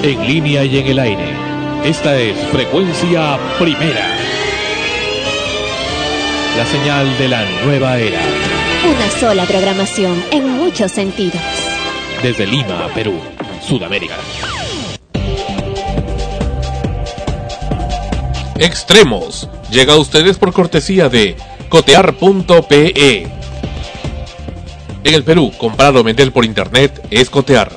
en línea y en el aire. Esta es Frecuencia Primera, la señal de la nueva era. Una sola programación en muchos sentidos. Desde Lima, Perú, Sudamérica. Extremos llega a ustedes por cortesía de cotear.pe. En el Perú, comprar o vender por internet es cotear.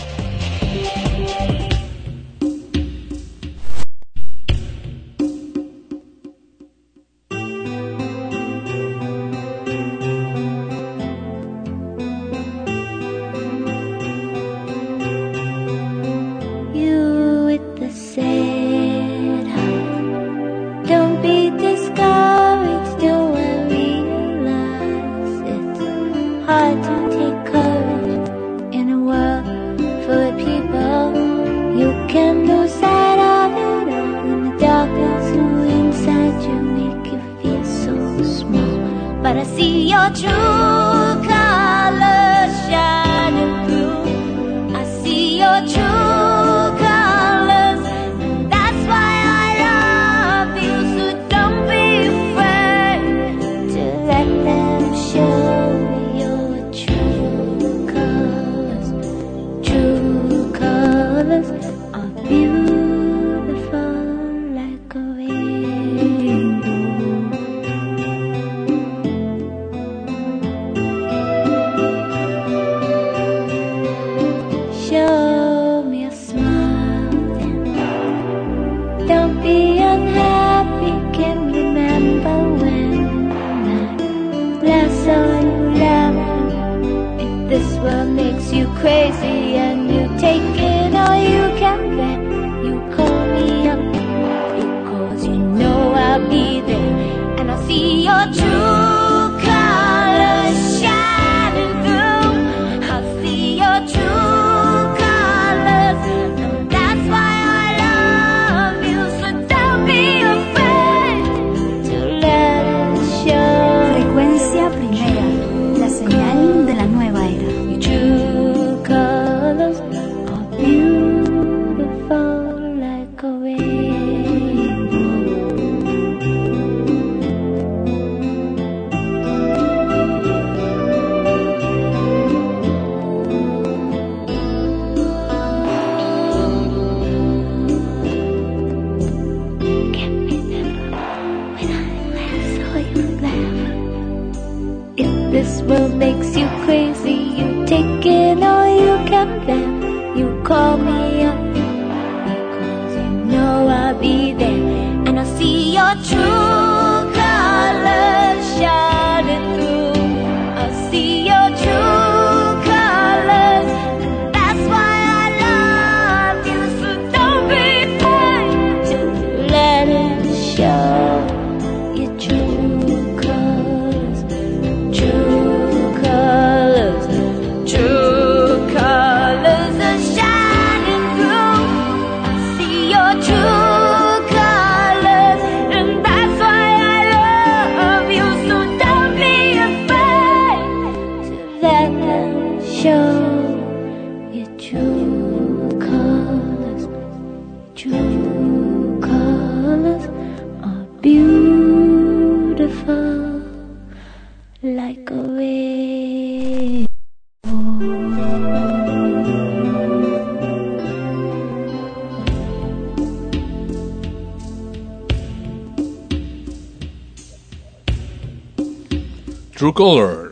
True Color,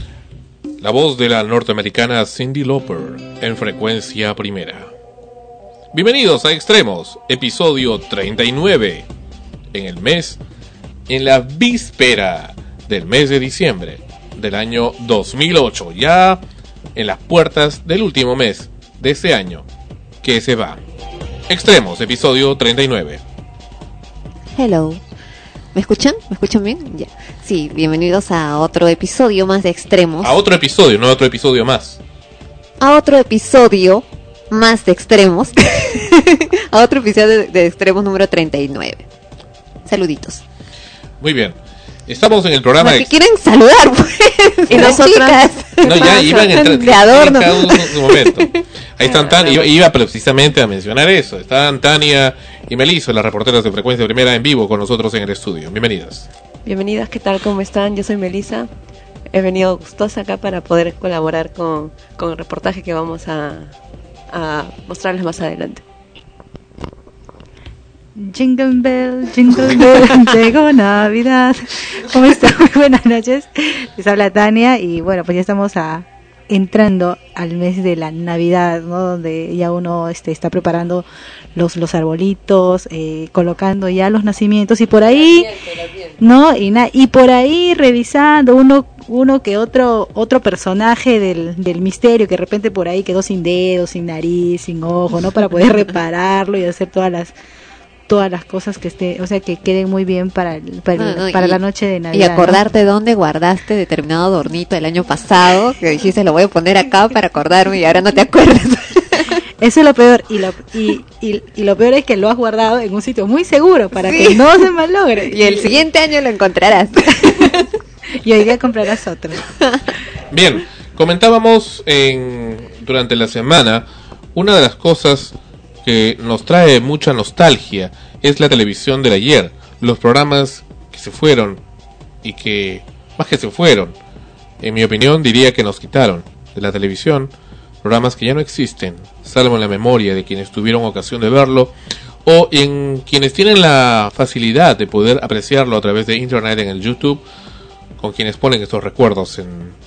la voz de la norteamericana Cyndi Lauper en Frecuencia Primera. Bienvenidos a Extremos, episodio 39, en la víspera del mes de diciembre del año 2008, ya en las puertas del último mes de ese año que se va. Extremos, episodio 39. Hello. ¿Me escuchan? ¿Me escuchan bien? Ya. Sí, bienvenidos a otro episodio más de Extremos. A otro episodio, no a otro episodio más. A otro episodio más de Extremos. A otro episodio de Extremos número 39. Saluditos. Muy bien. Estamos en el programa ¿Qué quieren saludar, pues? Y nosotras no, ya iban a entrar de adorno. en cada uno su momento. Ahí están iba precisamente a mencionar eso. Están Tania y Melissa, las reporteras de Frecuencia Primera en vivo con nosotros en el estudio. Bienvenidas. Bienvenidas, ¿qué tal? ¿Cómo están? Yo soy Melissa. He venido gustosa acá para poder colaborar con el reportaje que vamos a mostrarles más adelante. Jingle bell, llegó Navidad. ¿Cómo están? Muy buenas noches. Les habla Tania y bueno, pues ya estamos entrando al mes de la Navidad, ¿no? Donde ya uno está preparando los arbolitos, colocando ya los nacimientos y por ahí, ¿no? Y por ahí revisando uno que otro personaje del misterio que de repente por ahí quedó sin dedos, sin nariz, sin ojo, ¿no? Para poder repararlo y hacer todas las cosas que queden muy bien para la noche de Navidad. Y acordarte, ¿no?, dónde guardaste determinado adornito el año pasado, que dijiste lo voy a poner acá para acordarme y ahora no te acuerdas. Eso es lo peor, y lo peor es que lo has guardado en un sitio muy seguro para que no se malogre. Y el siguiente año lo encontrarás. Y hoy día comprarás otro. Bien, comentábamos durante la semana, una de las cosas que nos trae mucha nostalgia es la televisión del ayer, los programas que se fueron y que, más que se fueron, en mi opinión diría que nos quitaron de la televisión, programas que ya no existen, salvo en la memoria de quienes tuvieron ocasión de verlo o en quienes tienen la facilidad de poder apreciarlo a través de internet en el YouTube, con quienes ponen estos recuerdos en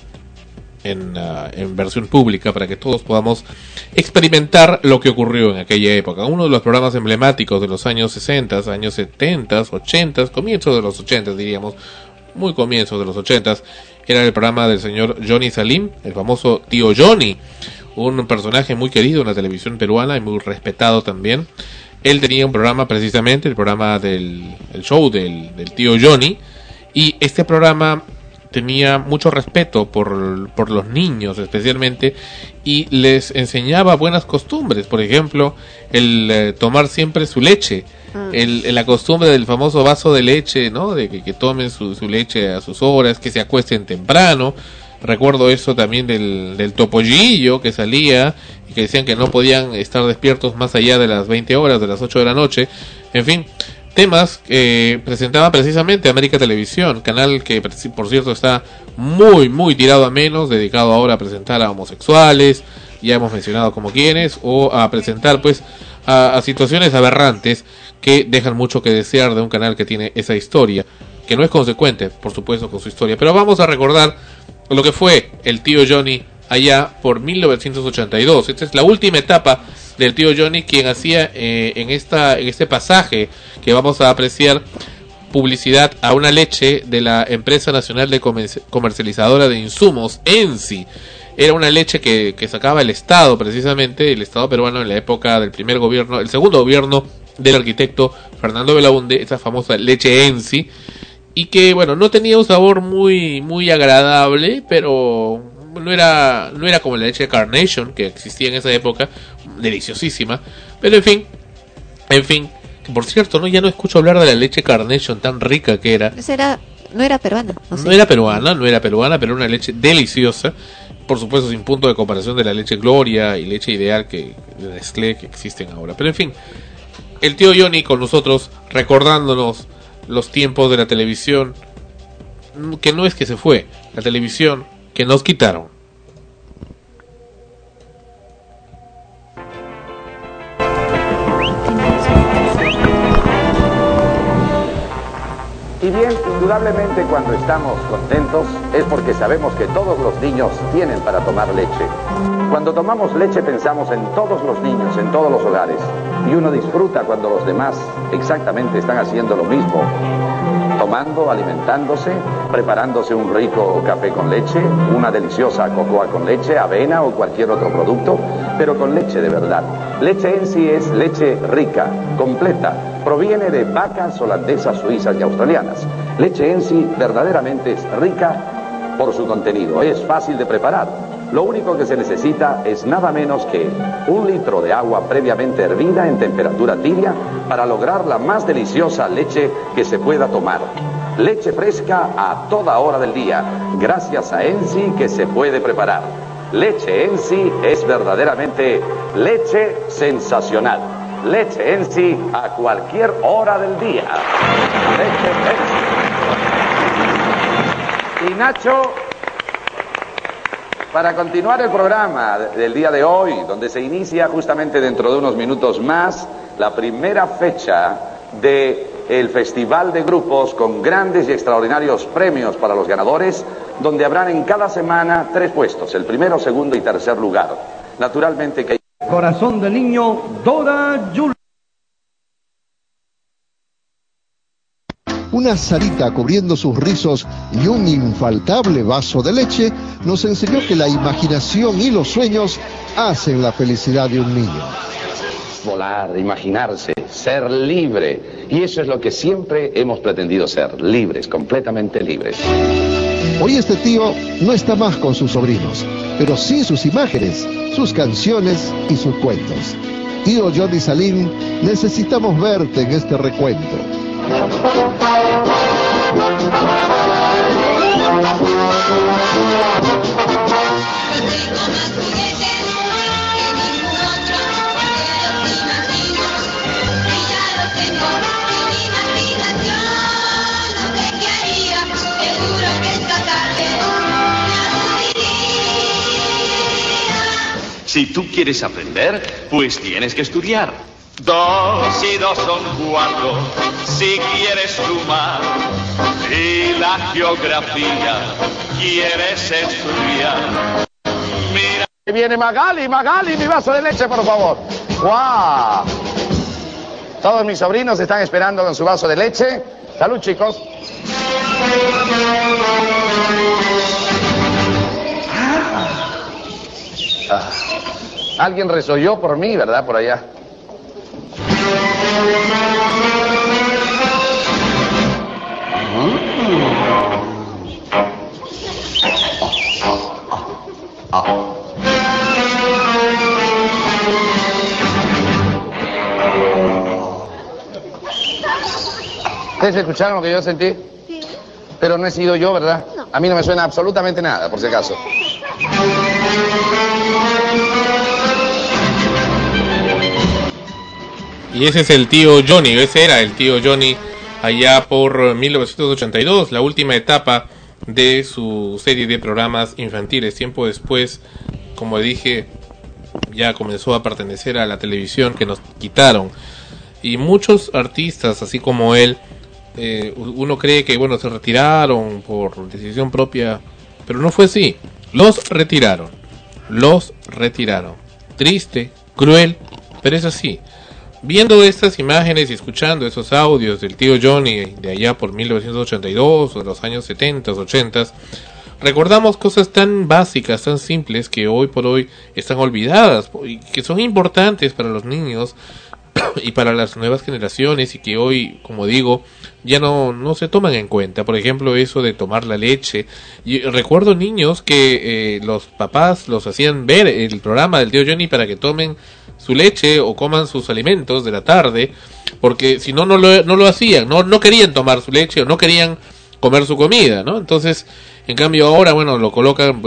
versión pública para que todos podamos experimentar lo que ocurrió en aquella época. Uno de los programas emblemáticos de los años 60, años 70, 80, comienzos de los 80 diríamos, muy comienzos de los 80, era el programa del señor Johnny Salim, el famoso tío Johnny, un personaje muy querido en la televisión peruana y muy respetado también. Él tenía un programa precisamente, el programa el show del tío Johnny, y este programa tenía mucho respeto por los niños especialmente y les enseñaba buenas costumbres, por ejemplo el tomar siempre su leche, la costumbre del famoso vaso de leche, ¿no? De que tomen su leche a sus horas, que se acuesten temprano. Recuerdo eso también del topollillo que salía y que decían que no podían estar despiertos más allá de las 20 horas, de las 8 de la noche, en fin, temas que presentaba precisamente América Televisión, canal que por cierto está muy tirado a menos, dedicado ahora a presentar a homosexuales, ya hemos mencionado como quienes, o a presentar pues a situaciones aberrantes que dejan mucho que desear de un canal que tiene esa historia, que no es consecuente por supuesto con su historia, pero vamos a recordar lo que fue el tío Johnny allá por 1982. Esta es la última etapa del tío Johnny, quien hacía en este pasaje que vamos a apreciar publicidad a una leche de la empresa nacional de comercializadora de insumos, ENSI. Era una leche que sacaba el Estado, precisamente el Estado peruano en la época del primer gobierno, el segundo gobierno del arquitecto Fernando Belaunde, esa famosa leche ENSI, y que bueno, no tenía un sabor muy agradable, pero no era como la leche de Carnation que existía en esa época, deliciosísima, pero en fin, que por cierto, ya no escucho hablar de la leche Carnation tan rica que era. No era peruana. No era peruana, pero una leche deliciosa, por supuesto sin punto de comparación de la leche Gloria y leche Ideal de Nestlé que existen ahora. Pero en fin, el tío Johnny con nosotros recordándonos los tiempos de la televisión, que no es que se fue, la televisión que nos quitaron. Y bien, indudablemente cuando estamos contentos es porque sabemos que todos los niños tienen para tomar leche. Cuando tomamos leche pensamos en todos los niños, en todos los hogares. Y uno disfruta cuando los demás exactamente están haciendo lo mismo. Tomando, alimentándose, preparándose un rico café con leche, una deliciosa cocoa con leche, avena o cualquier otro producto, pero con leche de verdad. Leche en sí es leche rica, completa, proviene de vacas holandesas, suizas y australianas. Leche en sí verdaderamente es rica por su contenido, es fácil de preparar. Lo único que se necesita es nada menos que 1 litro de agua previamente hervida en temperatura tibia para lograr la más deliciosa leche que se pueda tomar. Leche fresca a toda hora del día, gracias a ENSI que se puede preparar. Leche en sí es verdaderamente leche sensacional. Leche en sí a cualquier hora del día. Leche en sí. Y Nacho, para continuar el programa del día de hoy, donde se inicia justamente dentro de unos minutos más la primera fecha del Festival de Grupos con grandes y extraordinarios premios para los ganadores, donde habrán en cada semana 3 puestos, el primero, segundo y tercer lugar. Naturalmente que... Corazón de niño, Dora Yul. Una Sarita cubriendo sus rizos y un infaltable vaso de leche nos enseñó que la imaginación y los sueños hacen la felicidad de un niño. Volar, imaginarse, ser libre. Y eso es lo que siempre hemos pretendido ser, libres, completamente libres. Hoy este tío no está más con sus sobrinos, pero sí sus imágenes, sus canciones y sus cuentos. Tío Johnny Salim, necesitamos verte en este recuento. Si tú quieres aprender, pues tienes que estudiar. 2 y 2 son 4, si quieres sumar. Y la geografía quieres estudiar. Mira. Viene Magali, mi vaso de leche, por favor. ¡Guau! Todos mis sobrinos están esperando con su vaso de leche. Salud, chicos. Alguien resolló por mí, ¿verdad? Por allá. ¿Ustedes escucharon lo que yo sentí? Sí. Pero no he sido yo, ¿verdad? No. A mí no me suena absolutamente nada, por si acaso. Y ese es el tío Johnny, ese era el tío Johnny allá por 1982, la última etapa de su serie de programas infantiles. Tiempo después, como dije, ya comenzó a pertenecer a la televisión, que nos quitaron. Y muchos artistas, así como él, uno cree que bueno, se retiraron por decisión propia, pero no fue así. Los retiraron. Triste, cruel, pero es así. Viendo estas imágenes y escuchando esos audios del tío Johnny de allá por 1982 o de los años 70, 80, recordamos cosas tan básicas, tan simples, que hoy por hoy están olvidadas y que son importantes para los niños y para las nuevas generaciones, y que hoy, como digo, ya no se toman en cuenta. Por ejemplo, eso de tomar la leche. Y recuerdo niños que los papás los hacían ver el programa del tío Johnny para que tomen su leche o coman sus alimentos de la tarde, porque si no lo hacían, no querían tomar su leche o no querían comer su comida, ¿no? Entonces, en cambio ahora, bueno, le colocan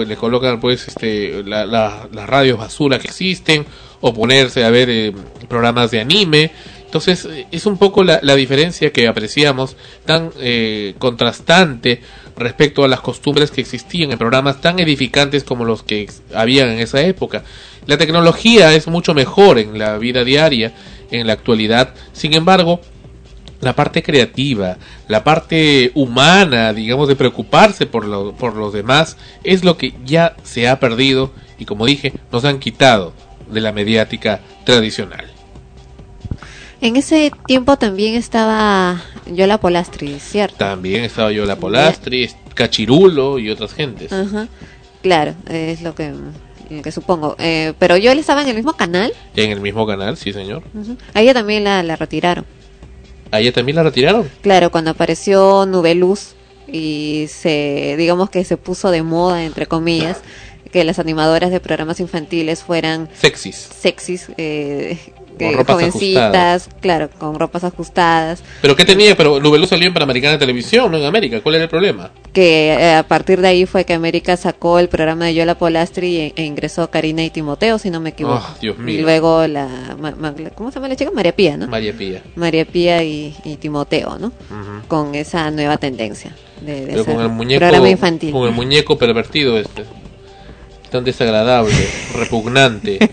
las radios basura que existen, o ponerse a ver programas de anime. Entonces es un poco la diferencia que apreciamos, tan contrastante respecto a las costumbres que existían en programas tan edificantes como los que habían en esa época. La tecnología es mucho mejor en la vida diaria, en la actualidad. Sin embargo, la parte creativa, la parte humana, digamos, de preocuparse por los demás, es lo que ya se ha perdido y, como dije, nos han quitado de la mediática tradicional. En ese tiempo también estaba Yola Polastri, ¿cierto? También estaba Yola Polastri, Cachirulo y otras gentes. Ajá. Claro, es lo que supongo. Pero Yola estaba en el mismo canal. En el mismo canal, sí, señor. Uh-huh. A ella también la retiraron. ¿A ella también la retiraron? Claro, cuando apareció Nubeluz y digamos que se puso de moda, entre comillas, que las animadoras de programas infantiles fueran sexys, Con ropas jovencitas, ajustadas. claro, con ropas ajustadas, ¿Pero qué tenía? Pero Nubeluz salió en Panamericana Televisión, no en América. ¿Cuál era el problema? que a partir de ahí fue que América sacó el programa de Yola Polastri e ingresó Karina y Timoteo, si no me equivoco. Oh, Dios mío. Y luego ¿cómo se llama la chica? María Pía, ¿no? María Pía. María Pía y Timoteo, ¿no? Ujú. Con esa nueva tendencia de Pero hacer con el muñeco, programa infantil. con el muñeco pervertido tan desagradable, repugnante.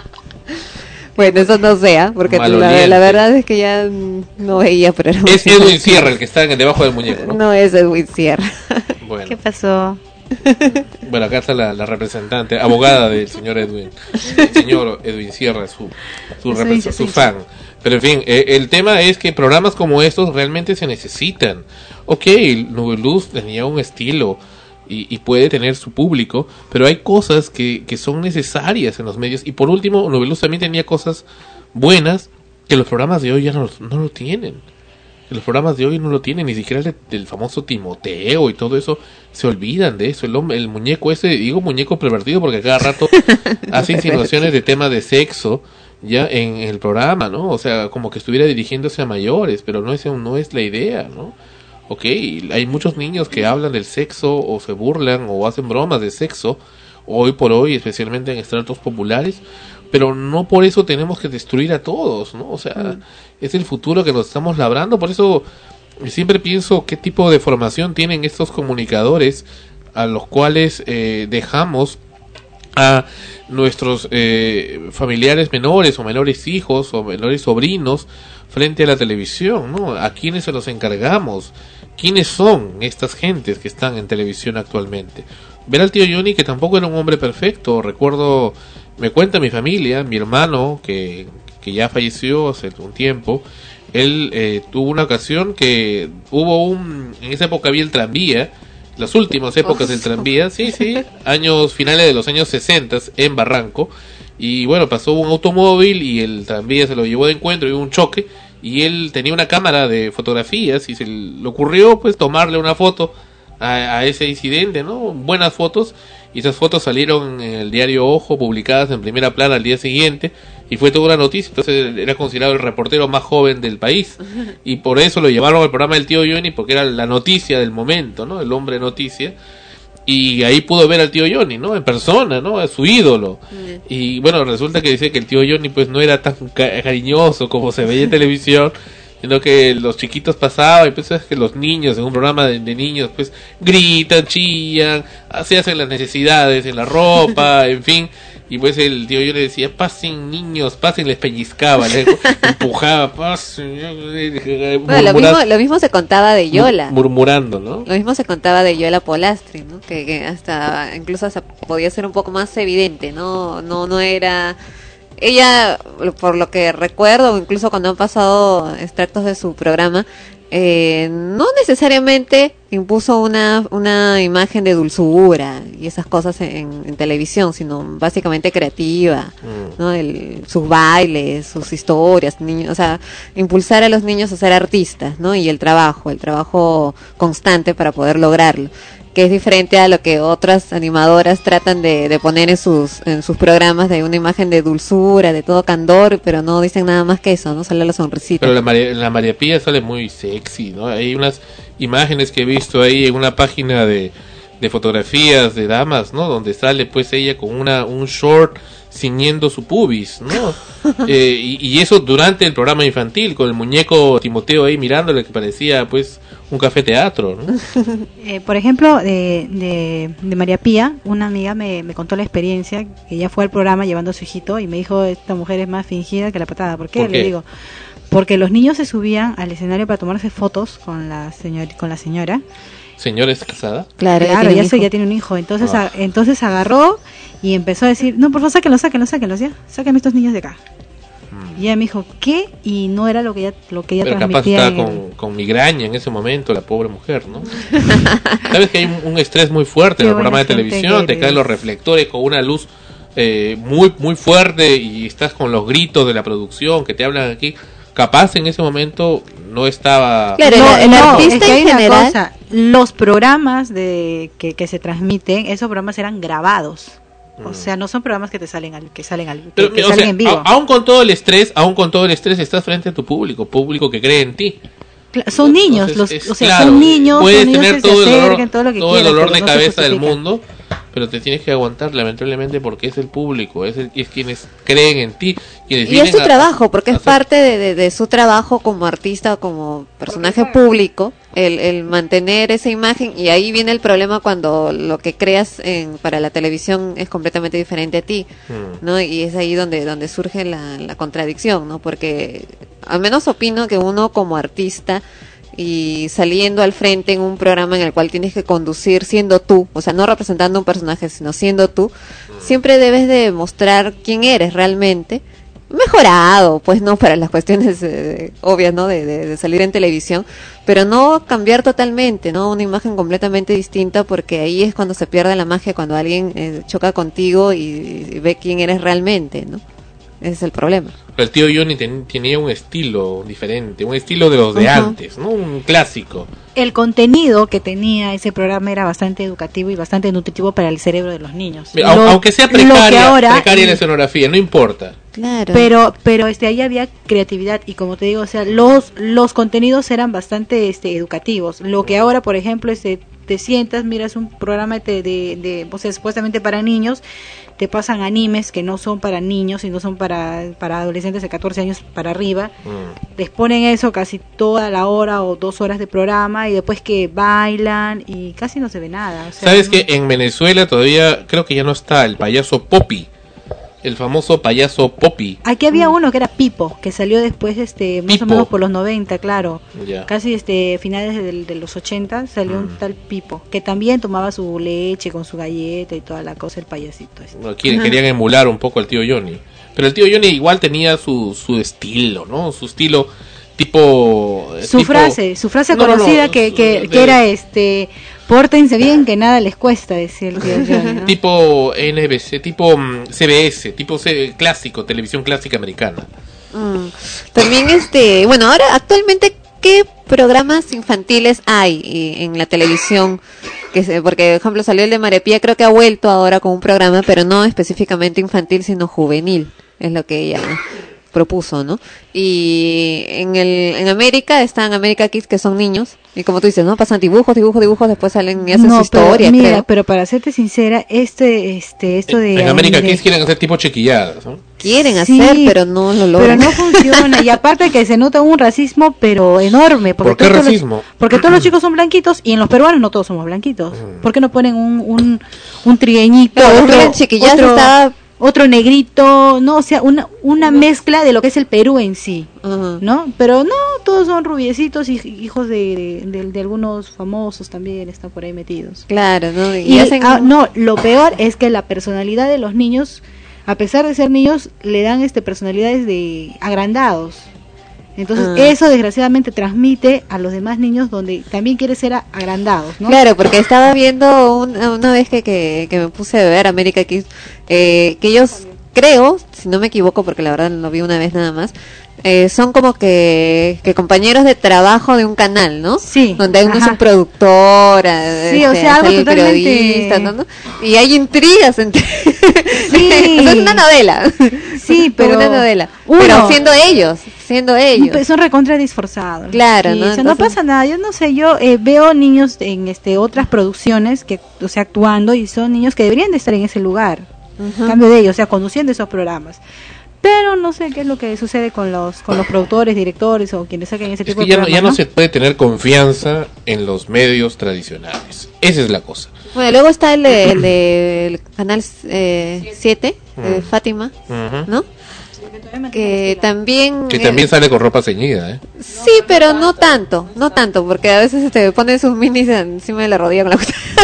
Bueno, eso no sea, porque Maloliente. la verdad es que ya no veía programas. Es Edwin Sierra el que está debajo del muñeco, ¿no? No es Edwin Sierra. Bueno, ¿Qué pasó? bueno, acá está la representante, abogada del señor Edwin. El señor Edwin Sierra, su fan. Pero en fin, el tema es que programas como estos realmente se necesitan. Ok, Nubeluz tenía un estilo y puede tener su público, pero hay cosas que son necesarias en los medios. Y por último, Nubeluz también tenía cosas buenas que los programas de hoy ya no lo tienen. Que los programas de hoy no lo tienen, ni siquiera del famoso Timoteo y todo eso. Se olvidan de eso. El muñeco ese, digo muñeco pervertido porque cada rato hace insinuaciones de temas de sexo ya en el programa, ¿no? O sea, como que estuviera dirigiéndose a mayores, pero no es la idea, ¿no? Ok, hay muchos niños que hablan del sexo o se burlan o hacen bromas de sexo hoy por hoy, especialmente en estratos populares, pero no por eso tenemos que destruir a todos, ¿no? O sea, es el futuro que nos estamos labrando. Por eso siempre pienso qué tipo de formación tienen estos comunicadores a los cuales dejamos a nuestros familiares menores o menores hijos o menores sobrinos frente a la televisión, ¿no? ¿A quiénes se los encargamos? ¿Quiénes son estas gentes que están en televisión actualmente? Ver al tío Johnny, que tampoco era un hombre perfecto. Recuerdo, me cuenta mi familia, mi hermano, que ya falleció hace un tiempo. Él tuvo una ocasión que en esa época había el tranvía, las últimas épocas del tranvía, sí, finales de los años 60 en Barranco. Y bueno, pasó un automóvil y el tranvía se lo llevó de encuentro y hubo un choque. Y él tenía una cámara de fotografías y se le ocurrió pues tomarle una foto a ese incidente, ¿no? Buenas fotos, y esas fotos salieron en el diario Ojo, publicadas en primera plana al día siguiente, y fue toda una noticia. Entonces era considerado el reportero más joven del país, y por eso lo llevaron al programa del tío Johnny, porque era la noticia del momento, ¿no? El hombre noticia. Y ahí pudo ver al tío Johnny, ¿no? En persona, ¿no? A su ídolo. Y bueno, resulta que decía que el tío Johnny pues no era tan cariñoso como se veía en televisión, sino que los chiquitos pasaban y pues es que los niños en un programa de niños pues gritan, chillan, se hacen las necesidades en la ropa, en fin. Y pues el tío yo le decía, pasen niños, pasen, les pellizcaba, les empujaba, pasen. Bueno, lo mismo se contaba de Yola. Murmurando, ¿no? Lo mismo se contaba de Yola Polastri, ¿no? Que hasta, incluso hasta podía ser un poco más evidente, no era... Ella, por lo que recuerdo, incluso cuando han pasado extractos de su programa, no necesariamente impuso una imagen de dulzura y esas cosas en televisión, sino básicamente creativa, ¿no? Sus bailes, sus historias, niños, o sea, impulsar a los niños a ser artistas, ¿no? Y el trabajo constante para poder lograrlo, que es diferente a lo que otras animadoras tratan de poner en sus programas, de una imagen de dulzura, de todo candor, pero no dicen nada más que eso, ¿no? Solo la sonrisita. Pero la María Pía sale muy sexy, ¿no? Hay unas imágenes que he visto ahí en una página de fotografías de damas, ¿no? Donde sale pues ella con un short ciñendo su pubis, ¿no? Y eso durante el programa infantil, con el muñeco Timoteo ahí mirándole, que parecía pues un café teatro, ¿no? Por ejemplo, de María Pía, una amiga me contó la experiencia, que ella fue al programa llevando a su hijito y me dijo, esta mujer es más fingida que la patada. ¿Por qué? Le digo, porque los niños se subían al escenario para tomarse fotos con la señora. ¿Señora es casada? Claro, ya tiene un hijo. Entonces, entonces agarró y empezó a decir, no, por favor, sáquenlos ya, sáquenme estos niños de acá. Y ella me dijo, ¿qué? Y no era lo que ella pero transmitía. Capaz estaba con migraña en ese momento, la pobre mujer, ¿no? Sabes que hay un estrés muy fuerte en el programa de televisión, te caen los reflectores con una luz muy, muy fuerte y estás con los gritos de la producción que te hablan aquí. Capaz en ese momento no estaba... Claro, el artista es que hay en general... una cosa, los programas que se transmiten, esos programas eran grabados. O sea, no son programas que salen Pero, que o salen sea, en vivo. aún con todo el estrés, estás frente a tu público que cree en ti. Son niños, Entonces, son niños, puedes son niños tener que todo se el acerquen, todo lo que el quieras, dolor pero de no se cabeza del justifica. mundo, pero te tienes que aguantar lamentablemente porque es el público, es quienes creen en ti, quienes Y es vienen su a- trabajo, porque a es hacer- parte de su trabajo como artista o como personaje público, el mantener esa imagen, y ahí viene el problema cuando lo que creas para la televisión es completamente diferente a ti, ¿no? Y es ahí donde surge la contradicción, ¿no? Porque al menos opino que uno como artista y saliendo al frente en un programa en el cual tienes que conducir siendo tú, o sea, no representando un personaje, sino siendo tú, siempre debes de mostrar quién eres realmente, mejorado, pues no para las cuestiones obvias, ¿no? De salir en televisión, pero no cambiar totalmente, ¿no? Una imagen completamente distinta, porque ahí es cuando se pierde la magia, cuando alguien choca contigo y ve quién eres realmente, ¿no? Ese es el problema. El tío Johnny tenía un estilo diferente, un estilo de los de antes, ¿no? Un clásico. El contenido que tenía ese programa era bastante educativo y bastante nutritivo para el cerebro de los niños. Aunque sea lo que ahora, precaria la escenografía, no importa. Claro. Pero ahí había creatividad, y como te digo, o sea, los contenidos eran bastante educativos. Lo que ahora, por ejemplo, te sientas, miras un programa o sea, supuestamente para niños, te pasan animes que no son para niños, sino son para adolescentes de 14 años para arriba. Les ponen eso casi toda la hora o 2 horas de programa, y después que bailan y casi no se ve nada. O sea, ¿Sabes que en Venezuela todavía creo que ya no está el payaso Poppy? El famoso payaso Poppy. Aquí había uno que era Pipo, que salió después, más Pipo. o menos por los 90, claro. Ya. Casi finales de los 80 salió un tal Pipo, que también tomaba su leche con su galleta y toda la cosa, el payasito. Bueno, querían emular un poco al tío Johnny. Pero el tío Johnny igual tenía su estilo, ¿no? Su estilo tipo... Su frase No, conocida que era pórtense bien que nada les cuesta, decía el tío Johnny, ¿no? tipo NBC, tipo CBS, tipo clásico, televisión clásica americana. También bueno, ahora actualmente, ¿qué programas infantiles hay en la televisión? Porque, por ejemplo, salió el de Marepía, creo que ha vuelto ahora con un programa, pero no específicamente infantil, sino juvenil, es lo que ella propuso, ¿no? Y en América están America Kids, que son niños, y como tú dices, ¿no? Pasan dibujos, después salen y hacen su historia, pero, creo. pero para serte sincera, esto de... En América Kids quieren hacer tipo chequilladas, ¿no? Quieren Sí, hacer, pero no lo logran. Pero no funciona, y aparte que se nota un racismo, pero enorme. ¿Por qué todos racismo? Porque todos los chicos son blanquitos, y en los peruanos no todos somos blanquitos. ¿Por qué no ponen un trigueñito, Pero en Chiquillas estaba... otro negrito, no, o sea, una mezcla de lo que es el Perú en sí, ¿no? Pero no, todos son rubiecitos y hijos de algunos famosos también están por ahí metidos. Claro, ¿no? Y no, lo peor es que la personalidad de los niños, a pesar de ser niños, le dan personalidades de agrandados. Entonces eso desgraciadamente transmite a los demás niños, donde también quiere ser agrandados, ¿no? Claro, porque estaba viendo una vez que me puse a ver América Kids, que ellos, creo, si no me equivoco, porque la verdad lo vi una vez nada más, son como que compañeros de trabajo de un canal, ¿no? Sí. Donde uno es un productor, sí, o sea, algo sale el totalmente... periodista, ¿no? Y hay intrigas entre... Sí. O sea, es una novela. Sí, pero... una novela. Pero siendo ellos. Son recontra disforzados. Claro, sí, ¿no? O sea, no pasa nada. Yo no sé, yo veo niños en otras producciones que, o sea, actuando, y son niños que deberían de estar en ese lugar. En cambio de ellos, o sea, conduciendo esos programas. Pero no sé qué es lo que sucede con los productores, directores o quienes saquen ese tipo de programas. Ya no se puede tener confianza en los medios tradicionales. Esa es la cosa. Bueno, luego está el del canal 7, de Fátima, ¿no? Que también sale con ropa ceñida, ¿eh? Sí, pero no tanto, porque a veces te pone sus minis encima de la rodilla con la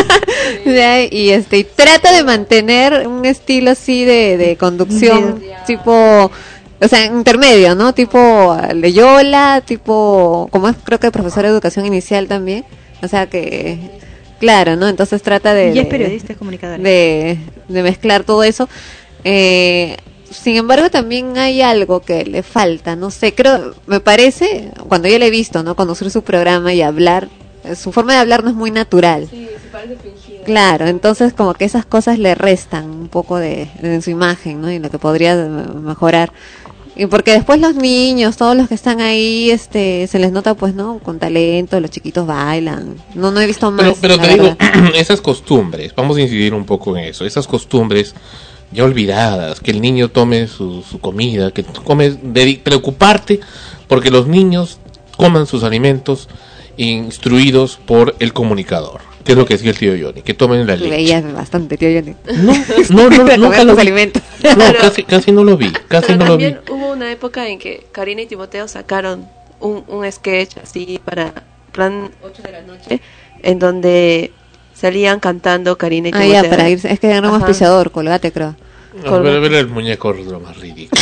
y trata de mantener un estilo así de conducción tipo, o sea, intermedio, ¿no? Tipo Leyola, tipo, como es, creo que profesor de educación inicial también, o sea que, claro, ¿no? Entonces trata y es periodista, es comunicador, de mezclar todo eso. Sin embargo, también hay algo que le falta, no sé, me parece, cuando yo le he visto, ¿no? Conducir su programa y hablar, su forma de hablar no es muy natural. Sí, se parece fingida. Claro, entonces como que esas cosas le restan un poco de su imagen, ¿no? Y lo que podría mejorar. Y porque después los niños, todos los que están ahí, se les nota pues, ¿no? Con talento, los chiquitos bailan. No he visto más. Pero te digo, esas costumbres, vamos a incidir un poco en eso, esas costumbres ya olvidadas, que el niño tome su comida, que preocuparte porque los niños coman sus alimentos instruidos por el comunicador. ¿Qué es lo que decía el tío Johnny? Que tomen la leche. Veías bastante, tío Johnny. No, nunca lo vi. Alimentos. No, casi no lo vi. También hubo una época en que Karina y Timoteo sacaron un sketch así para plan 8 de la noche, en donde salían cantando Karina y Timoteo. Ya, para irse. Es que era un auspiciador, Colgate, creo. No, pero el muñeco es lo más ridículo.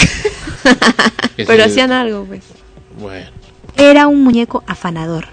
Pero hacían algo, pues. Bueno. Era un muñeco afanador.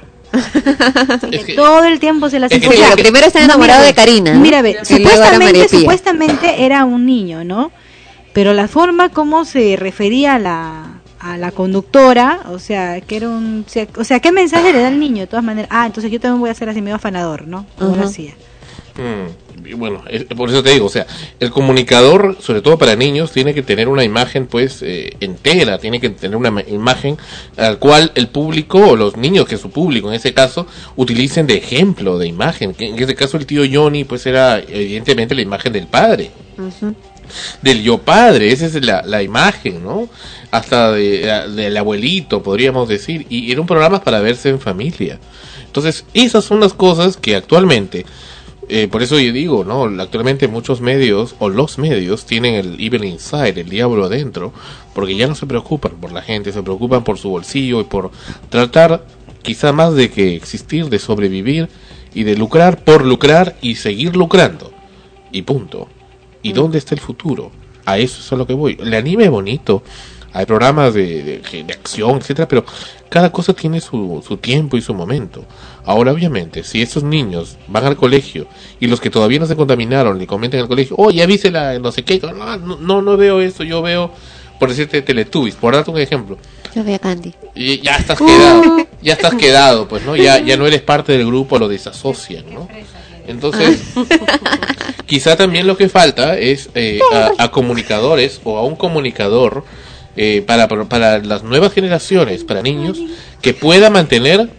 Es que todo el tiempo se las o sea, primero está enamorado de Karina, ¿no? Mira, ve, supuestamente era un niño, ¿no? Pero la forma como se refería a la conductora, o sea, que era ¿qué mensaje le da al niño? De todas maneras, entonces yo también voy a ser así medio afanador, ¿no? Como lo hacía. Bueno, por eso te digo, o sea, el comunicador, sobre todo para niños, tiene que tener una imagen pues entera, tiene que tener una imagen al cual el público o los niños, que es su público en ese caso, utilicen de ejemplo, de imagen. En ese caso el tío Johnny pues era evidentemente la imagen del padre, del yo padre, esa es la imagen, ¿no? Hasta del abuelito, podríamos decir, y era un programa para verse en familia. Entonces, esas son las cosas que actualmente... por eso yo digo, ¿no? Actualmente muchos medios, o los medios, tienen el evil inside, el diablo adentro, porque ya no se preocupan por la gente, se preocupan por su bolsillo y por tratar, quizá más de que existir, de sobrevivir y de lucrar por lucrar y seguir lucrando. Y punto. ¿Y dónde está el futuro? A eso es a lo que voy. El anime es bonito, hay programas de acción, etcétera, pero cada cosa tiene su tiempo y su momento. Ahora, obviamente, si esos niños van al colegio y los que todavía no se contaminaron le comentan al colegio, ya viste la no sé qué, no veo eso, yo veo, por decirte, Teletubbies, por darte un ejemplo. Yo veo Candy. Y ya estás quedado, pues, ¿no? Ya no eres parte del grupo, lo desasocian, ¿no? Entonces, quizá también lo que falta es a comunicadores o a un comunicador para las nuevas generaciones, para niños, que pueda mantener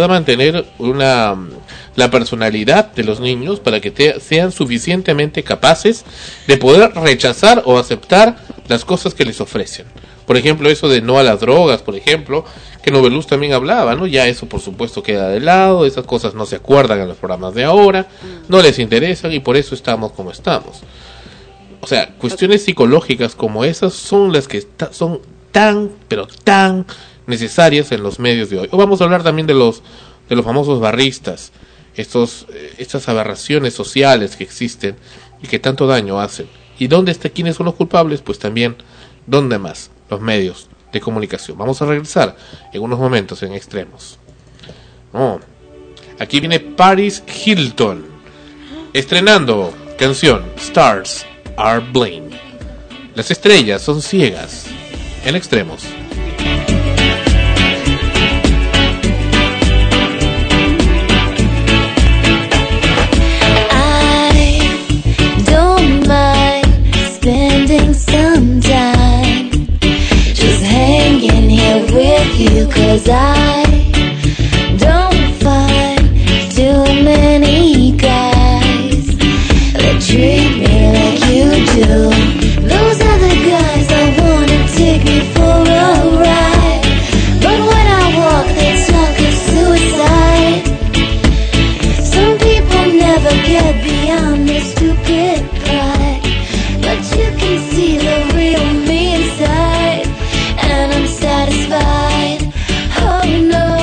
la personalidad de los niños para que sean suficientemente capaces de poder rechazar o aceptar las cosas que les ofrecen. Por ejemplo, eso de no a las drogas, por ejemplo, que Noveluz también hablaba, ¿no? Ya eso por supuesto queda de lado, esas cosas no se acuerdan en los programas de ahora, no les interesan y por eso estamos como estamos. O sea, cuestiones psicológicas como esas son las que son tan, pero tan necesarias en los medios de hoy. O vamos a hablar también de los famosos barristas, estas aberraciones sociales que existen y que tanto daño hacen. ¿Y quiénes son los culpables? Pues también, ¿dónde más? Los medios de comunicación. Vamos a regresar en unos momentos en Extremos. Aquí viene Paris Hilton estrenando canción Stars Are Blind. Las estrellas son ciegas en Extremos. Spending some time just hanging here with you, 'cause I don't find too many guys that treat me like you do. Those are the guys that wanna take me for a ride, but when I walk they talk of suicide. Some people never get beyond their stupid pride, but you can see the real me inside, and I'm satisfied. Oh no.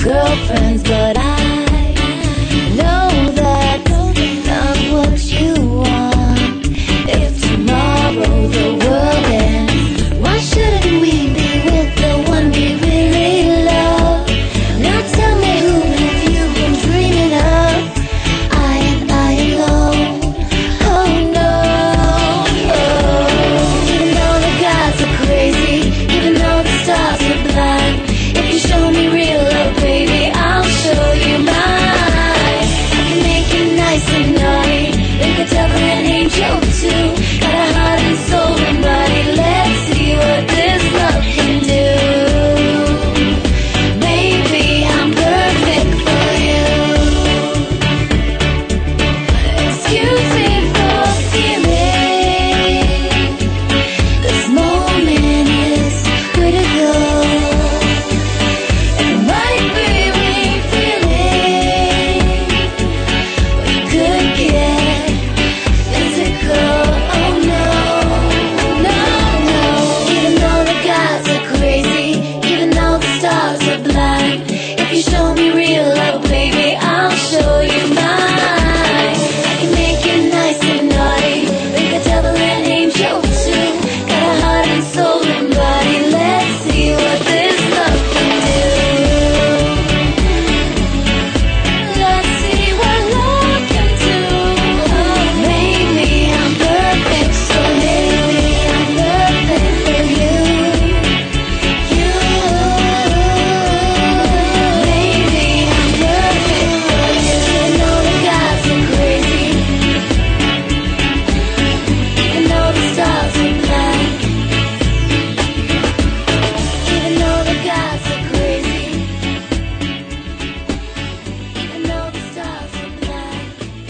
girlfriends, but I know that not what you want. If tomorrow the world ends, why shouldn't we be with the one we really love? Now tell me, who have you been dreaming of? I alone. Oh no. Even though the gods are crazy, even though the stars are blind, if you show me real love, baby, I'll show you mine. I can make you nice and naughty, make a devil an angel too. Got a heart and soul and body, let's see what this love can do. Baby, I'm perfect for you. Excuse me for feeling this moment is critical. It might be me feeling we could get physical. Oh no, no, no. Even though the gods are crazy, even though the stars are blind, if you show me real love, baby, I'll show you mine. I can make you nice and naughty, make a devil an angel too. Got a heart and soul and body, let's see what this love can do. Let's see what love can do. Oh, maybe I'm perfect, so maybe I'm perfect for you. You, maybe I'm perfect for you. Even though the gods are crazy, even though the stars are blind, even though the gods are crazy, even though the stars are blind.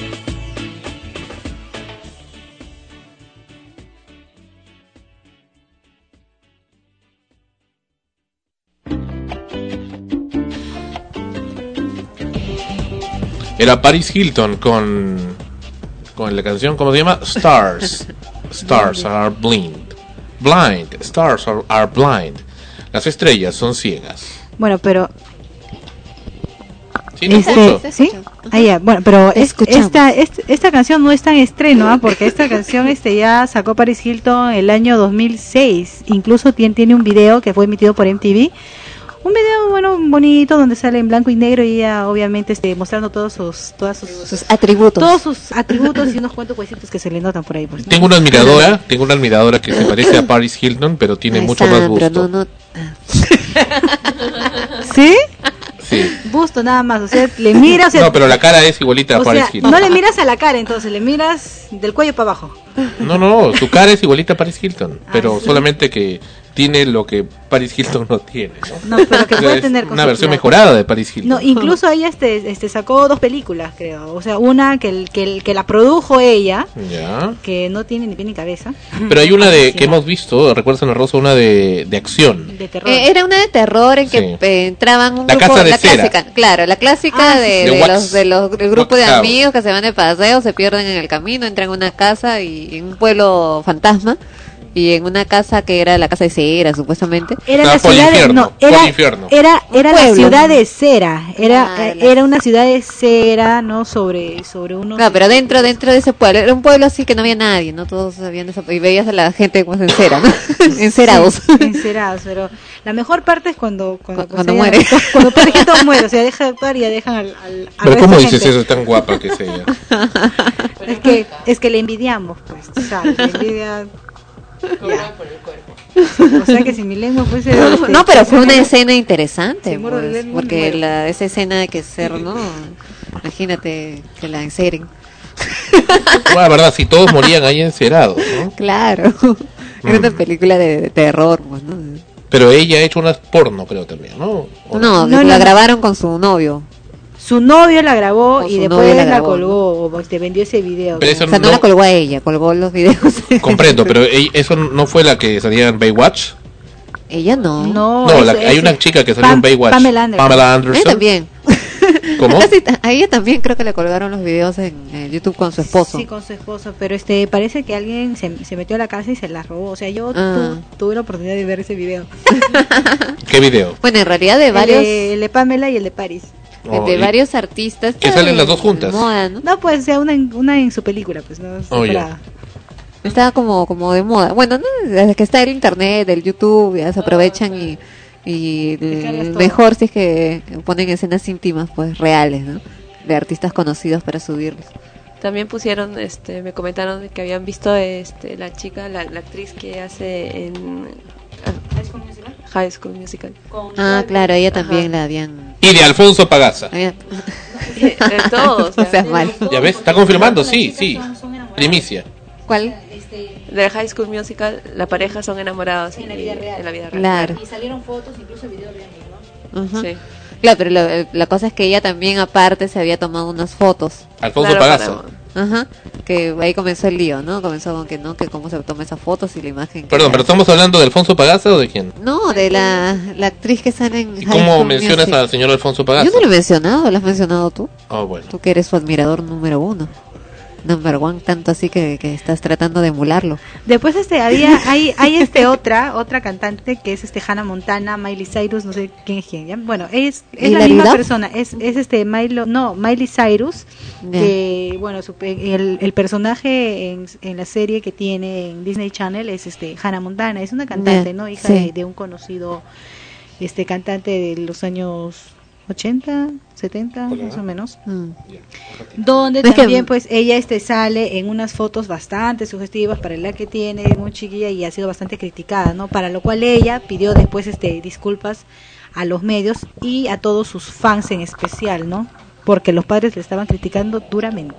Era Paris Hilton con la canción, ¿cómo se llama? Stars. Stars are blind. Blind. Stars are blind. Las estrellas son ciegas. Bueno, pero Sí, no escucho. ¿sí? Ah, ya, bueno, pero Escuchamos. esta canción no está en estreno, ¿ah? Porque esta canción ya sacó Paris Hilton el año 2006. Incluso tiene un video que fue emitido por MTV. Un video, bueno, bonito, donde sale en blanco y negro y ella, obviamente, mostrando todos sus atributos. Todos sus atributos y unos cuantos huesitos que se le notan por ahí. Pues, ¿no? Tengo una admiradora que se parece a Paris Hilton, pero tiene mucho más busto. ¿Sí? Sí. Busto nada más, o sea, le miras... O sea, No, pero la cara es igualita a o Paris sea, Hilton. no le miras a la cara, entonces, le miras del cuello para abajo. No, su cara es igualita a Paris Hilton, pero solamente que tiene lo que Paris Hilton no tiene, ¿no? No, pero que O sea, puede es tener con una su versión plata. mejorada de Paris Hilton. No, incluso ella sacó 2 películas, creo. O sea, una que la produjo ella, Ya. que no tiene ni pie ni cabeza. Pero hay una que hemos visto, recuerdas, Ana Rosa, una de acción. De terror. Era una de terror en que entraban un La grupo, casa de la cera. clásica, claro, la clásica del grupo de Wax House. amigos que se van de paseo, se pierden en el camino, entran a una casa y en un pueblo fantasma y en una casa que era la casa de cera supuestamente. Era la ciudad de, no, era la pueblo. ciudad de cera, Ah, era una ciudad de cera, no sobre unos. Claro, pero dentro de ese pueblo, era un pueblo así que no había nadie, no todos habían desaparecido, y veías a la gente pues en cera, ¿no? Encerados. Sí, encerados, pero la mejor parte es cuando muere. Cuando Paris Hilton muere, o sea, deja de actuar y ya dejan al Pero resto ¿cómo de dices gente. eso tan guapa que es ella? Es que le envidiamos, pues, o sea, le envidia. Ya. O sea que si mi lengua fuese No, pero fue una escena interesante, Sí, muero de pues, lengua, porque muero. esa escena de que ser, ¿no? Imagínate que la enceren. Bueno, la verdad, si todos morían ahí encerados, ¿no? Claro. Era una película de terror, pues, ¿no? Pero ella ha hecho unas porno, creo también, ¿no? ¿O No, No, la no. grabaron con su novio. Su novio la grabó O y su después novio la, la grabó, colgó o te vendió ese video. Pero eso O sea, no la colgó a ella, colgó los videos. Comprendo, pero eso no fue la que salía en Baywatch. Ella no. No, hay una chica que salió en Baywatch. Pamela Anderson. Pamela Anderson. Ella también. ¿Cómo? A ella también creo que le colgaron los videos en YouTube con su esposo. Sí, con su esposo, pero parece que alguien se metió a la casa y se la robó. O sea, yo tuve la oportunidad de ver ese video. ¿Qué video? Bueno, en realidad de varios... El de Pamela y el de Paris. De varios artistas. Que salen las dos juntas. Moda, ¿no? No, pues, sea una en su película, pues, no. Ya. Estaba como de moda. Bueno, ¿no? Desde que está el internet, el YouTube, ya se aprovechan y mejor si es que ponen escenas íntimas, pues, reales, ¿no? De artistas conocidos para subirlos. También pusieron, me comentaron que habían visto la chica, la actriz que hace en High School Musical. Claro, ella también la habían... Y de Alfonso Pagasa. De todos. No seas mal. Ya ves, está confirmando, sí. Primicia. ¿Cuál? De High School Musical, la pareja son enamorados en la vida real. Claro. Y salieron fotos, incluso videos de ellos, ¿no? Sí. Claro, pero la cosa es que ella también aparte se había tomado unas fotos. Alfonso Pagasa. Que ahí comenzó el lío, ¿no? Comenzó con que que cómo se toma esas fotos y la imagen. Perdón, ¿pero estamos hablando de Alfonso Pagasa o de quién? No, de la actriz que sale en ¿Y cómo mencionas al señor Alfonso Pagasa? Yo no lo he mencionado, ¿lo has mencionado tú? Bueno. Tú que eres su admirador número 1. Number one, tanto así que estás tratando de emularlo. Después hay otra cantante que es Hannah Montana, Miley Cyrus, no sé quién es quién, ¿ya? Bueno, es la misma persona, es Miley Cyrus, que bueno, el personaje en la serie que tiene en Disney Channel es Hannah Montana, es una cantante, ¿no? Hija de un conocido cantante de los años 80, 70, más o menos. Donde también pues ella sale en unas fotos bastante sugestivas para la que tiene, muy chiquilla, y ha sido bastante criticada, ¿no? Para lo cual ella pidió después disculpas a los medios y a todos sus fans en especial, ¿no? Porque los padres le estaban criticando duramente.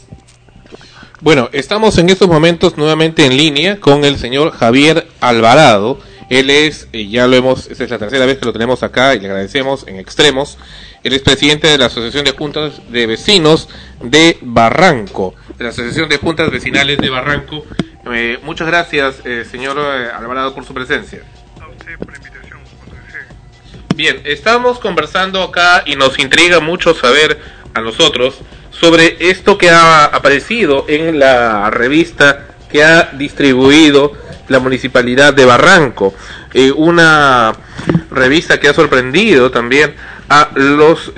Bueno, estamos en estos momentos nuevamente en línea con el señor Javier Alvarado. Él es, esta es la tercera vez que lo tenemos acá y le agradecemos en extremos. Él es presidente de la Asociación de Juntas de Vecinos de Barranco, de la Asociación de Juntas Vecinales de Barranco. Muchas gracias, señor Alvarado, por su presencia. A usted por la invitación. Bien, estamos conversando acá y nos intriga mucho saber a nosotros sobre esto que ha aparecido en la revista que ha distribuido la Municipalidad de Barranco, una revista que ha sorprendido también a los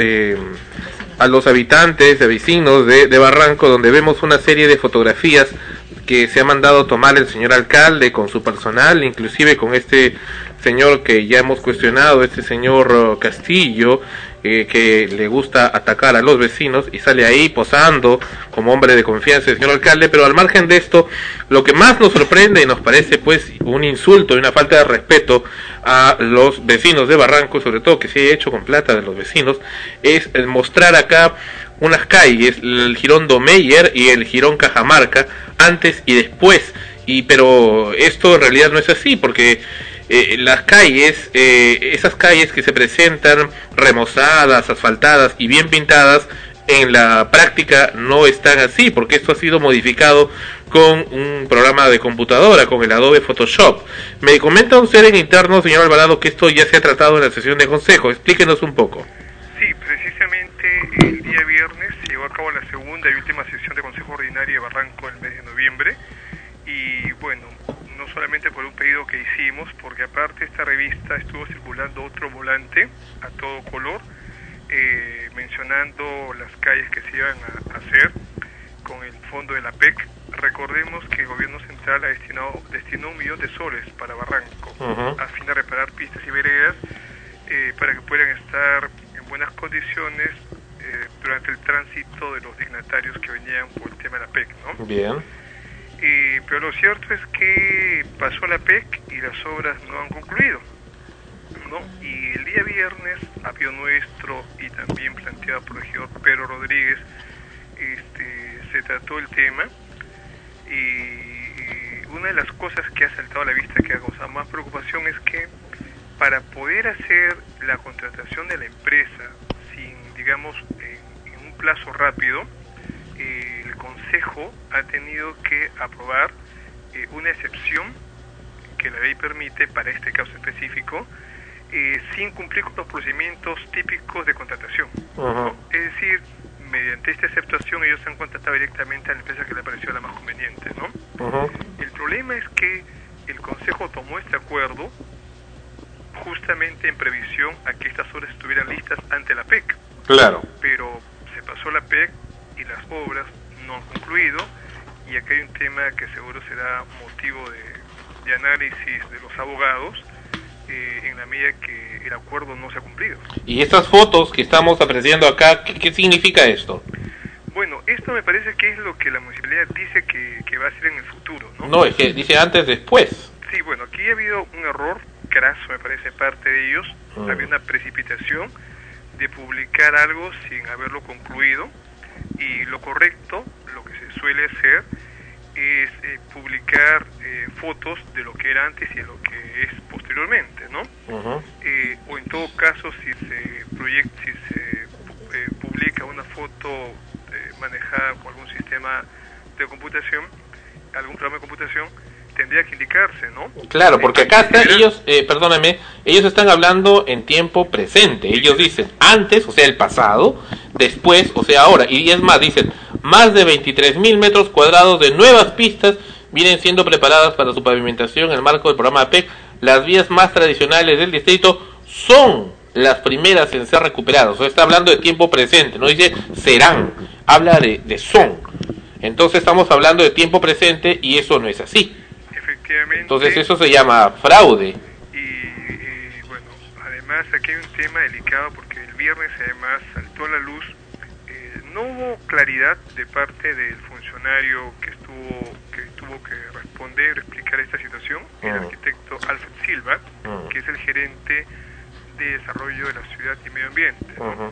habitantes, de vecinos de Barranco, donde vemos una serie de fotografías que se ha mandado tomar el señor alcalde con su personal, inclusive con este señor que ya hemos cuestionado, este señor Castillo, que le gusta atacar a los vecinos y sale ahí posando como hombre de confianza del señor alcalde. Pero al margen de esto, lo que más nos sorprende y nos parece pues un insulto y una falta de respeto a los vecinos de Barranco, sobre todo que se haya hecho con plata de los vecinos, es el mostrar acá unas calles, el Jirón Domeyer y el Jirón Cajamarca, antes y después, pero esto en realidad no es así, porque las calles, esas calles que se presentan remozadas, asfaltadas y bien pintadas, en la práctica no están así, porque esto ha sido modificado con un programa de computadora, con el Adobe Photoshop. Me comenta usted en interno, señor Alvarado, que esto ya se ha tratado en la sesión de consejo. Explíquenos un poco. Sí, precisamente el día viernes se llevó a cabo la segunda y última sesión de consejo ordinario de Barranco el mes de noviembre, y bueno, no solamente por un pedido que hicimos, porque aparte esta revista estuvo circulando otro volante a todo color, mencionando las calles que se iban a hacer con el fondo de la PEC. Recordemos que el gobierno central destinó 1 millón de soles para Barranco, a fin de reparar pistas y veredas, para que puedan estar en buenas condiciones durante el tránsito de los dignatarios que venían por el tema de la PEC, ¿no? Bien. Pero lo cierto es que pasó la PEC y las obras no han concluido, ¿no? Y el día viernes, a pedido nuestro y también planteado por el regidor Pedro Rodríguez, se trató el tema, y una de las cosas que ha saltado a la vista, que ha causado más preocupación, es que para poder hacer la contratación de la empresa sin, digamos, en un plazo rápido, el Consejo ha tenido que aprobar una excepción que la ley permite para este caso específico, sin cumplir con los procedimientos típicos de contratación. ¿no? Es decir, mediante esta aceptación ellos han contratado directamente a la empresa que le pareció la más conveniente, ¿no? El problema es que el Consejo tomó este acuerdo justamente en previsión a que estas obras estuvieran listas ante la PEC. Claro. Pero se pasó la PEC y las obras no han concluido, y acá hay un tema que seguro será motivo de análisis de los abogados en la medida que el acuerdo no se ha cumplido. Y estas fotos que estamos apreciando acá, ¿qué significa esto? Bueno, esto me parece que es lo que la municipalidad dice que va a ser en el futuro, ¿no? No, es que dice antes, después. Sí, bueno, aquí ha habido un error craso, me parece, parte de ellos. Había una precipitación de publicar algo sin haberlo concluido, y lo correcto, lo que se suele hacer, es publicar fotos de lo que era antes y de lo que es posteriormente, ¿no? O en todo caso, si se publica una foto manejada con algún sistema de computación, algún programa de computación, tendría que indicarse, ¿no? Claro, porque acá están ellos, perdóname, ellos están hablando en tiempo presente. Ellos dicen antes, o sea, el pasado, después, o sea, ahora. Y es más, dicen, más de 23.000 metros cuadrados de nuevas pistas vienen siendo preparadas para su pavimentación en el marco del programa PEC. Las vías más tradicionales del distrito son las primeras en ser recuperadas. O sea, está hablando de tiempo presente, no dice serán, habla de son. Entonces estamos hablando de tiempo presente y eso no es así. Efectivamente. Entonces eso se llama fraude. Y bueno, además aquí hay un tema delicado porque el viernes además saltó a la luz, no hubo claridad de parte del funcionario que tuvo que responder, explicar esta situación, el arquitecto Alfred Silva, que es el gerente de desarrollo de la ciudad y medio ambiente, ¿no?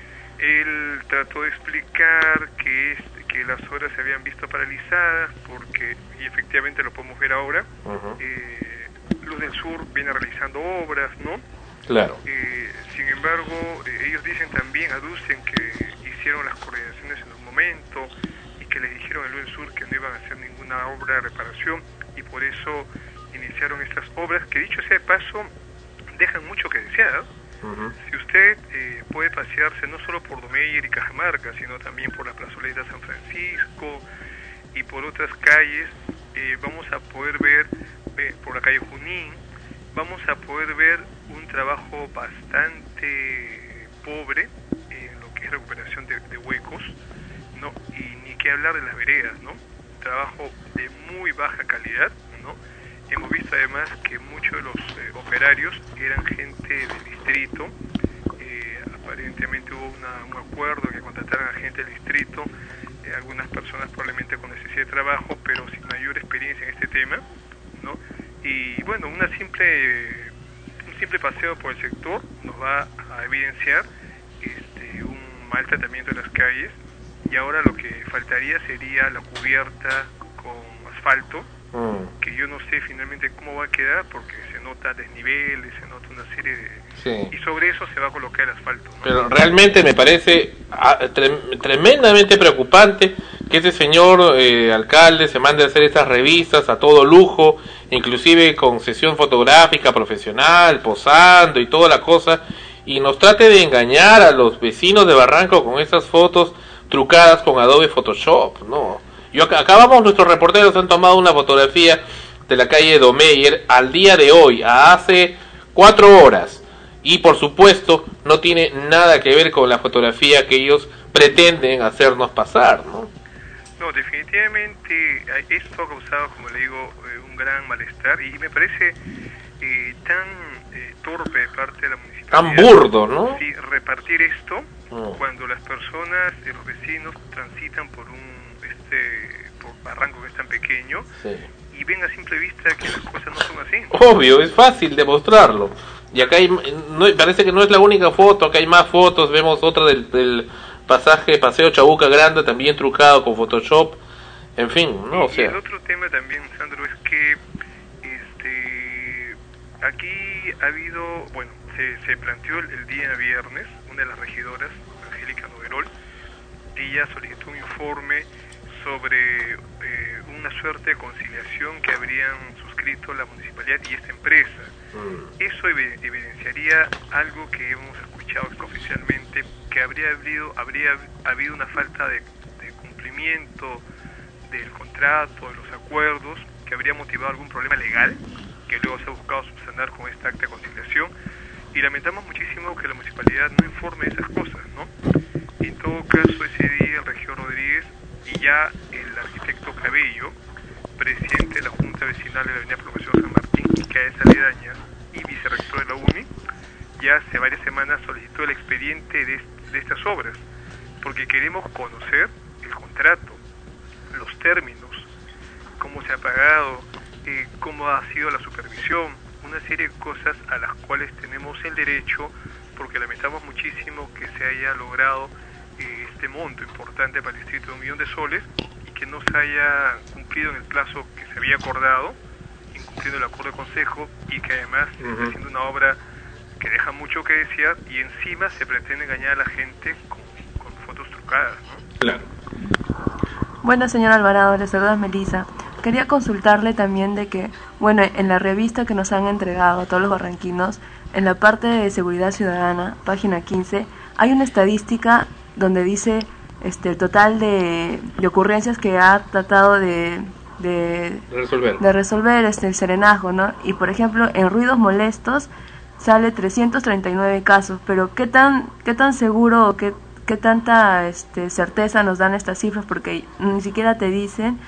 Él trató de explicar que las obras se habían visto paralizadas porque, y efectivamente lo podemos ver ahora, Luz del Sur viene realizando obras, ¿no? Claro. Sin embargo, ellos dicen también, aducen que hicieron las coordinaciones en un momento y que les dijeron a Luz del Sur que no iban a hacer ninguna obra de reparación, y por eso iniciaron estas obras que, dicho sea de paso, dejan mucho que desear. Si usted puede pasearse no solo por Domeyer y Cajamarca, sino también por la plazoleta San Francisco y por otras calles, vamos a poder ver, por la calle Junín, vamos a poder ver un trabajo bastante pobre en lo que es recuperación de huecos, ¿no? Y ni que hablar de las veredas, ¿no? Trabajo de muy baja calidad, ¿no? Hemos visto además que muchos de los operarios eran gente del distrito. Aparentemente hubo un acuerdo que contrataran a gente del distrito, algunas personas probablemente con necesidad de trabajo, pero sin mayor experiencia en este tema, ¿no? Y bueno, un simple paseo por el sector nos va a evidenciar un mal tratamiento de las calles, y ahora lo que faltaría sería la cubierta con asfalto, que yo no sé finalmente cómo va a quedar, porque se nota desniveles, se nota una serie de... Sí. Y sobre eso se va a colocar el asfalto, ¿no? Pero realmente me parece tremendamente preocupante que ese señor alcalde se mande a hacer estas revistas a todo lujo, inclusive con sesión fotográfica profesional, posando y toda la cosa, y nos trate de engañar a los vecinos de Barranco con estas fotos trucadas con Adobe Photoshop, ¿no? Acá vamos, nuestros reporteros han tomado una fotografía de la calle Domeyer al día de hoy, a hace 4 horas, y por supuesto no tiene nada que ver con la fotografía que ellos pretenden hacernos pasar, ¿no? No, definitivamente esto ha causado, como le digo, un gran malestar, y me parece tan torpe de parte de la municipalidad. Tan burdo, ¿no? Sí, repartir esto cuando las personas, los vecinos transitan por por Barranco, que es tan pequeño, y ven a simple vista que las cosas no son así. Obvio, es fácil demostrarlo. Y acá parece que no es la única foto, acá hay más fotos. Vemos otra del Paseo Chabuca Grande, también trucado con Photoshop. En fin, ¿no? O sea. Y el otro tema también, Sandro, es que aquí ha habido, bueno, se planteó el día viernes, una de las regidoras, Angélica Noguerol, ella solicitó un informe sobre una suerte de conciliación que habrían suscrito la municipalidad y esta empresa. Eso evidenciaría algo que hemos escuchado oficialmente, que habría habido una falta de cumplimiento del contrato, de los acuerdos, que habría motivado algún problema legal, que luego se ha buscado subsanar con esta acta de conciliación, y lamentamos muchísimo que la municipalidad no informe de esas cosas, ¿no? En todo caso, ese día el regidor Rodríguez y ya el arquitecto Cabello, presidente de la Junta Vecinal de la Avenida Profesor San Martín y calles aledañas y vicerrector de la UNI, ya hace varias semanas solicitó el expediente de estas obras, porque queremos conocer el contrato, los términos, cómo se ha pagado, cómo ha sido la supervisión, una serie de cosas a las cuales tenemos el derecho, porque lamentamos muchísimo que se haya logrado este monto importante para el distrito de 1 millón de soles y que no se haya cumplido en el plazo que se había acordado, incumpliendo el acuerdo de consejo, y que además se está haciendo una obra que deja mucho que desear y encima se pretende engañar a la gente con fotos trucadas, ¿no? Claro. Bueno, señor Alvarado, les saluda Melissa. Quería consultarle también de que, bueno, en la revista que nos han entregado a todos los barranquinos, en la parte de seguridad ciudadana, página 15, hay una estadística donde dice el total de ocurrencias que ha tratado de resolver el serenazgo, ¿no? Y por ejemplo, en ruidos molestos sale 339 casos, pero ¿qué tan seguro o qué tanta certeza nos dan estas cifras? Porque ni siquiera te dicen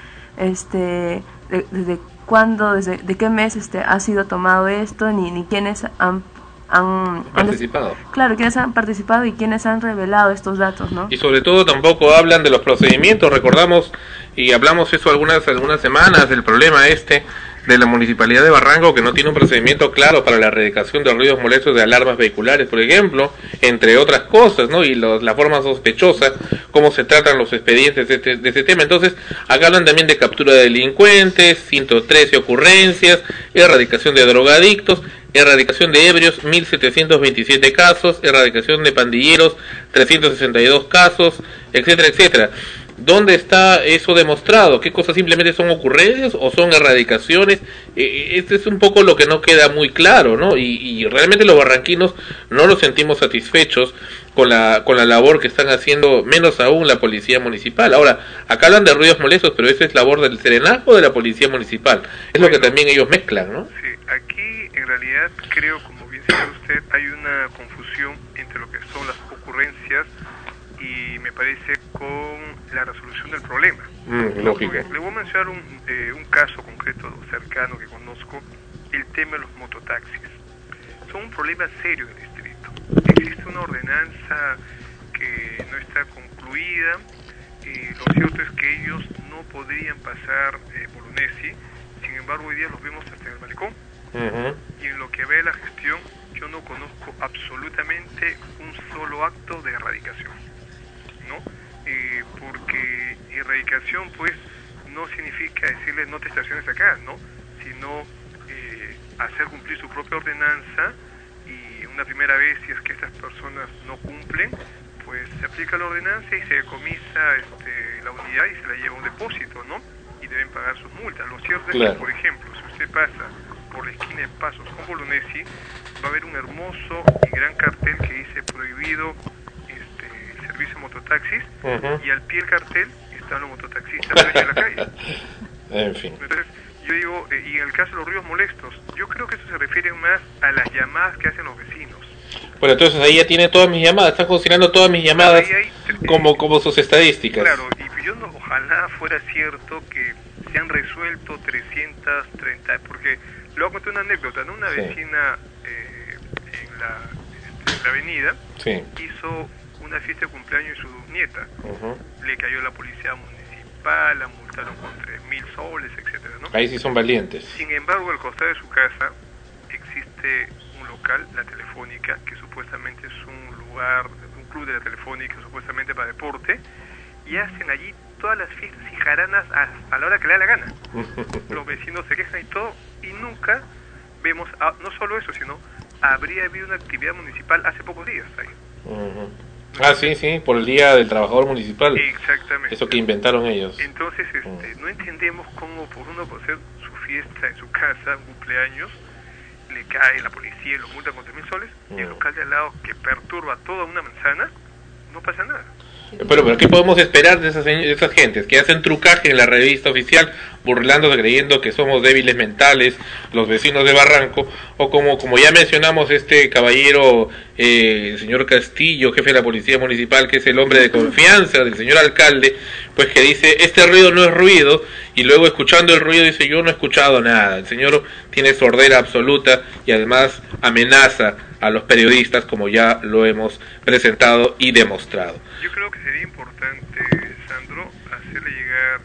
desde cuándo, de qué mes ha sido tomado esto, ni quiénes han participado. Claro, quiénes han participado y quiénes han revelado estos datos, ¿no? Y sobre todo tampoco hablan de los procedimientos. Recordamos y hablamos eso algunas semanas del problema de la Municipalidad de Barranco, que no tiene un procedimiento claro para la erradicación de ruidos molestos de alarmas vehiculares, por ejemplo, entre otras cosas, ¿no? Y la forma sospechosa, cómo se tratan los expedientes de este tema. Entonces, acá hablan también de captura de delincuentes, 113 ocurrencias, erradicación de drogadictos, erradicación de ebrios, 1.727 casos, erradicación de pandilleros, 362 casos, etcétera, etcétera. ¿Dónde está eso demostrado? ¿Qué cosas simplemente son ocurrencias o son erradicaciones? Este es un poco lo que no queda muy claro, ¿no? Y realmente los barranquinos no los sentimos satisfechos con la labor que están haciendo, menos aún la policía municipal. Ahora, acá hablan de ruidos molestos, pero esa es labor del serenazgo o de la policía municipal. Es lo que también ellos mezclan, ¿no? Sí, aquí en realidad creo, como bien sabe usted, hay una confusión entre lo que son las ocurrencias y me parece con la resolución del problema. Lógico. Le voy a mencionar un caso concreto cercano que conozco, el tema de los mototaxis. Son un problema serio en el distrito. Existe una ordenanza que no está concluida, lo cierto es que ellos no podrían pasar Bolognesi, sin embargo hoy día los vemos hasta en el malecón. Y en lo que ve la gestión, yo no conozco absolutamente un solo acto de erradicación, ¿no? Porque erradicación pues no significa decirle no te estaciones acá, ¿no? Sino hacer cumplir su propia ordenanza, y una primera vez, si es que estas personas no cumplen, pues se aplica la ordenanza y se decomisa la unidad y se la lleva a un depósito, ¿no? Y deben pagar sus multas. Lo cierto es que, por ejemplo, si usted pasa por la esquina de Pasos con Bolognesi, va a haber un hermoso y gran cartel que dice prohibido el servicio de mototaxis, y al pie del cartel están los mototaxistas en la calle. En fin. Entonces, yo digo, y en el caso de los ruidos molestos, yo creo que eso se refiere más a las llamadas que hacen los vecinos. Bueno, entonces ahí ya tiene todas mis llamadas, está considerando todas mis llamadas como sus estadísticas. Claro, y yo ojalá fuera cierto que se han resuelto 330, porque le voy a contar una anécdota, ¿no? Una vecina en la avenida hizo una fiesta de cumpleaños de su nieta. Le cayó la policía municipal, la multaron con 3.000 soles, etcétera, ¿no? Ahí sí son valientes. Sin embargo, al costado de su casa existe un local, la Telefónica, que supuestamente es un lugar, un club de la Telefónica, supuestamente para deporte, y hacen allí todas las fiestas y jaranas a la hora que le da la gana. Los vecinos se quejan y todo, y nunca vemos, no solo eso, sino habría habido una actividad municipal hace pocos días ahí. Ah, sí, por el Día del Trabajador Municipal. Exactamente. Eso que inventaron ellos. Entonces, no entendemos cómo por hacer su fiesta en su casa, un cumpleaños, le cae la policía y lo multa con 3.000 soles, y el local de al lado, que perturba toda una manzana, no pasa nada. Pero ¿qué podemos esperar de esas gentes que hacen trucaje en la revista oficial, burlándose, creyendo que somos débiles mentales, los vecinos de Barranco, o como ya mencionamos, este caballero, el señor Castillo, jefe de la Policía Municipal, que es el hombre de confianza del señor alcalde, pues que dice, este ruido no es ruido, y luego escuchando el ruido dice, yo no he escuchado nada. El señor tiene sordera absoluta y además amenaza a los periodistas, como ya lo hemos presentado y demostrado. Yo creo que sería importante, Sandro, hacerle llegar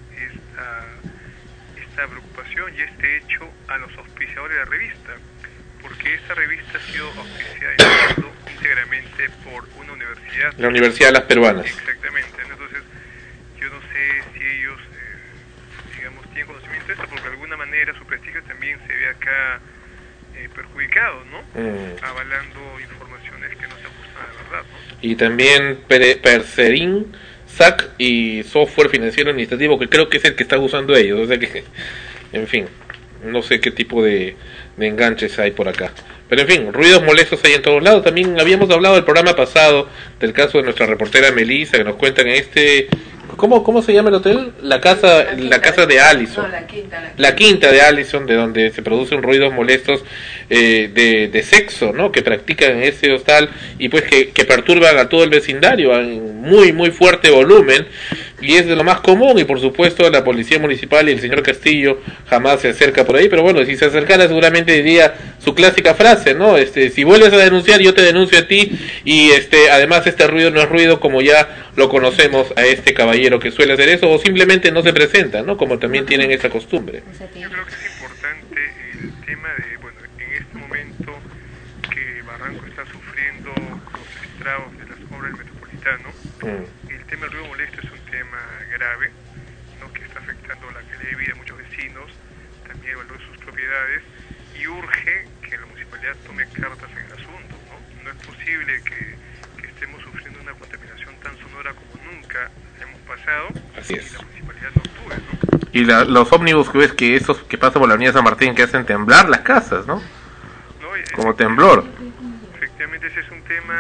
esta preocupación y este hecho a los auspiciadores de la revista, porque esta revista ha sido auspiciada íntegramente por una universidad. La Universidad de las Peruanas. Exactamente, entonces yo no sé si ellos, digamos, tienen conocimiento de esto, porque de alguna manera su prestigio también se ve acá perjudicado, ¿no? Avalando informaciones que no se ajustan a la verdad, ¿no? Y también Perserin, SAC y Software Financiero Administrativo, que creo que es el que están usando ellos, o sea que, en fin, no sé qué tipo de enganches hay por acá. Pero en fin, ruidos molestos hay en todos lados. También habíamos hablado del programa pasado del caso de nuestra reportera Melissa, que nos cuentan en este... ¿Cómo se llama el hotel? La casa de Allison. No, la quinta de Allison, de donde se producen ruidos molestos de sexo, ¿no? Que practican en ese hostal y pues que perturban a todo el vecindario en muy fuerte volumen, y es de lo más común, y por supuesto la policía municipal y el señor Castillo jamás se acerca por ahí, pero bueno, si se acercara seguramente diría su clásica frase, ¿no? Si vuelves a denunciar, yo te denuncio a ti, y además este ruido no es ruido, como ya lo conocemos a este caballero que suele hacer eso, o simplemente no se presenta, ¿no? Como también tienen esa costumbre. Yo creo que es importante el tema de, bueno, en este momento que Barranco está sufriendo los estragos de las obras del Metropolitano, el tema del ruido molesto es un tema grave, ¿no? Que está afectando la calidad de vida de muchos vecinos, también el valor de sus propiedades, y urge que la municipalidad tome cartas en el asunto, ¿no? No es posible que estemos sufriendo una contaminación tan sonora como nunca hemos pasado. Así es. Y la municipalidad no actúe, ¿no? Y los ómnibus que ves, que esos que pasan por la avenida San Martín, que hacen temblar las casas, ¿no? Como temblor. Efectivamente, ese es un tema.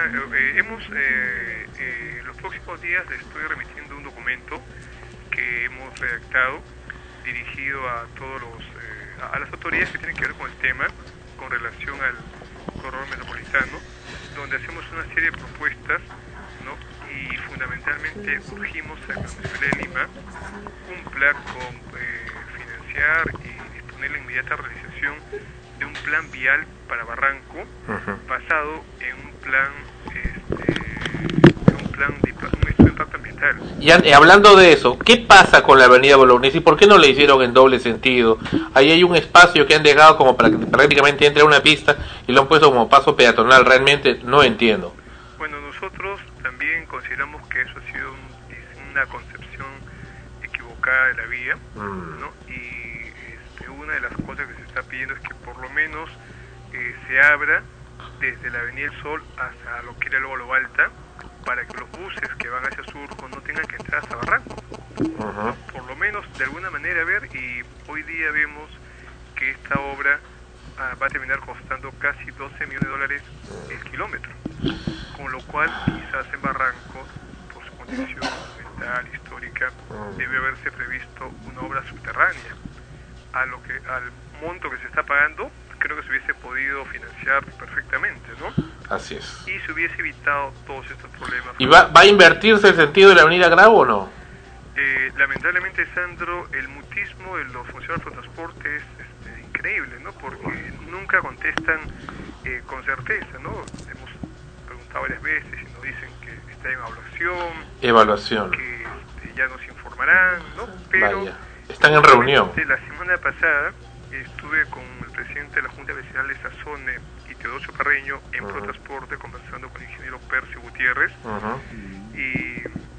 Los próximos días le estoy remitiendo un documento que hemos redactado dirigido a todos a las autoridades que tienen que ver con el tema con relación al corredor metropolitano, donde hacemos una serie de propuestas, ¿no? Y fundamentalmente urgimos a la Municipalidad de Lima un plan con financiar y disponer la inmediata realización de un plan vial para Barranco, basado en un plan de impacto ambiental. Y hablando de eso, ¿qué pasa con la avenida Bolognesi? ¿Por qué no le hicieron en doble sentido? Ahí hay un espacio que han dejado como para que prácticamente entre una pista y lo han puesto como paso peatonal. Realmente no entiendo. Bueno, nosotros también consideramos que eso ha sido una concepción equivocada de la vía, ¿no? Y una de las cosas que se está pidiendo es que por lo menos se abra desde la Avenida del Sol hasta lo que era luego Lo Alta, para que los buses que van hacia Surco no tengan que entrar hasta Barranco. Por lo menos de alguna manera ver, y hoy día vemos que esta obra va a terminar costando casi $12 millones el kilómetro, con lo cual quizás en Barranco, por su condición mental, histórica, debe haberse previsto una obra subterránea. Al monto que se está pagando, creo que se hubiese podido financiar perfectamente, ¿no? Así es. Y se hubiese evitado todos estos problemas. ¿Y va a invertirse el sentido de la avenida Grau o no? Lamentablemente, Sandro, el mutismo de los funcionarios de transporte es increíble, ¿no? Porque nunca contestan con certeza, ¿no? Hemos preguntado varias veces y nos dicen que está en evaluación, que ya nos informarán, ¿no? Pero vaya, están en reunión. La semana pasada estuve con el presidente de la Junta Vecinal de Sazone y Teodosio Parreño en ProTransporte, conversando con el ingeniero Percio Gutiérrez, y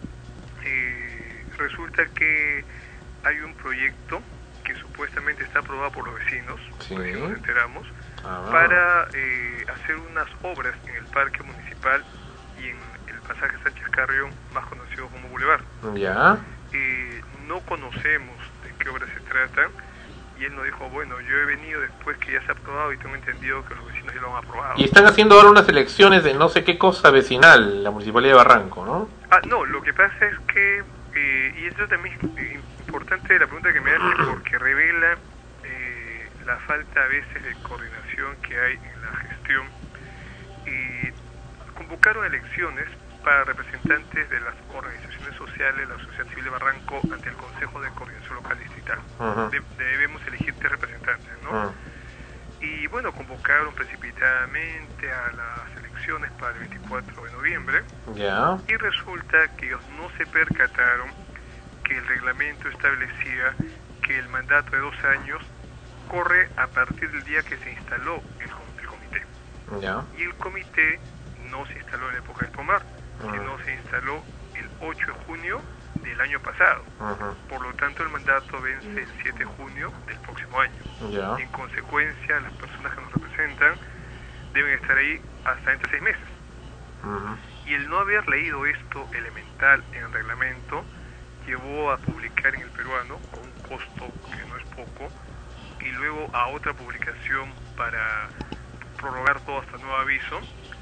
resulta que hay un proyecto que supuestamente está aprobado por los vecinos, así nos enteramos, para hacer unas obras en el parque municipal y en el pasaje Sánchez Carrión, más conocido como Boulevard. Ya. No conocemos de qué obra se trata, y él nos dijo, bueno, yo he venido después que ya se ha aprobado y tengo entendido que los vecinos ya lo han aprobado. Y están haciendo ahora unas elecciones de no sé qué cosa vecinal, la Municipalidad de Barranco, ¿no? No, lo que pasa es que, y esto también es importante la pregunta que me hace, porque revela la falta a veces de coordinación que hay en la gestión. Convocaron elecciones para representantes de las organizaciones sociales, la sociedad civil de Barranco, ante el Consejo de Coordinación Local Distrital. Debemos elegir 3 representantes, ¿no? Y bueno, convocaron precipitadamente a las elecciones para el 24 de noviembre. Y resulta que ellos no se percataron que el reglamento establecía que el mandato de 2 años corre a partir del día que se instaló el comité. Y el comité no se instaló en la época del Pomar, sino se instaló el 8 de junio del año pasado. Por lo tanto, el mandato vence el 7 de junio del próximo año. En consecuencia, las personas que nos representan deben estar ahí hasta dentro de 6 meses. Y el no haber leído esto elemental en el reglamento llevó a publicar en el Peruano, con un costo que no es poco, y luego a otra publicación para prorrogar todo hasta nuevo aviso.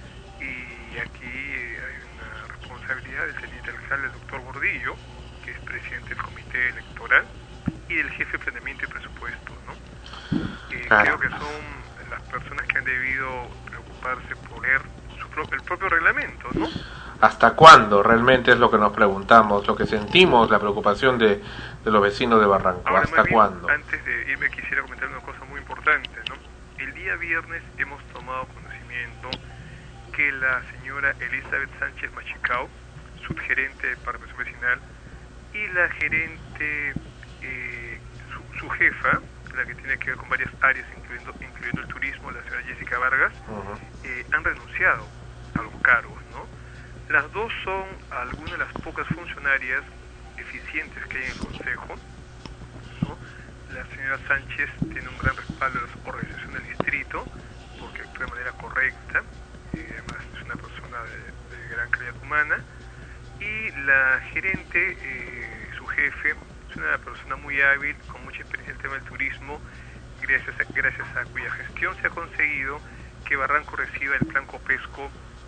Y aquí hay una responsabilidad del teniente alcalde, el doctor Gordillo, que es presidente del comité electoral, y del jefe de planeamiento y presupuesto, ¿no? Creo que son las personas que han debido preocuparse por leer el propio reglamento, ¿no? ¿Hasta cuándo? Realmente es lo que nos preguntamos, lo que sentimos, la preocupación de los vecinos de Barranco. Ahora, ¿Hasta cuándo? Antes de irme quisiera comentar una cosa muy importante, ¿no? El día viernes hemos tomado conocimiento que la señora Elizabeth Sánchez Machicao, subgerente de Participación Vecinal, y la gerente, su jefa, la que tiene que ver con varias áreas, incluyendo el turismo, la señora Jessica Vargas, han renunciado a los cargos, ¿no? Las dos son algunas de las pocas funcionarias eficientes que hay en el Consejo, ¿no? La señora Sánchez tiene un gran respaldo de la organización del distrito, porque actúa de manera correcta, y además es una persona de gran calidad humana, y la gerente, su jefe, es una persona muy hábil, con mucha experiencia en el tema del turismo, gracias a cuya gestión se ha conseguido que Barranco reciba el Plan Copesco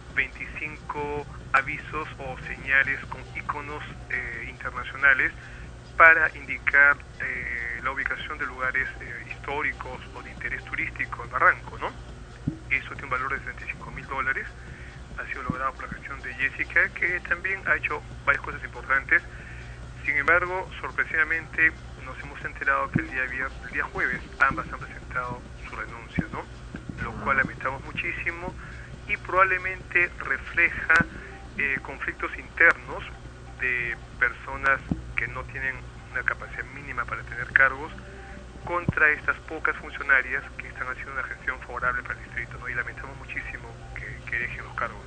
25 avisos o señales con iconos internacionales para indicar la ubicación de lugares históricos o de interés turístico en Barranco, ¿no? Eso tiene un valor de $75,000. Ha sido logrado por la gestión de Jessica, que también ha hecho varias cosas importantes. Sin embargo, sorpresivamente nos hemos enterado que el día jueves ambas han presentado su renuncia, ¿no? Lo cual lamentamos muchísimo y probablemente refleja conflictos internos de personas que no tienen una capacidad mínima para tener cargos contra estas pocas funcionarias que están haciendo una gestión favorable para el distrito, ¿no? Y lamentamos muchísimo que dejen los cargos,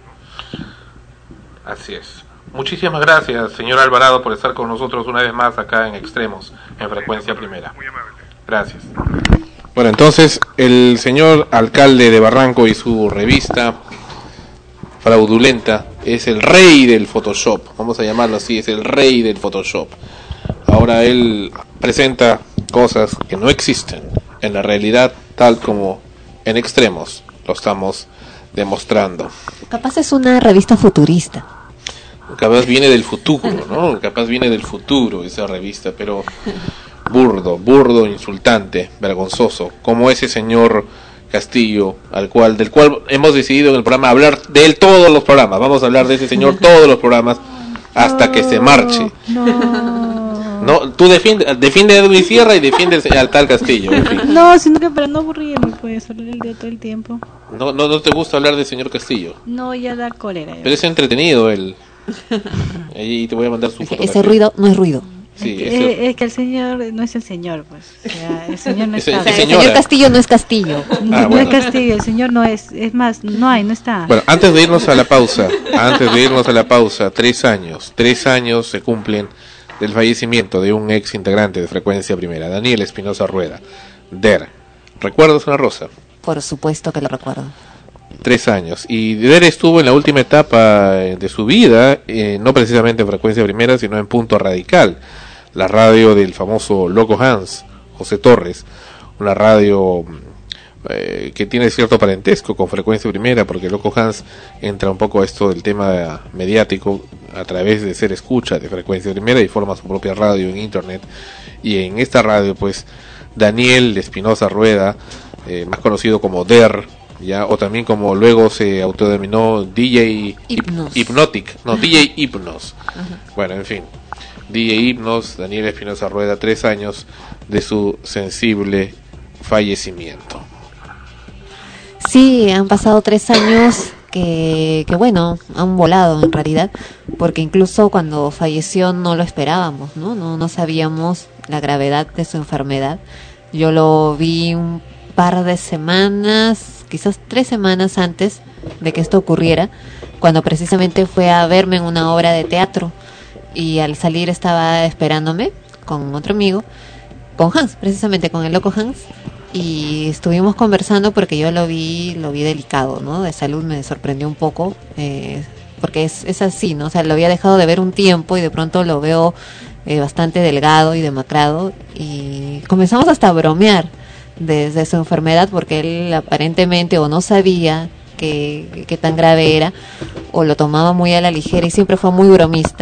¿no? Así es. Muchísimas gracias, señor Alvarado, por estar con nosotros una vez más acá en Extremos, en Frecuencia Primera. Muy amable. Gracias. Bueno, entonces, el señor alcalde de Barranco y su revista fraudulenta es el rey del Photoshop, vamos a llamarlo así, es el rey del Photoshop. Ahora él presenta cosas que no existen en la realidad, tal como en Extremos lo estamos demostrando. Capaz es una revista futurista. Capaz viene del futuro, ¿no? Capaz viene del futuro esa revista, pero burdo, insultante, vergonzoso, como ese señor Castillo, del cual hemos decidido en el programa hablar de él todos los programas. Vamos a hablar de ese señor todos los programas hasta que se marche. No, tú defiende a Edwin Sierra y defiende al tal Castillo. En fin. No, sino que para no aburrirme, pues, hablar del día todo el tiempo. No te gusta hablar del señor Castillo. No, ya da cólera. Pero es entretenido él. Ahí te voy a mandar su fotografía. Ese ruido no es ruido. Sí, es que el señor no es el señor, pues. O sea, el señor no está. El señor Castillo no es Castillo. No es Castillo, el señor no es. Es más, no está. Bueno, antes de irnos a la pausa, 3 años se cumplen del fallecimiento de un ex integrante de Frecuencia Primera, Daniel Espinosa Rueda, Der. ¿Recuerdas una rosa? Por supuesto que lo recuerdo. 3 años. Y Der estuvo en la última etapa de su vida, no precisamente en Frecuencia Primera, sino en Punto Radical, la radio del famoso Loco Hans, José Torres, una radio que tiene cierto parentesco con Frecuencia Primera, porque Loco Hans entra un poco a esto del tema mediático a través de ser escucha de Frecuencia Primera y forma su propia radio en internet. Y en esta radio, pues, Daniel Espinosa Rueda, más conocido como Der, ya, o también como luego se autodenominó DJ Hypnotic, no, DJ Hypnos. Bueno, en fin, DJ Hypnos, Daniel Espinosa Rueda, 3 años de su sensible fallecimiento. Sí, han pasado 3 años que bueno, han volado en realidad, porque incluso cuando falleció no lo esperábamos, no sabíamos la gravedad de su enfermedad. Yo lo vi un par de semanas, quizás 3 semanas antes de que esto ocurriera, cuando precisamente fue a verme en una obra de teatro, y al salir estaba esperándome con otro amigo, con Hans, precisamente con el Loco Hans, y estuvimos conversando porque yo lo vi delicado, ¿no? De salud. Me sorprendió un poco, porque es así, ¿no? O sea, lo había dejado de ver un tiempo y de pronto lo veo bastante delgado y demacrado, y comenzamos hasta a bromear desde su enfermedad, porque él aparentemente o no sabía que tan grave era, o lo tomaba muy a la ligera, y siempre fue muy bromista,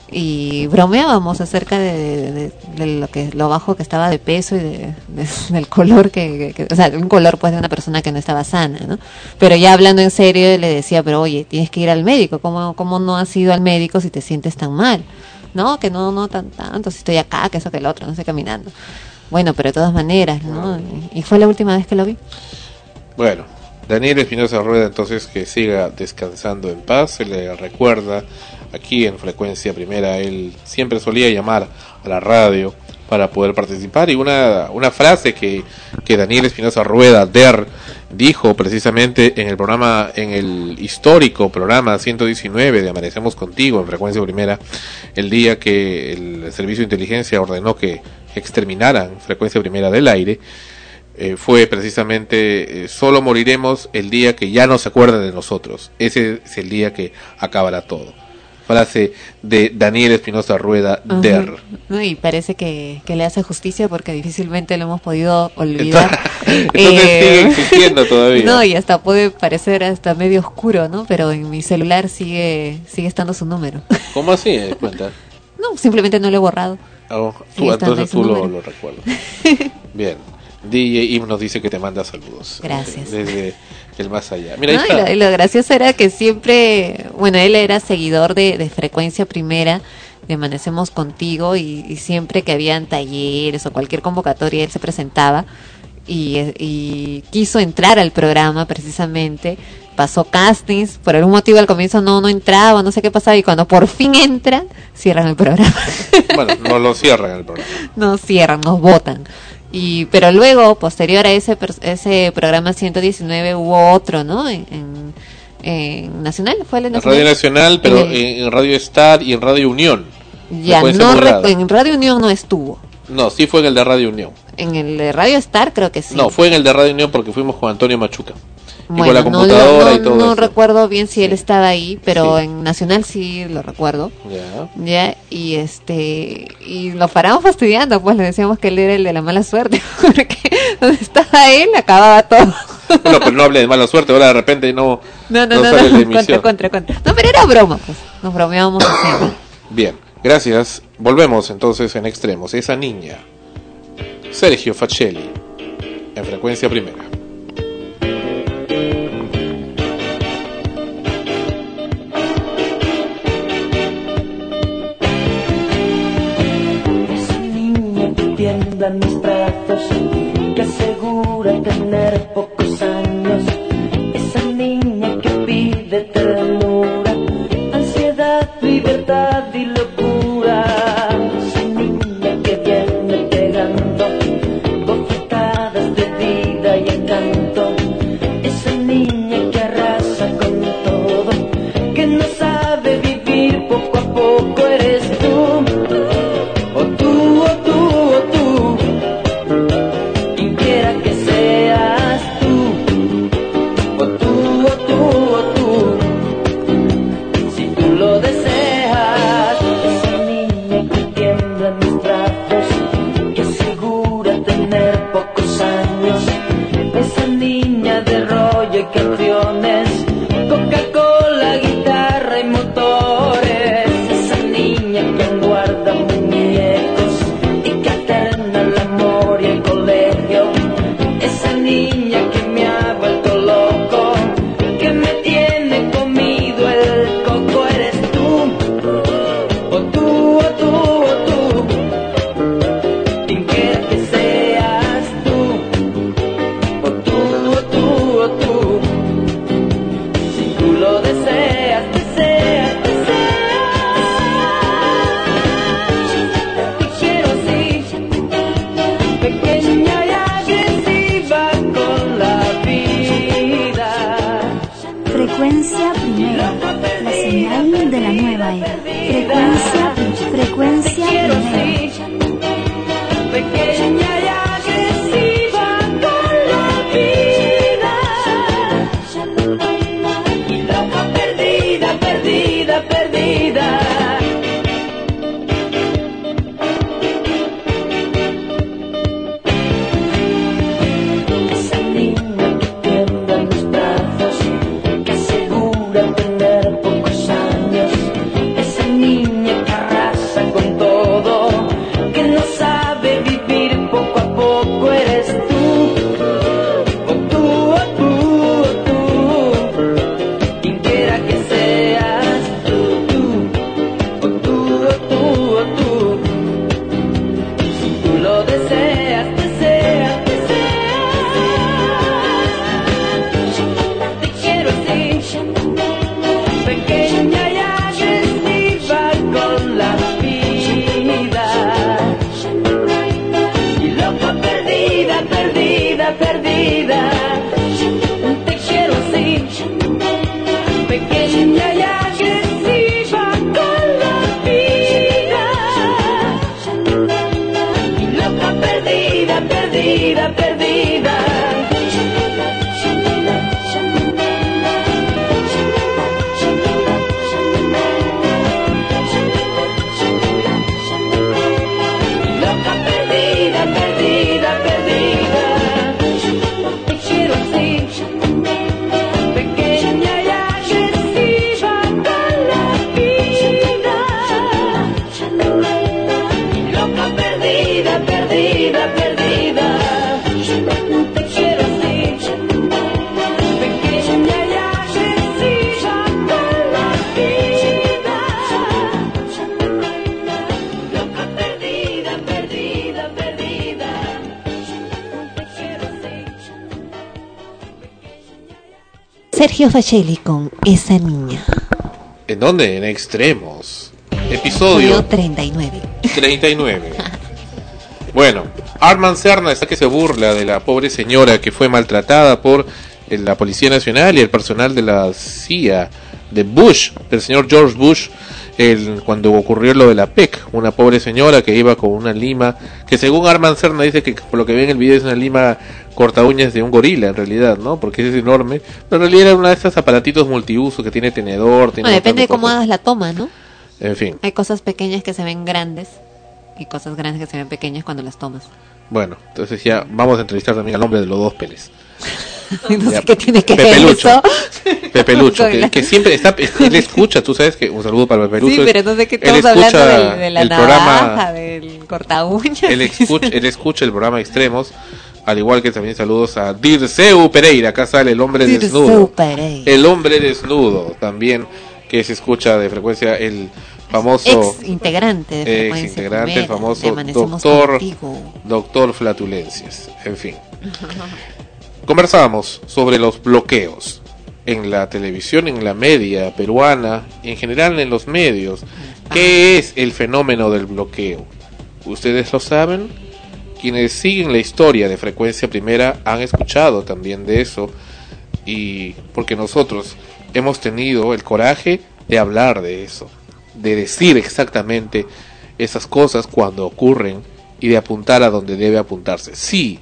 y bromeábamos acerca de lo bajo que estaba de peso y del color o sea, un color pues de una persona que no estaba sana, ¿no? Pero ya hablando en serio, le decía, pero oye, tienes que ir al médico. ¿Cómo no has ido al médico si te sientes tan mal? No, que no tanto, si estoy acá, que eso que el otro, no estoy caminando. Bueno, pero de todas maneras, ¿no? Y fue la última vez que lo vi. Bueno, Daniel Espinosa Rueda, entonces, que siga descansando en paz. Se le recuerda aquí en Frecuencia Primera. Él siempre solía llamar a la radio para poder participar, y una frase que Daniel Espinosa Rueda, Der, dijo precisamente en el histórico programa 119 de Amanecemos Contigo en Frecuencia Primera, el día que el Servicio de Inteligencia ordenó que exterminaran Frecuencia Primera del aire, fue precisamente solo moriremos el día que ya no se acuerda de nosotros. Ese es el día que acabará todo. Frase de Daniel Espinosa Rueda, Der. No, y parece que le hace justicia, porque difícilmente lo hemos podido olvidar. Entonces sigue existiendo todavía. No, y hasta puede parecer hasta medio oscuro, ¿no? Pero en mi celular sigue estando su número. ¿Cómo así? Cuenta. No, simplemente no lo he borrado. Entonces tú lo recuerdas. Bien. DJ Im nos dice que te manda saludos. Gracias. Desde el más allá. Mira, no, y lo gracioso era que siempre, bueno, él era seguidor de Frecuencia Primera, de Amanecemos Contigo, y siempre que habían talleres o cualquier convocatoria él se presentaba y quiso entrar al programa precisamente. Pasó castings, por algún motivo al comienzo no entraba, no sé qué pasaba, y cuando por fin entra, cierran el programa. Bueno, no lo cierran el programa. No cierran, nos votan. Pero luego, posterior a ese programa 119, hubo otro, ¿no? En Nacional, ¿fue el Nacional? Radio Nacional, pero en Radio Star y en Radio Unión. Ya, en Radio Unión no estuvo. No, sí fue en el de Radio Unión. En el de Radio Star creo que sí. No, fue en el de Radio Unión porque fuimos con Antonio Machuca. Bueno, y con la computadora y todo no eso. recuerdo bien si él estaba ahí, pero sí. En Nacional sí lo recuerdo. Ya. Y lo paramos fastidiando, pues le decíamos que él era el de la mala suerte, porque donde estaba él acababa todo. Bueno, pues no hable de mala suerte, ahora de repente no sale la emisión. Contra. No, pero era broma, pues. Nos bromeábamos así. Bien, gracias. Volvemos entonces en Extremos. Esa niña, Sergio Facelli, en Frecuencia Primera. Tiembla en mis brazos, que asegura tener pocos años. Esa niña que pide ternura, ansiedad, libertad y locura. Esa niña que viene pegando bofetadas de vida y encanto. Esa niña que arrasa con todo, que no sabe vivir poco a poco. Eres tú, o tú, o tú. Quien quiera que seas tú, o tú, o tú. primera, la señal de la nueva era. Frecuencia primera. Pequeña y agresiva con la vida. Loca, perdida, perdida, perdida. Esa niña que tiembla en los brazos, que asegura tener pocos años. Esa niña que arrasa con todo, que no sabe vivir poco a poco. Eres tú, o tú, o tú, o tú, quien quiera que seas, tú, o tú, o tú, o tú. Si tú lo deseas, deseas, deseas. Te quiero así, pequeña y agresiva con la vida. Y loca, perdida, perdida, perdida. Te quiero así, pequeña y agresiva con la vida. Y loca, perdida, perdida, perdida. Loca, perdida, perdida, perdida. Te quiero así, pequeña y agresiva con la vida. Loca, perdida, perdida, perdida. Te quiero así, pequeña y agresiva con la vida. Loca, perdida, perdida, perdida. Te quiero así. Sergio Facelli con Esa Niña. ¿En dónde? En Extremos. Episodio 39. 39. Bueno, Armand Serna está que se burla de la pobre señora que fue maltratada por la Policía Nacional y el personal de la CIA de Bush, del señor George Bush, cuando ocurrió lo de la PEC. Una pobre señora que iba con una lima, que según Armand Serna dice que por lo que ve en el video es una lima corta uñas de un gorila en realidad, ¿no? Porque es enorme, pero en realidad era una de estos aparatitos multiuso que tiene tenedor, tiene Bueno, depende de cómo cosas. hagas la toma, ¿no? En fin, Hay cosas pequeñas que se ven grandes y cosas grandes que se ven pequeñas cuando las tomas. bueno, entonces ya vamos a entrevistar también al hombre de los dos peles. No Ya, sé qué tiene que Pepe ver Lucho. eso. Pepe Lucho, Con la- que siempre está, él escucha, tú sabes que un saludo para Pepe Lucho. Sí, pero no sé qué Él estamos hablando escucha de la el navaja, programa, del corta uñas. él escucha el programa Extremos, al igual que también saludos a Dirceu Pereira, acá sale el hombre Dirceu desnudo. Pereira. El hombre desnudo, también que se escucha de frecuencia el famoso Ex integrante de Frecuencia integrante, el Primera, famoso de Amanecemos doctor Contigo. doctor Flatulencias, en fin. Conversábamos sobre los bloqueos en la televisión, en la media peruana, en general en los medios. ¿Qué es el fenómeno del bloqueo? ¿Ustedes lo saben? Quienes siguen la historia de Frecuencia Primera han escuchado también de eso, y porque nosotros hemos tenido el coraje de hablar de eso, de decir exactamente esas cosas cuando ocurren y de apuntar a donde debe apuntarse. Sí,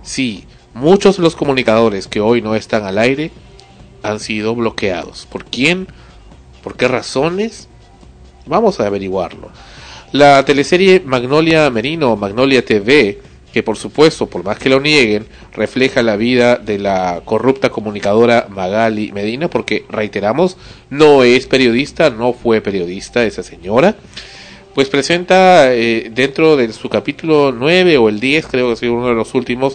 muchos de los comunicadores que hoy no están al aire han sido bloqueados. ¿Por quién? ¿Por qué razones? Vamos a averiguarlo. La teleserie Magnolia Merino, Magnolia TV, que por supuesto, por más que lo nieguen, refleja la vida de la corrupta comunicadora Magali Medina, porque reiteramos, no es periodista, no fue periodista esa señora, pues presenta dentro de su capítulo 9 o el 10, creo que es uno de los últimos,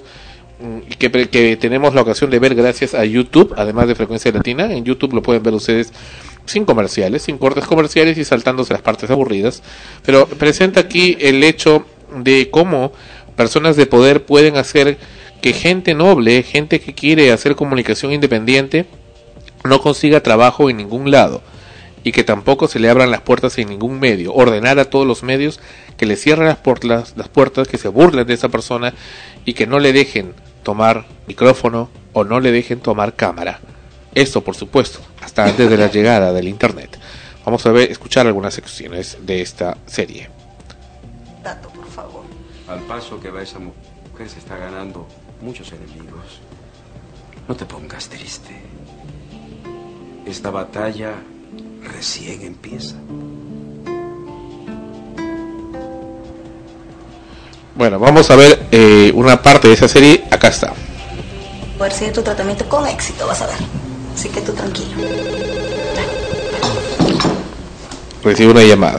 que tenemos la ocasión de ver gracias a YouTube, además de Frecuencia Latina. En YouTube lo pueden ver ustedes sin comerciales, sin cortes comerciales y saltándose las partes aburridas, pero presenta aquí el hecho de cómo personas de poder pueden hacer que gente noble, gente que quiere hacer comunicación independiente, no consiga trabajo en ningún lado y que tampoco se le abran las puertas en ningún medio. Ordenar a todos los medios que le cierren las puertas, que se burlen de esa persona y que no le dejen tomar micrófono o no le dejen tomar cámara. Esto, por supuesto, hasta antes de la llegada del internet. Vamos a escuchar algunas secciones de esta serie. Dato, por favor. Al paso que va esa mujer se está ganando muchos enemigos. No te pongas triste. Esta batalla recién empieza. Bueno, vamos a ver una parte de esa serie. Acá está. Poder seguir tu tratamiento con éxito, vas a ver. Así que tú tranquilo. Recibe una llamada.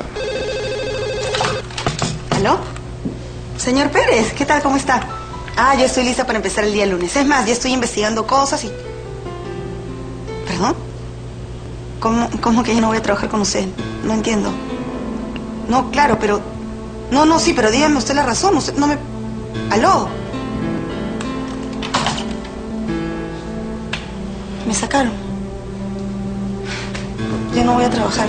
¿Aló? Señor Pérez, ¿qué tal? ¿Cómo está? Ah, yo estoy lista para empezar el día lunes. Es más, ya estoy investigando cosas y... ¿Perdón? ¿Cómo que yo no voy a trabajar con usted? No entiendo. No, claro, pero... No, sí, pero dígame usted la razón. Usted no me... ¿Aló? Me sacaron. Yo no voy a trabajar.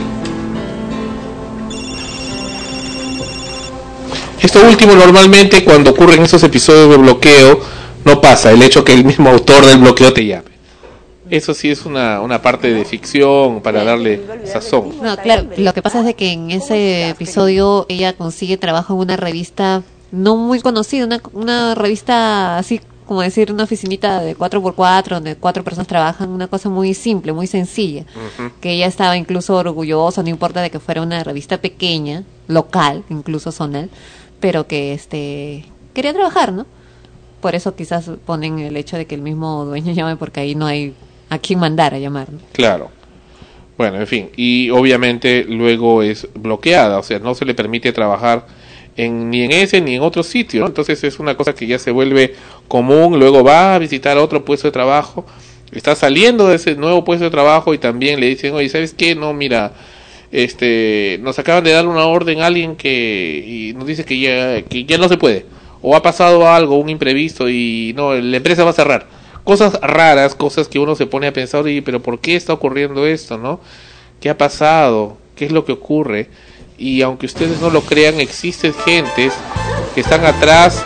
Esto último normalmente cuando ocurren esos episodios de bloqueo no pasa, el hecho que el mismo autor del bloqueo te llame. Eso sí es una parte de ficción para darle sazón. No, claro, lo que pasa es de que en ese episodio ella consigue trabajo en una revista no muy conocida, una revista así como decir una oficinita de 4x4 donde 4 personas trabajan, una cosa muy simple, muy sencilla, que ella estaba incluso orgullosa, no importa de que fuera una revista pequeña, local, incluso zonal, pero que quería trabajar, ¿no? Por eso quizás ponen el hecho de que el mismo dueño llame porque ahí no hay a quién mandar a llamar, ¿no? Claro. Bueno, en fin, y obviamente luego es bloqueada, o sea, no se le permite trabajar ni en ese ni en otro sitio, ¿no? Entonces es una cosa que ya se vuelve común, luego va a visitar otro puesto de trabajo, está saliendo de ese nuevo puesto de trabajo y también le dicen, oye, ¿sabes qué? No, mira, nos acaban de dar una orden a alguien y nos dice que ya no se puede, o ha pasado algo, un imprevisto y no, la empresa va a cerrar. Cosas raras, cosas que uno se pone a pensar, oye, pero ¿por qué está ocurriendo esto, no? ¿Qué ha pasado? ¿Qué es lo que ocurre? Y aunque ustedes no lo crean, existen gentes que están atrás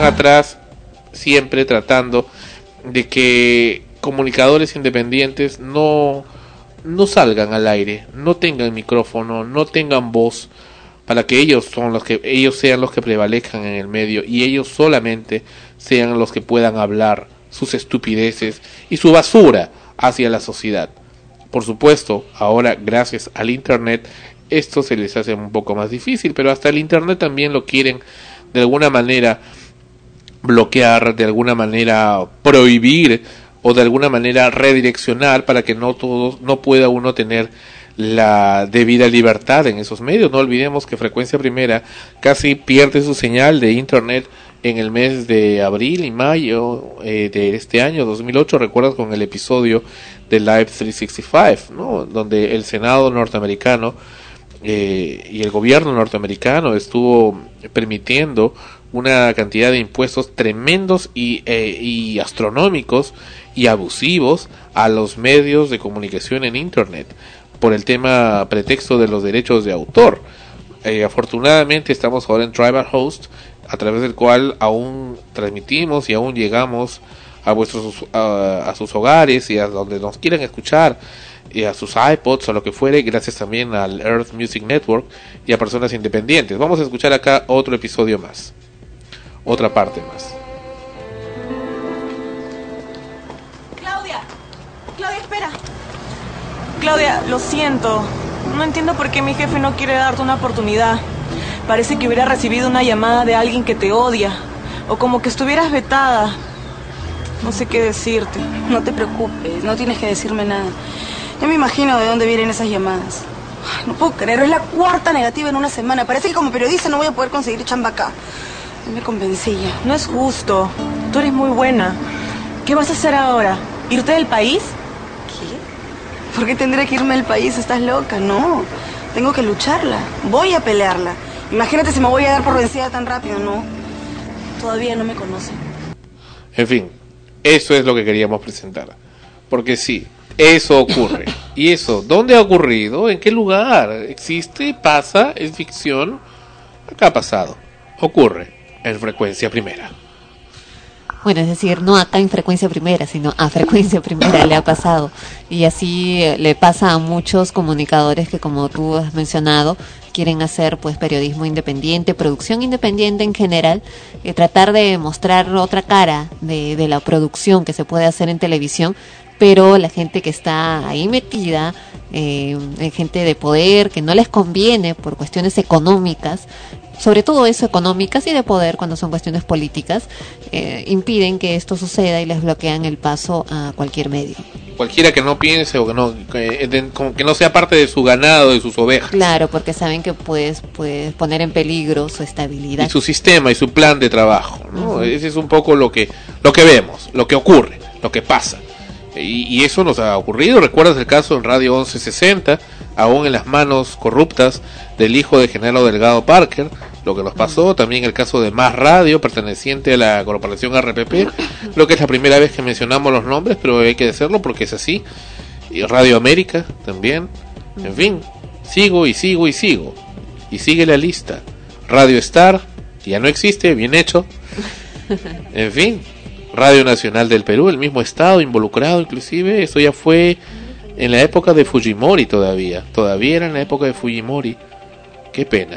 siempre tratando de que comunicadores independientes no salgan al aire, no tengan micrófono, no tengan voz, para que ellos sean los que prevalezcan en el medio y ellos solamente sean los que puedan hablar sus estupideces y su basura hacia la sociedad. Por supuesto, ahora gracias al internet esto se les hace un poco más difícil, pero hasta el internet también lo quieren de alguna manera bloquear, de alguna manera prohibir o de alguna manera redireccionar para que no pueda uno tener la debida libertad en esos medios. No olvidemos que Frecuencia Primera casi pierde su señal de internet en el mes de abril y mayo de este año 2008, recuerdas con el episodio de Live 365, ¿no? Donde el Senado norteamericano y el gobierno norteamericano estuvo permitiendo una cantidad de impuestos tremendos y astronómicos y abusivos a los medios de comunicación en internet por el tema pretexto de los derechos de autor. Afortunadamente estamos ahora en Tribal Host, a través del cual aún transmitimos y aún llegamos a sus hogares y a donde nos quieran escuchar, y a sus iPods o lo que fuere, gracias también al Earth Music Network y a personas independientes. Vamos a escuchar acá otro episodio más, otra parte más. Claudia, espera. Claudia, lo siento. No entiendo por qué mi jefe no quiere darte una oportunidad. Parece que hubiera recibido una llamada de alguien que te odia, o como que estuvieras vetada. No sé qué decirte. No te preocupes, no tienes que decirme nada. Yo me imagino de dónde vienen esas llamadas. Ay, no puedo creerlo, es la 4ª negativa en una semana. Parece que como periodista no voy a poder conseguir chamba acá. Yo me convencí ya. No es justo. Tú eres muy buena. ¿Qué vas a hacer ahora? ¿Irte del país? ¿Qué? ¿Por qué tendría que irme del país? Estás loca. No, tengo que lucharla. Voy a pelearla. Imagínate si me voy a dar por vencida tan rápido. No, todavía no me conocen. En fin, eso es lo que queríamos presentar. Porque sí, eso ocurre. ¿Y eso dónde ha ocurrido? ¿En qué lugar? ¿Existe? ¿Pasa? ¿Es ficción? Acá ha pasado. Ocurre en Frecuencia Primera. Bueno, es decir, no acá en Frecuencia Primera, sino a Frecuencia Primera le ha pasado. Y así le pasa a muchos comunicadores que, como tú has mencionado, quieren hacer pues periodismo independiente, producción independiente en general, tratar de mostrar otra cara de la producción que se puede hacer en televisión, pero la gente que está ahí metida, gente de poder, que no les conviene por cuestiones económicas, sobre todo eso, económicas y de poder cuando son cuestiones políticas, impiden que esto suceda y les bloquean el paso a cualquier medio. Cualquiera que no piense o como que no sea parte de su ganado, de sus ovejas. Claro, porque saben que puedes poner en peligro su estabilidad. Y su sistema y su plan de trabajo, ¿no? Ese es un poco lo que vemos, lo que ocurre, lo que pasa. Y eso nos ha ocurrido. ¿Recuerdas el caso en Radio 1160, aún en las manos corruptas del hijo de Genaro Delgado Parker? Lo que nos pasó, también el caso de Más Radio, perteneciente a la corporación RPP, lo que es la primera vez que mencionamos los nombres, pero hay que decirlo porque es así. Y Radio América también, en fin, sigo. Y sigue la lista. Radio Star, ya no existe, bien hecho. En fin, Radio Nacional del Perú, el mismo estado involucrado inclusive, eso ya fue en la época de Fujimori todavía era en la época de Fujimori. Qué pena.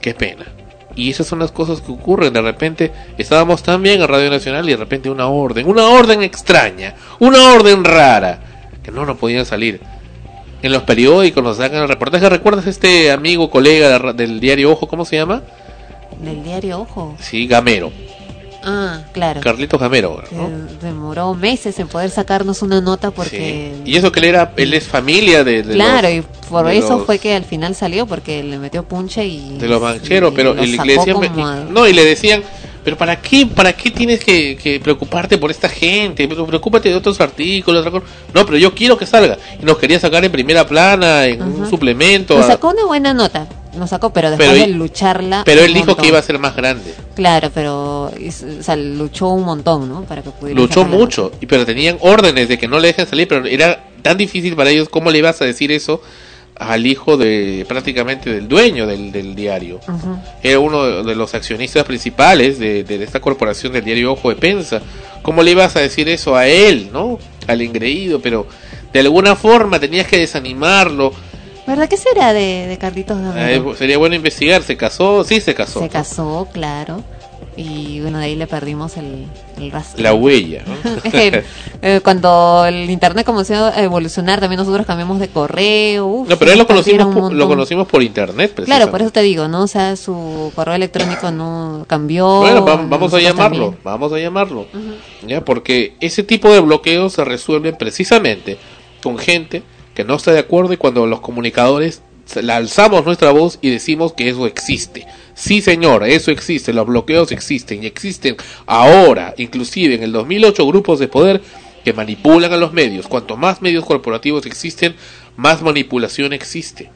Y esas son las cosas que ocurren. De repente estábamos tan bien en Radio Nacional y de repente una orden extraña, una orden rara, que no nos podían salir. En los periódicos nos sacan el reportaje. ¿Recuerdas este amigo, colega del diario Ojo? ¿Cómo se llama? ¿Del diario Ojo? Sí, Gamero. Ah, claro. Carlitos Gamero, ¿no? Demoró meses en poder sacarnos una nota porque... Sí. Y eso que él es familia de claro, los, y por eso los, fue que al final salió, porque le metió punche y... de los bancheros, pero le decían, no, y le decían, pero ¿para qué tienes que preocuparte por esta gente? Preocúpate de otros artículos, otra cosa. No, pero yo quiero que salga. Y nos quería sacar en primera plana, en un suplemento. Nos sacó una buena nota. Nos sacó, pero después de lucharla. Pero él dijo que iba a ser más grande. Claro, pero luchó un montón, ¿no? Para que pudiera. Luchó mucho, pero tenían órdenes de que no le dejen salir, pero era tan difícil para ellos. ¿Cómo le ibas a decir eso al hijo prácticamente del dueño del diario? Era uno de los accionistas principales de esta corporación del diario Ojo de Pensa. ¿Cómo le ibas a decir eso a él, no? Al engreído, pero de alguna forma tenías que desanimarlo. ¿Verdad? ¿Qué será de Carlitos Gamero? Sería bueno investigar. ¿Se casó? Sí, se casó. Se casó, claro. Y bueno, de ahí le perdimos el rastro. La huella, ¿no? Cuando el internet comenzó a evolucionar, también nosotros cambiamos de correo. No, pero él lo conocimos por internet. Claro, por eso te digo, ¿no? O sea, su correo electrónico no cambió. Bueno, vamos a llamarlo. Ya, porque ese tipo de bloqueos se resuelven precisamente con gente que no está de acuerdo, y cuando los comunicadores alzamos nuestra voz y decimos que eso existe. Sí, señor, eso existe, los bloqueos existen, y existen ahora, inclusive en el 2008, grupos de poder que manipulan a los medios. Cuanto más medios corporativos existen, más manipulación existe.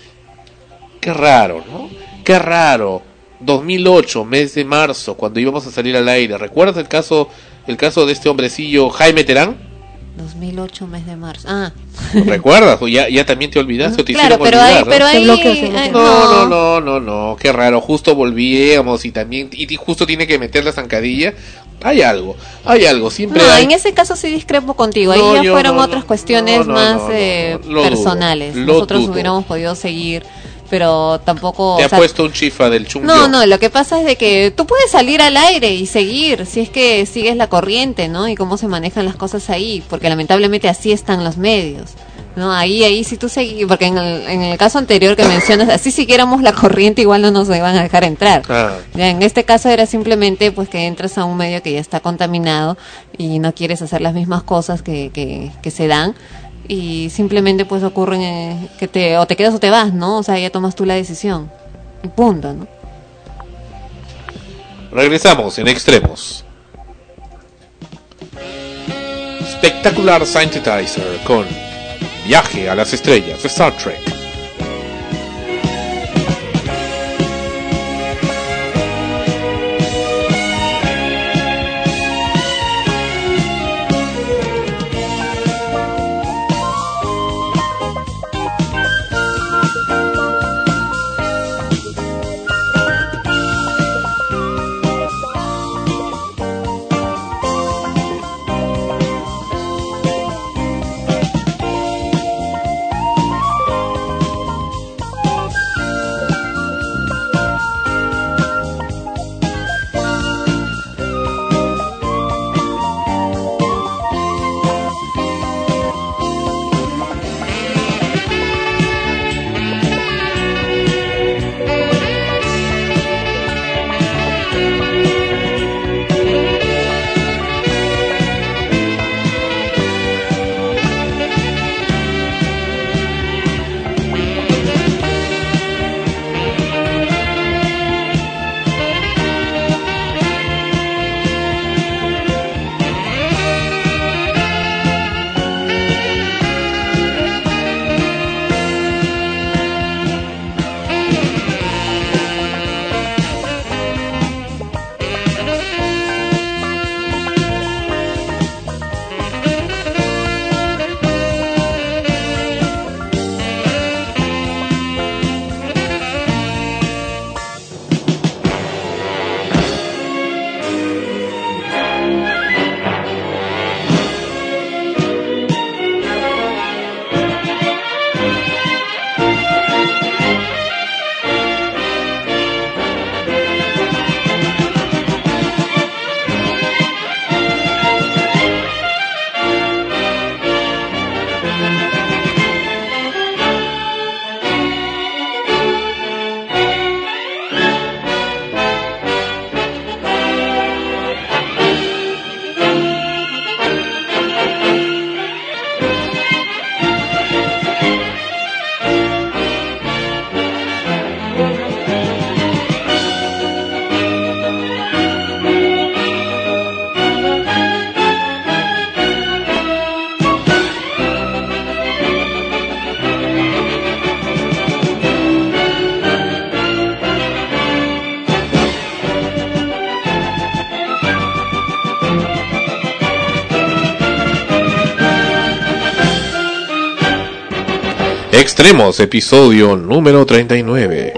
Qué raro, ¿no? Qué raro. 2008, mes de marzo, cuando íbamos a salir al aire. ¿Recuerdas el caso de este hombrecillo Jaime Terán? 2008, mes de marzo. Ah. ¿Recuerdas? ¿O ya también te olvidaste o te claro, hicieron olvidar? Pero ahí No, qué raro, justo volvíamos y justo tiene que meter la zancadilla. Hay algo, siempre hay. En ese caso sí discrepo contigo, ahí ya fueron otras cuestiones más personales. Nosotros hubiéramos podido seguir, pero tampoco... Te ha puesto un chifa del chungo. No, lo que pasa es de que tú puedes salir al aire y seguir, si es que sigues la corriente, ¿no? Y cómo se manejan las cosas ahí, porque lamentablemente así están los medios, ¿no? Ahí si tú seguís, porque en el caso anterior que mencionas, así siguiéramos la corriente igual no nos iban a dejar entrar. Ya, en este caso era simplemente pues que entras a un medio que ya está contaminado y no quieres hacer las mismas cosas que se dan, y simplemente pues ocurren que o te quedas o te vas, ¿no? O sea, ya tomas tú la decisión y punto, ¿no? Regresamos en Extremos. Spectacular Synthesizer con Viaje a las Estrellas, Star Trek. Extremos, episodio número 39.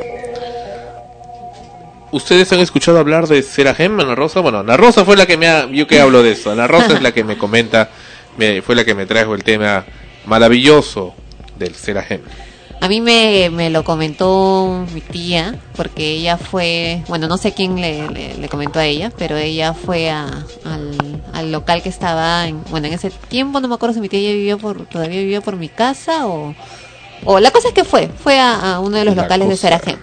¿Ustedes han escuchado hablar de Serahem, Ana Rosa? Bueno, Ana Rosa fue la que yo que hablo de eso. Ana Rosa es la que me comenta, fue la que me trajo el tema maravilloso del Serahem. A mí me lo comentó mi tía, porque ella fue, bueno, no sé quién le comentó a ella, pero ella fue al local que estaba, en ese tiempo, no me acuerdo si mi tía todavía vivía por mi casa o la cosa es que fue a uno de los locales de Serahem.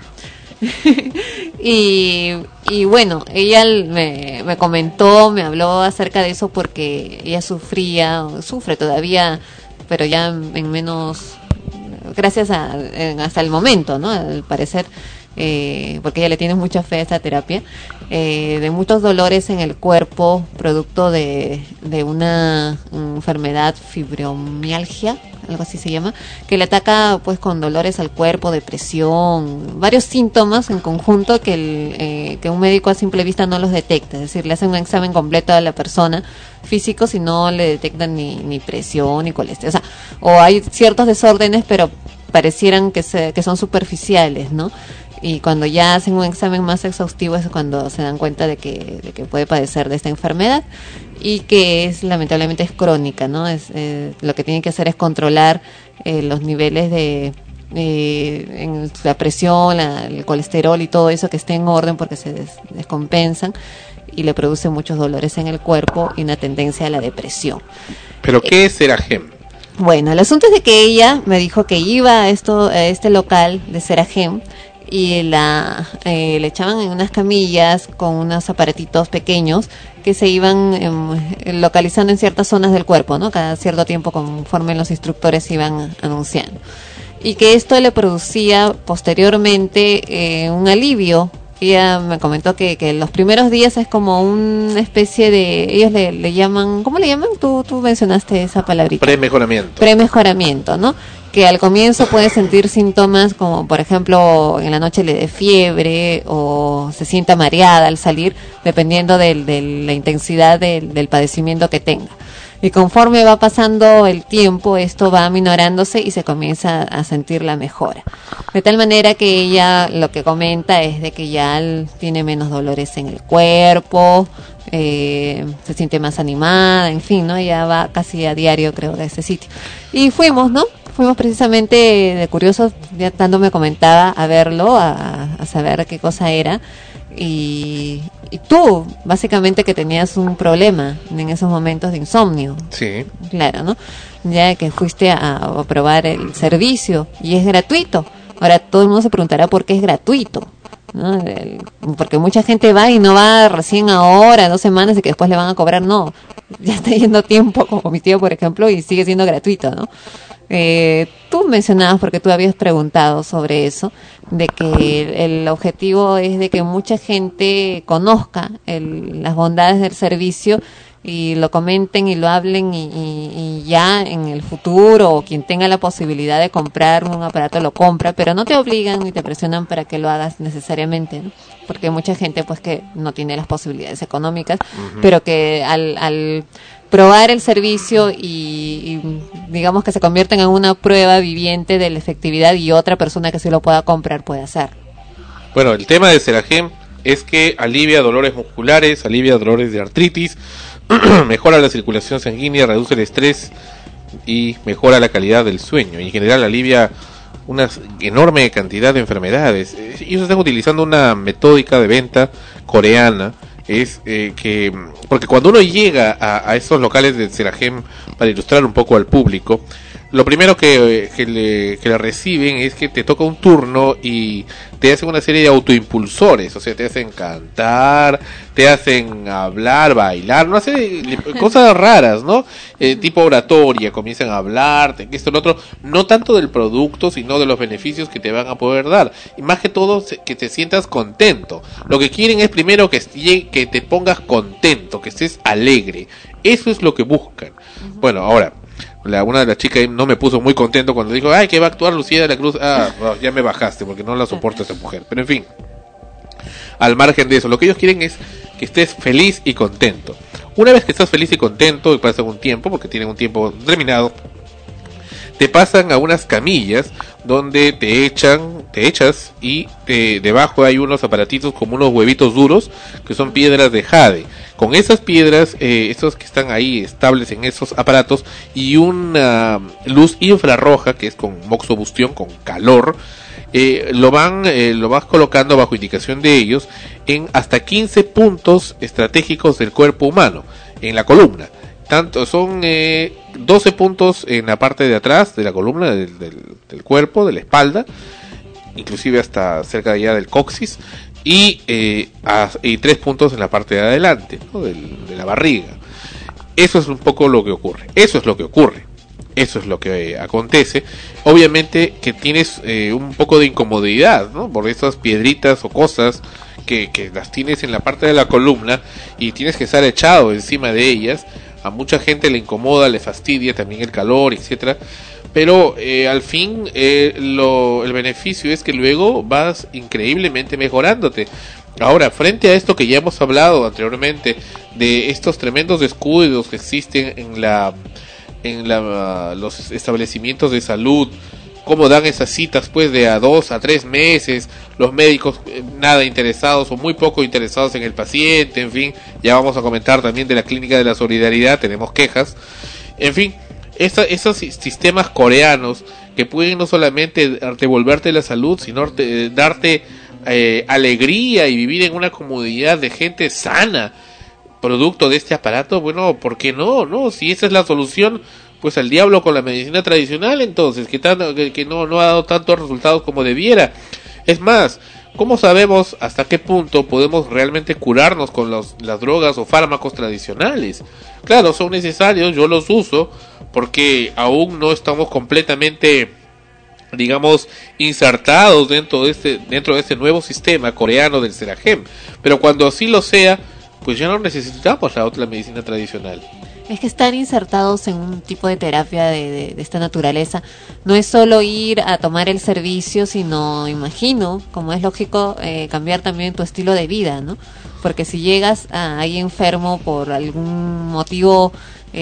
y bueno, ella me comentó, me habló acerca de eso porque ella sufre todavía, pero ya en menos, gracias hasta el momento, ¿no? Al parecer, porque ella le tiene mucha fe a esta terapia, de muchos dolores en el cuerpo, producto de una enfermedad, fibromialgia, algo así se llama, que le ataca pues con dolores al cuerpo, depresión, varios síntomas en conjunto que un médico a simple vista no los detecta, es decir, le hacen un examen completo a la persona físico si no le detectan ni presión ni colesterol, o hay ciertos desórdenes pero parecieran que son superficiales, ¿no? Y cuando ya hacen un examen más exhaustivo es cuando se dan cuenta de que puede padecer de esta enfermedad y que lamentablemente es crónica, ¿no? Lo que tienen que hacer es controlar los niveles en la presión, el colesterol y todo eso, que esté en orden, porque se descompensan y le produce muchos dolores en el cuerpo y una tendencia a la depresión. ¿Pero qué es Serahem? Bueno, el asunto es de que ella me dijo que iba a este local de Serahem y le echaban en unas camillas con unos aparatitos pequeños que se iban localizando en ciertas zonas del cuerpo, ¿no? Cada cierto tiempo, conforme los instructores iban anunciando. Y que esto le producía posteriormente un alivio. Ella me comentó que los primeros días es como una especie de, ellos le llaman, ¿cómo le llaman? Tú mencionaste esa palabrita. Premejoramiento, ¿no? Que al comienzo puede sentir síntomas como, por ejemplo, en la noche le dé fiebre o se sienta mareada al salir, dependiendo de la intensidad del padecimiento que tenga. Y conforme va pasando el tiempo, esto va aminorándose y se comienza a sentir la mejora. De tal manera que ella lo que comenta es de que ya tiene menos dolores en el cuerpo, se siente más animada, en fin, ¿no? Ella va casi a diario, creo, de ese sitio. Y fuimos, ¿no? Fuimos precisamente de curiosos, ya tanto me comentaba, a verlo, a saber qué cosa era. Y tú, básicamente, que tenías un problema en esos momentos de insomnio. Sí. Claro, ¿no? Ya que fuiste a probar el servicio y es gratuito. Ahora todo el mundo se preguntará por qué es gratuito, ¿no? Porque mucha gente va y no va recién ahora, 2 semanas, y que después le van a cobrar. No, ya está yendo tiempo, como mi tío, por ejemplo, y sigue siendo gratuito, ¿no? Tú mencionabas, porque tú habías preguntado sobre eso, de que el objetivo es de que mucha gente conozca las bondades del servicio y lo comenten y lo hablen y ya en el futuro, o quien tenga la posibilidad de comprar un aparato lo compra, pero no te obligan ni te presionan para que lo hagas necesariamente, ¿no? Porque hay mucha gente pues que no tiene las posibilidades económicas, pero que al probar el servicio y digamos que se convierten en una prueba viviente de la efectividad, y otra persona que sí lo pueda comprar puede hacer. Bueno, el tema de Serahem es que alivia dolores musculares, alivia dolores de artritis, mejora la circulación sanguínea, reduce el estrés y mejora la calidad del sueño. Y en general alivia una enorme cantidad de enfermedades. Ellos están utilizando una metódica de venta coreana. Porque cuando uno llega a estos locales de Serahem, para ilustrar un poco al público, lo primero que le reciben es que te toca un turno y te hacen una serie de autoimpulsores, o sea, te hacen cantar, te hacen hablar, bailar, no sé, cosas raras, ¿no? Tipo oratoria, comienzan a hablar, esto, lo otro, no tanto del producto, sino de los beneficios que te van a poder dar, y más que todo que te sientas contento. Lo que quieren es primero que te pongas contento, que estés alegre, eso es lo que buscan. Bueno, ahora, una de las chicas no me puso muy contento cuando dijo, ay, que va a actuar Lucía de la Cruz. Ya me bajaste porque no la soporto a esa mujer. Pero en fin, al margen de eso, lo que ellos quieren es que estés feliz y contento. Una vez que estás feliz y contento, y pasa un tiempo, porque tienen un tiempo determinado, te pasan a unas camillas donde te echas y debajo hay unos aparatitos como unos huevitos duros que son piedras de jade. Con esas piedras, esos que están ahí estables en esos aparatos, y una luz infrarroja que es con moxobustión, con calor, lo vas colocando bajo indicación de ellos en hasta 15 puntos estratégicos del cuerpo humano, en la columna. Tanto son 12 puntos en la parte de atrás de la columna del cuerpo, de la espalda, inclusive hasta cerca de allá del coxis, y 3 puntos en la parte de adelante, ¿no? de la barriga. Eso es un poco lo que ocurre. Eso es lo que acontece. Obviamente que tienes un poco de incomodidad, ¿no? Por esas piedritas o cosas que las tienes en la parte de la columna y tienes que estar echado encima de ellas. A mucha gente le incomoda, le fastidia también el calor, etcétera. Pero al fin el beneficio es que luego vas increíblemente mejorándote. Ahora, frente a esto que ya hemos hablado anteriormente, de estos tremendos descuidos que existen en los establecimientos de salud, cómo dan esas citas pues de a 2 a 3 meses, los médicos nada interesados o muy poco interesados en el paciente, en fin, ya vamos a comentar también de la clínica de la solidaridad, tenemos quejas, en fin, esos sistemas coreanos que pueden no solamente devolverte la salud, sino darte alegría y vivir en una comunidad de gente sana, producto de este aparato, bueno, ¿por qué no? No, si esa es la solución, pues al diablo con la medicina tradicional, entonces, que no ha dado tantos resultados como debiera. Es más, ¿cómo sabemos hasta qué punto podemos realmente curarnos con las drogas o fármacos tradicionales? Claro, son necesarios, yo los uso, porque aún no estamos completamente, digamos, insertados dentro de este nuevo sistema coreano del Serahem. Pero cuando así lo sea, pues ya no necesitamos la otra medicina tradicional. Es que estar insertados en un tipo de terapia de esta naturaleza no es solo ir a tomar el servicio, sino, imagino, como es lógico, cambiar también tu estilo de vida, ¿no? Porque si llegas ahí enfermo por algún motivo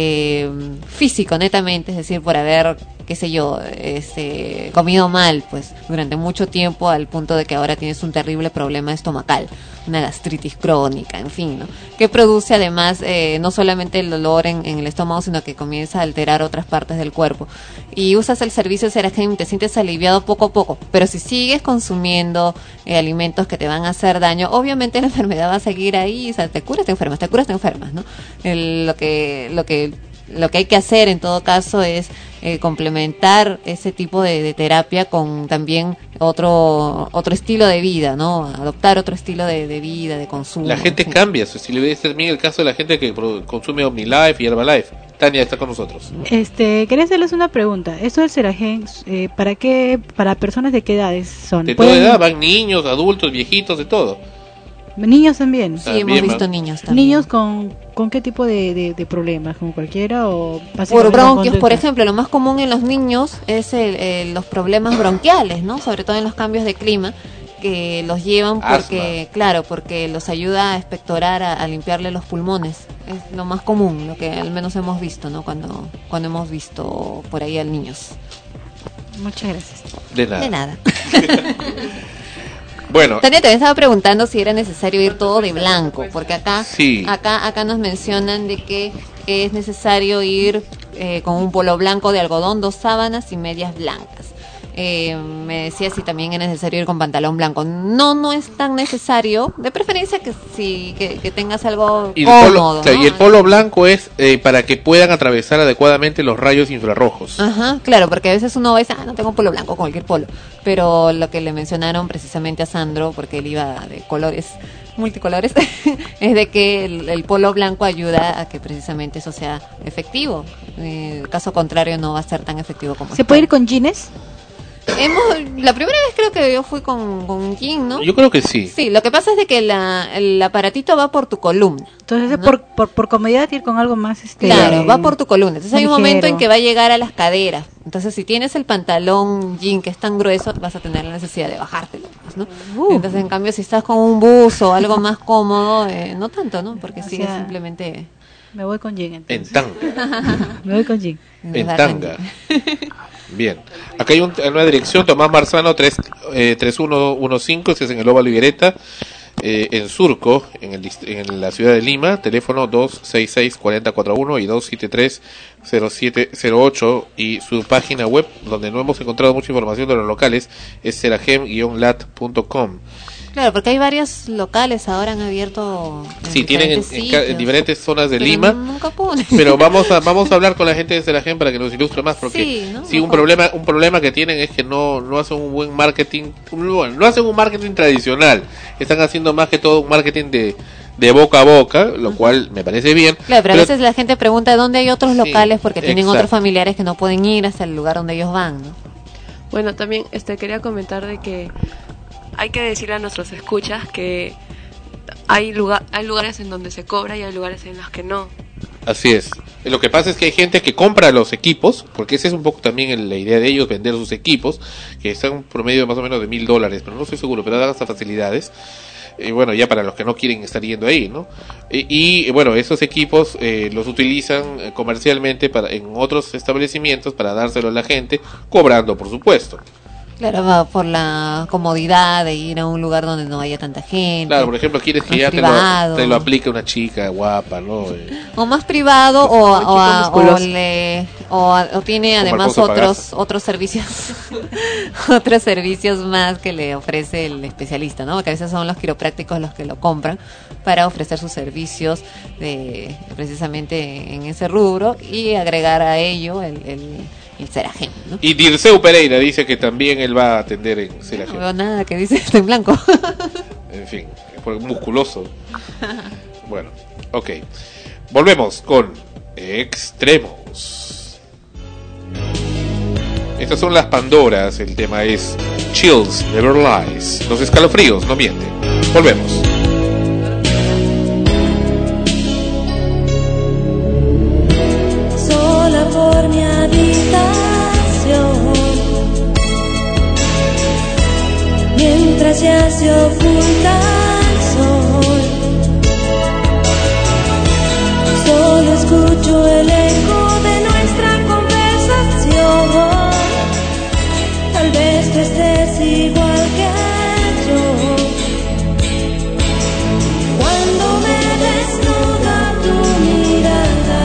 físico netamente, es decir, por haber, qué sé yo, comido mal pues durante mucho tiempo, al punto de que ahora tienes un terrible problema estomacal, una gastritis crónica, en fin, ¿no? Que produce además no solamente el dolor en el estómago, sino que comienza a alterar otras partes del cuerpo, y usas el servicio de Serahem y te sientes aliviado poco a poco, pero si sigues consumiendo alimentos que te van a hacer daño, obviamente la enfermedad va a seguir ahí, o sea, te curas, te enfermas, ¿no? Lo que hay que hacer en todo caso es complementar ese tipo de terapia con también otro estilo de vida, ¿no? Adoptar otro estilo de vida, de consumo. La gente cambia su estilo de vida. Este es también el caso de la gente que consume OmniLife y Herbalife. Tania está con nosotros. Quería hacerles una pregunta. ¿Esto del Serahem, para qué, para personas de qué edades son? De toda edad, van niños, adultos, viejitos, de todo. Niños también. Sí, hemos visto niños también. ¿Niños con qué tipo de problemas? ¿Con cualquiera o por bronquios, por ejemplo? Lo más común en los niños es los problemas bronquiales, ¿no? Sobre todo en los cambios de clima, que los llevan porque, asma. Claro, porque los ayuda a expectorar, a limpiarle los pulmones. Es lo más común, lo que al menos hemos visto, ¿no? Cuando hemos visto por ahí a niños. Muchas gracias. De nada. De nada. Bueno, Tania también estaba preguntando si era necesario ir todo de blanco, porque acá sí. acá nos mencionan de que es necesario ir con un polo blanco de algodón, 2 sábanas y medias blancas. Me decía si también es necesario ir con pantalón blanco. No es tan necesario, de preferencia que tengas algo cómodo, ¿no? Y el polo blanco es para que puedan atravesar adecuadamente los rayos infrarrojos. Ajá, claro, porque a veces uno va y dice, no tengo un polo blanco, cualquier polo. Pero lo que le mencionaron precisamente a Sandro, porque él iba de colores multicolores, es de que el polo blanco ayuda a que precisamente eso sea efectivo. Caso contrario no va a ser tan efectivo como ¿Se puede ir con jeans? La primera vez creo que yo fui con jean, ¿no? Yo creo que sí. Sí, lo que pasa es de que el aparatito va por tu columna. Entonces, ¿no? por comodidad ir con algo más Claro, va por tu columna. Entonces hay un ligero. momento en que va a llegar a las caderas. Entonces, si tienes el pantalón jean que es tan grueso, vas a tener la necesidad de bajártelo, ¿no? Entonces, en cambio, si estás con un buzo o algo más cómodo, no tanto, ¿no? Porque sí, es simplemente... Me voy con jean. En tanga. Me voy con jean. En tanga. Bien. Acá hay una dirección, Tomás Marzano 3115, que es en el Óvalo Higuereta, en Surco, en la ciudad de Lima. Teléfono 266-4041 y 273-0708. Y su página web, donde no hemos encontrado mucha información de los locales, es seragem-lat.com. Claro, porque hay varios locales ahora han abierto. Sí, tienen en diferentes zonas de pero Lima. Nunca ponen. Pero vamos a hablar con la gente de Seragem para que nos ilustre más, porque sí, un problema que tienen es que no hacen un buen marketing, no hacen un marketing tradicional. Están haciendo más que todo un marketing de boca a boca, lo cual me parece bien. Claro, pero a veces la gente pregunta dónde hay otros locales porque tienen otros familiares que no pueden ir hasta el lugar donde ellos van, ¿no? Bueno, también quería comentar de que hay que decirle a nuestros escuchas que hay lugares en donde se cobra y hay lugares en los que no. Así es. Lo que pasa es que hay gente que compra los equipos, porque esa es un poco también la idea de ellos, vender sus equipos, que están un promedio de más o menos de $1,000, pero no estoy seguro, pero dan hasta facilidades. Bueno, ya para los que no quieren estar yendo ahí, ¿no? Y bueno, esos equipos los utilizan comercialmente en otros establecimientos para dárselo a la gente, cobrando, por supuesto. Claro, por la comodidad de ir a un lugar donde no haya tanta gente. Claro, por ejemplo, quieres que ya te lo aplique una chica guapa, ¿no? O más privado o tiene además otros servicios otros servicios más que le ofrece el especialista, ¿no? Porque a veces son los quiroprácticos los que lo compran para ofrecer sus servicios precisamente en ese rubro y agregar a ello el Seragem, ¿no? Y Dirceu Pereira dice que también él va a atender en Seragem. No veo nada que dice, está en blanco. En fin, es musculoso. Bueno, ok. Volvemos con Extremos. Estas son las Pandoras, el tema es Chills Never Lies. Los escalofríos no mienten. Volvemos. Por mi habitación, mientras ya se oculta el sol, solo escucho el eco de nuestra conversación. Tal vez tú estés igual que yo, cuando me desnuda tu mirada.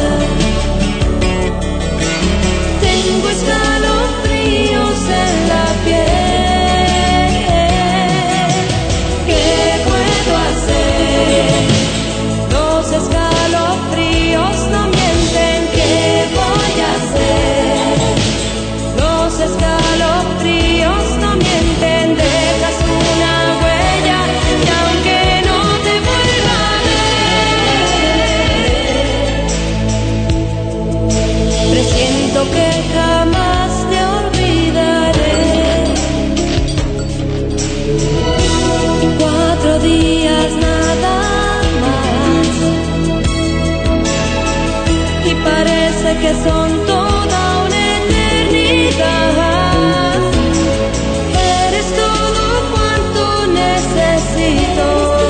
Tengo escalofríos en la piel. ¿Qué puedo hacer? Los escalofríos no mienten. ¿Qué voy a hacer? Los escalofríos no mienten. Dejas una huella y aunque no te vuelva a ver, presiento que jamás te olvidaré. 4 días nada más y parece que son toda una eternidad. Eres todo cuanto necesito.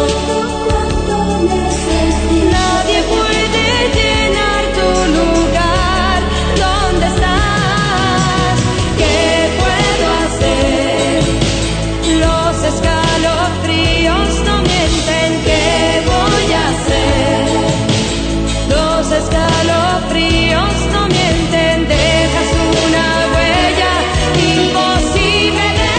Nadie puede llenar tu lugar. ¿Dónde estás? ¿Qué puedo hacer? Los escalofríos no mienten. ¿Qué voy a hacer? Los escalofríos no mienten. Dejas una huella imposible de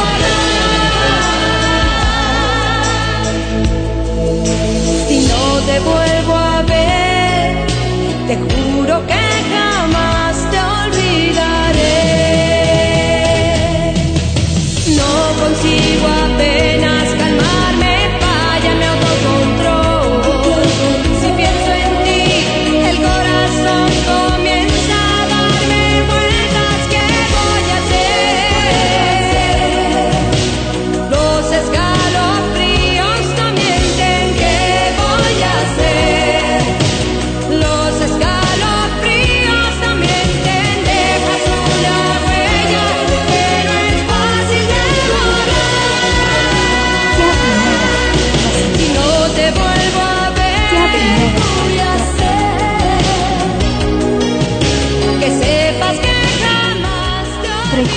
borrar. Si no te vuelvo a ver, te juro que jamás te olvidaré. No consigo apenas calmarme, falla mi autocontrol. Si pienso en ti, el corazón comienza a darme vueltas. ¿Qué voy a hacer? Los escalofríos no mienten. ¿Qué voy a hacer? Los escalofríos no mienten. Dejas una huella que no es fácil de borrar.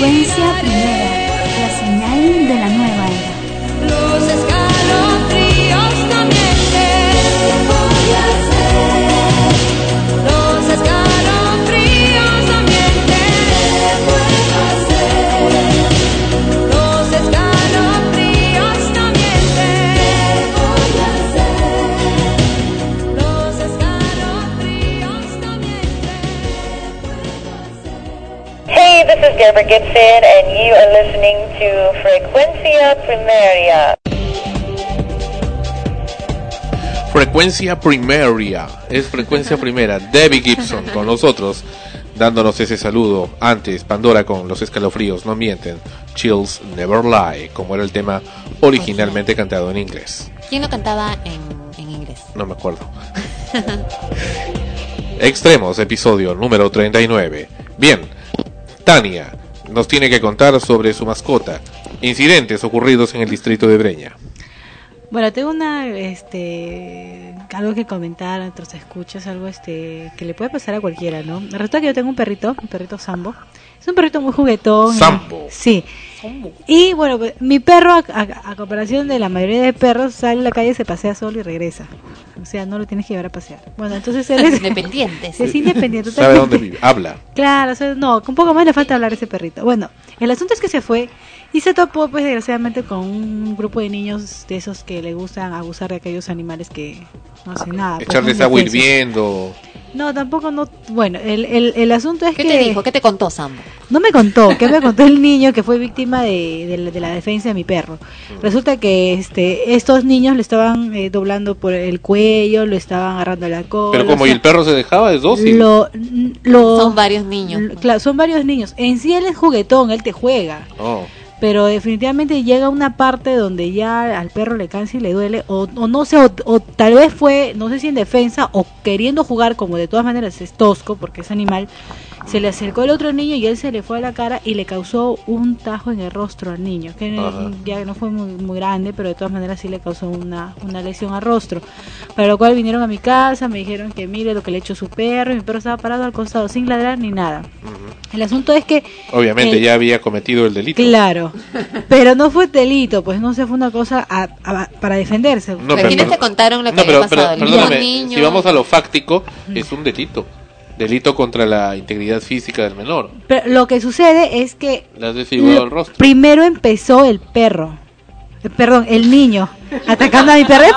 Frecuencia Primera, la señal de la nueva era. Los escalofríos también te voy a hacer. Los escalofríos también te puedo hacer. Los escalofríos también te voy a hacer. Los escalofríos también te puedo hacer. Hey, this is Deborah Gibson, and you are listening to Frecuencia Primaria. Frecuencia Primaria, es Frecuencia Primera. Debbie Gibson con nosotros, dándonos ese saludo. Antes, Pandora con Los escalofríos no mienten, Chills Never Lie, como era el tema originalmente cantado en inglés. ¿Quién lo cantaba en inglés? No me acuerdo. Extremos, episodio número 39. Bien, Tania nos tiene que contar sobre su mascota, incidentes ocurridos en el distrito de Breña. Bueno, tengo algo que comentar a nuestros escuchas, algo que le puede pasar a cualquiera, ¿no? Resulta que yo tengo un perrito Sambo. Es un perrito muy juguetón. Sambo. Sí. Y bueno, pues, mi perro, a comparación de la mayoría de perros, sale a la calle, se pasea solo y regresa. O sea, no lo tienes que llevar a pasear. Bueno, entonces él es independiente. Es independiente. ¿Sabe dónde vive? Habla. Claro, o sea, no, un poco más le falta hablar a ese perrito. Bueno, el asunto es que se fue y se topó, pues, desgraciadamente, con un grupo de niños de esos que le gustan abusar de aquellos animales que no hacen nada. Echarles pues, agua hirviendo. No, tampoco, no. Bueno, el asunto es ¿Qué que... te dijo? ¿Qué te contó, Sambo? No me contó, que me contó el niño que fue víctima de la defensa de mi perro. Resulta que estos niños le estaban doblando por el cuello, lo estaban agarrando la cola. Pero como, ¿y el perro se dejaba? ¿Es dócil? Son varios niños. Claro, son varios niños. En sí él es juguetón, él te juega. Oh. Pero definitivamente llega una parte donde ya al perro le cansa y le duele, o no sé, o tal vez fue, no sé si en defensa o queriendo jugar, como de todas maneras es tosco porque es animal, se le acercó el otro niño y él se le fue a la cara y le causó un tajo en el rostro al niño, que ya no fue muy grande, pero de todas maneras sí le causó una lesión al rostro. Para lo cual vinieron a mi casa, me dijeron que mire lo que le echó su perro, y mi perro estaba parado al costado sin ladrar ni nada. El asunto es que... Obviamente ya había cometido el delito. Claro, pero no fue delito, pues no se fue una cosa para defenderse. No, ¿Quiénes te contaron lo que había pasado? Perdóname, Niños. si vamos a lo fáctico, es un delito. Delito contra la integridad física del menor. Pero lo que sucede es que... Le has desfigurado el rostro. Primero empezó el perro. Perdón, el niño atacando a mi perro.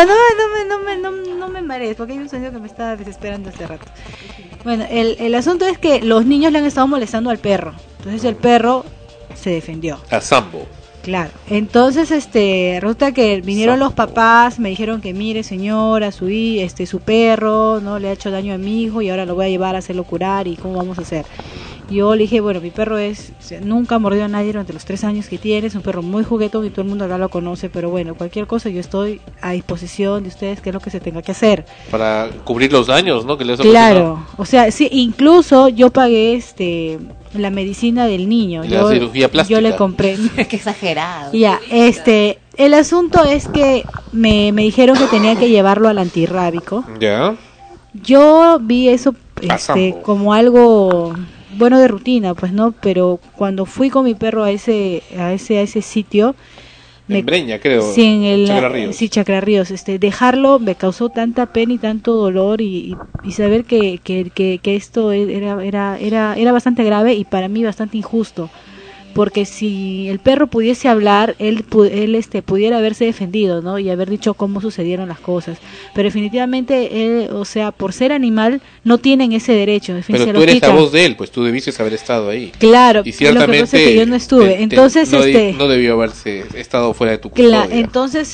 No me marees, porque hay un sonido que me está desesperando hace rato. Bueno, el asunto es que los niños le han estado molestando al perro. Entonces el perro se defendió. A Sambo. Claro. Entonces, resulta que vinieron los papás, me dijeron que mire, señora, su perro, no le ha hecho daño a mi hijo y ahora lo voy a llevar a hacerlo curar y cómo vamos a hacer. Yo le dije, bueno, mi perro nunca mordió a nadie durante los 3 años que tiene, es un perro muy juguetón y todo el mundo acá lo conoce, pero bueno, cualquier cosa yo estoy a disposición de ustedes, que es lo que se tenga que hacer. Para cubrir los daños, ¿no? Que les ha Claro, o sea, sí, incluso yo pagué la medicina del niño. La cirugía plástica. Yo le compré. Qué exagerado. Ya, el asunto es que me dijeron que tenía que llevarlo al antirrábico. Ya. Yo vi eso como algo bueno de rutina, pues no, pero cuando fui con mi perro a ese sitio, en Breña, creo. Sí, en Chacra-Ríos. Sí, Chacra-Ríos. Dejarlo me causó tanta pena y tanto dolor y saber que esto era bastante grave y para mí bastante injusto. Porque si el perro pudiese hablar, él pudiera haberse defendido, ¿no? Y haber dicho cómo sucedieron las cosas. Pero definitivamente él, o sea, por ser animal, no tienen ese derecho. Pero tú eres la voz de él, pues tú debiste haber estado ahí. Claro, y ciertamente lo que pasa es que yo no estuve. Entonces, no debió haberse estado fuera de tu custodia. Claro, entonces,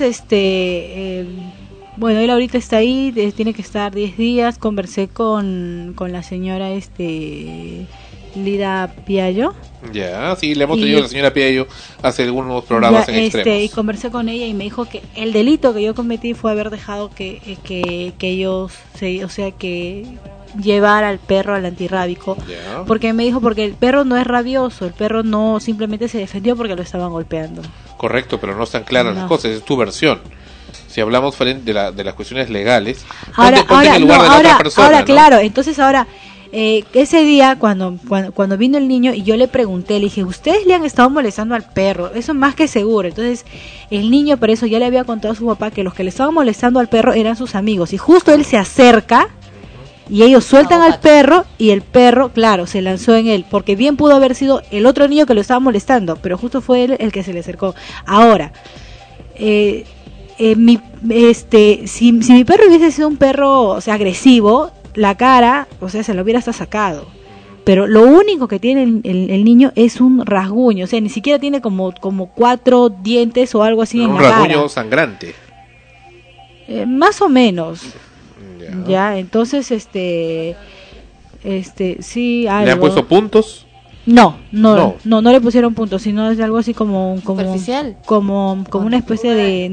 bueno, él ahorita está ahí, tiene que estar 10 días. Conversé con la señora, Lida Piallo. Ya, sí, le hemos tenido a la señora Piallo hace algunos programas en Extremos. Y conversé con ella y me dijo que el delito que yo cometí fue haber dejado que ellos, que llevar al perro al antirrábico. Yeah. Porque me dijo, porque el perro no es rabioso, el perro no simplemente se defendió porque lo estaban golpeando. Correcto, pero no están claras las cosas, es tu versión. Si hablamos de las cuestiones legales, ahora, ponte en el lugar de la otra persona, ahora, ¿no? Claro, entonces ahora ese día cuando vino el niño y yo le pregunté, le dije, ustedes le han estado molestando al perro, eso más que seguro. Entonces el niño, por eso ya le había contado a su papá que los que le estaban molestando al perro eran sus amigos, y justo él se acerca y ellos sueltan al perro y el perro, claro, se lanzó en él, porque bien pudo haber sido el otro niño que lo estaba molestando, pero justo fue él el que se le acercó. Ahora, si mi perro hubiese sido un perro, o sea, agresivo, la cara, o sea, se lo hubiera hasta sacado. Pero lo único que tiene el niño es un rasguño, o sea, ni siquiera tiene como 4 dientes o algo así en la cara. Un rasguño sangrante. Más o menos. Ya, entonces, sí, algo. ¿Le han puesto puntos? No le pusieron puntos, sino es algo así como superficial, como una especie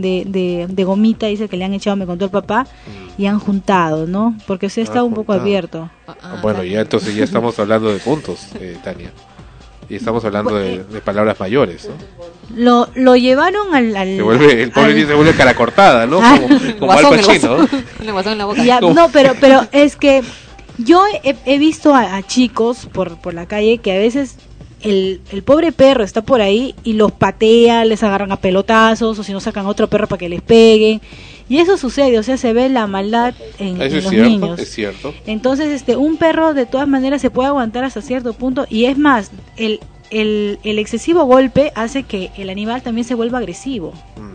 de gomita, dice que le han echado, me contó el papá, y han juntado, ¿no? Porque se está un poco abierto. Bueno, ya entonces ya estamos hablando de puntos, Tania, y estamos hablando de palabras mayores, ¿no? Lo llevaron al el pobre se vuelve cara cortada, ¿no? Como Al Pacino, ¿no? Ya, no, pero es que yo he visto a chicos por la calle que a veces el pobre perro está por ahí y los patea, les agarran a pelotazos, o si no sacan a otro perro para que les peguen, y eso sucede, o sea, se ve la maldad en los niños. Es cierto. Entonces, un perro de todas maneras se puede aguantar hasta cierto punto, y es más, el excesivo golpe hace que el animal también se vuelva agresivo.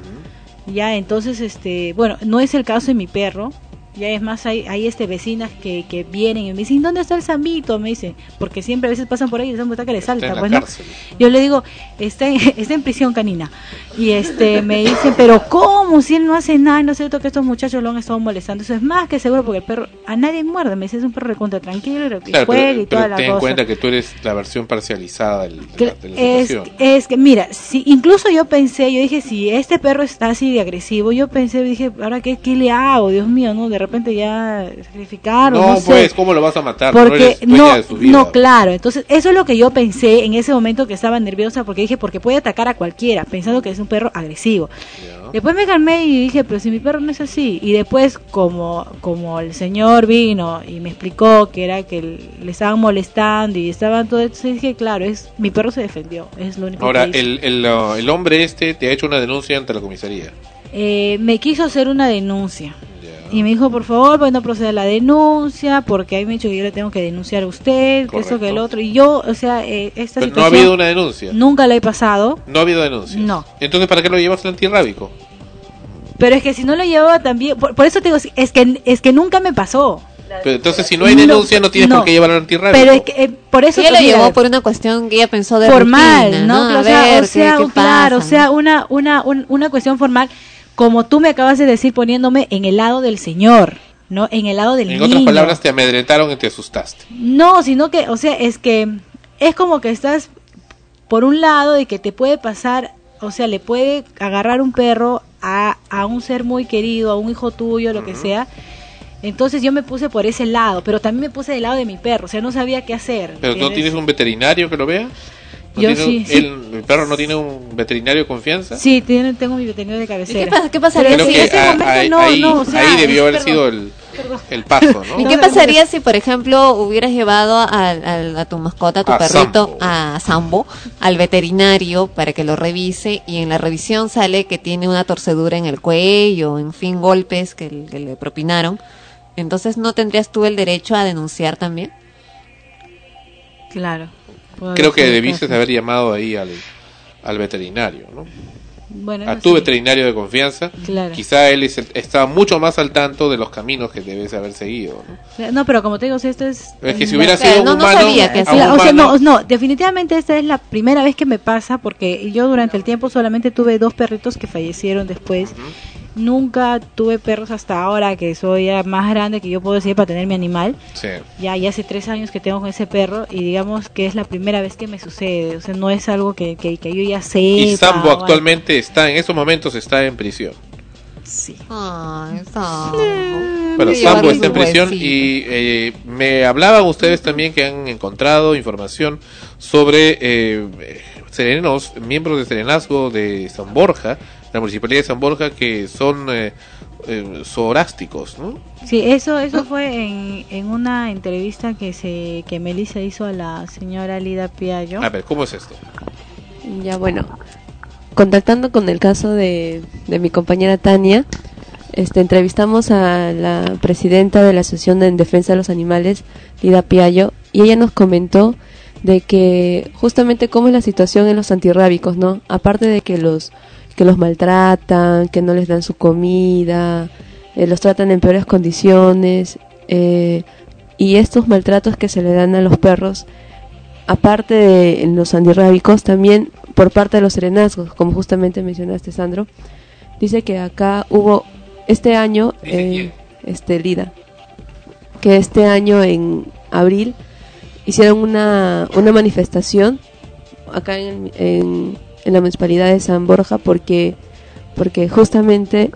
Ya, entonces, bueno, no es el caso de mi perro. Ya, es más, hay vecinas que vienen y me dicen, ¿dónde está el Sambito? Me dicen, porque siempre a veces pasan por ahí y el Sambo está que le salta, pues, ¿no? Yo le digo, está en prisión canina. Y me dicen, pero ¿cómo? Si él no hace nada, no es cierto que estos muchachos lo han estado molestando. Eso es más que seguro, porque el perro a nadie muerde. Me dice, es un perro recontra tranquilo y juega y toda la cosa. Ten en cuenta que tú eres la versión parcializada de la situación. Es que, mira, si incluso yo dije, si este perro está así de agresivo, dije, ¿ahora qué le hago? Dios mío, ¿no? De repente ya sacrificarlo, no sé. Pues, ¿cómo lo vas a matar? Porque no de su vida. No, claro. Entonces, eso es lo que yo pensé en ese momento, que estaba nerviosa, porque dije, porque puede atacar a cualquiera, pensando que es un perro agresivo. Después me calmé y dije, pero si mi perro no es así. Y después, como el señor vino y me explicó que era que le estaban molestando y estaban todo esto, dije, claro, mi perro se defendió, es lo único. Ahora, que hizo. el hombre te ha hecho una denuncia ante la comisaría. Me quiso hacer una denuncia. Y me dijo, por favor, pues no proceda la denuncia, porque ahí me ha dicho que yo le tengo que denunciar a usted, que eso, que el otro. Y yo, o sea, esta Pero situación... ¿no ha habido una denuncia? Nunca la he pasado. ¿No ha habido denuncia? No. Entonces, ¿para qué lo llevas al antirrábico? Pero es que si no lo llevaba también... Por eso te digo, es que nunca me pasó. Pero entonces, si no hay denuncia, no tienes por qué llevarlo al antirrábico. Pero es que, por eso... Ella lo llevó por una cuestión que ella pensó de formal, rutina, ¿no? A ver, ¿qué claro, pasa? O sea, una cuestión formal, como tú me acabas de decir, poniéndome en el lado del señor, ¿no? En el lado del niño. En otras palabras, te amedrentaron y te asustaste. No, sino que, o sea, es como que estás por un lado de que te puede pasar, o sea, le puede agarrar un perro a un ser muy querido, a un hijo tuyo, lo que sea. Entonces yo me puse por ese lado, pero también me puse del lado de mi perro, o sea, no sabía qué hacer. ¿Pero no tienes un veterinario que lo vea? Yo sí. ¿El perro no tiene un veterinario de confianza? Sí, tengo mi veterinario de cabecera. ¿Qué pasaría si en ese momento ahí debió haber sido el paso, ¿no? ¿Y qué pasaría si, por ejemplo, hubieras llevado a tu mascota, a tu perrito, a Sambo, al veterinario para que lo revise, y en la revisión sale que tiene una torcedura en el cuello, en fin, golpes que le propinaron? Entonces, ¿no tendrías tú el derecho a denunciar también? Claro. Creo que debiste haber llamado ahí al veterinario, ¿no? Bueno, a tu veterinario de confianza. Claro. Quizá él está mucho más al tanto de los caminos que debes haber seguido, ¿no? No, pero como te digo, o sea, esto es... Es que si hubiera sido un humano... No, definitivamente esta es la primera vez que me pasa, porque yo durante el tiempo solamente tuve 2 perritos que fallecieron después. Nunca tuve perros hasta ahora, que soy ya más grande que yo puedo decir para tener mi animal. Sí. Ya hace 3 años que tengo con ese perro, y digamos que es la primera vez que me sucede. O sea, no es algo que yo ya sé. Y Sambo actualmente en esos momentos está en prisión. Sí. Ay, Sambo. Bueno, Sambo está en prisión y me hablaban ustedes también que han encontrado información sobre serenos, miembros de serenazgo de San Borja, la Municipalidad de San Borja que son zoorásticos, ¿no? Sí, eso fue en una entrevista que Melissa hizo a la señora Lida Piallo. A ver, ¿cómo es esto? Ya, bueno, contactando con el caso de mi compañera Tania, entrevistamos a la presidenta de la Asociación en Defensa de los Animales, Lida Piallo, y ella nos comentó de que justamente cómo es la situación en los antirrábicos, ¿no? Aparte de que los maltratan, que no les dan su comida, los tratan en peores condiciones, y estos maltratos que se le dan a los perros, aparte de los antirrábicos, también por parte de los serenazgos, como justamente mencionaste, Sandro, dice que acá hubo este año, Lida, que este año en abril hicieron una manifestación acá en la municipalidad de San Borja porque justamente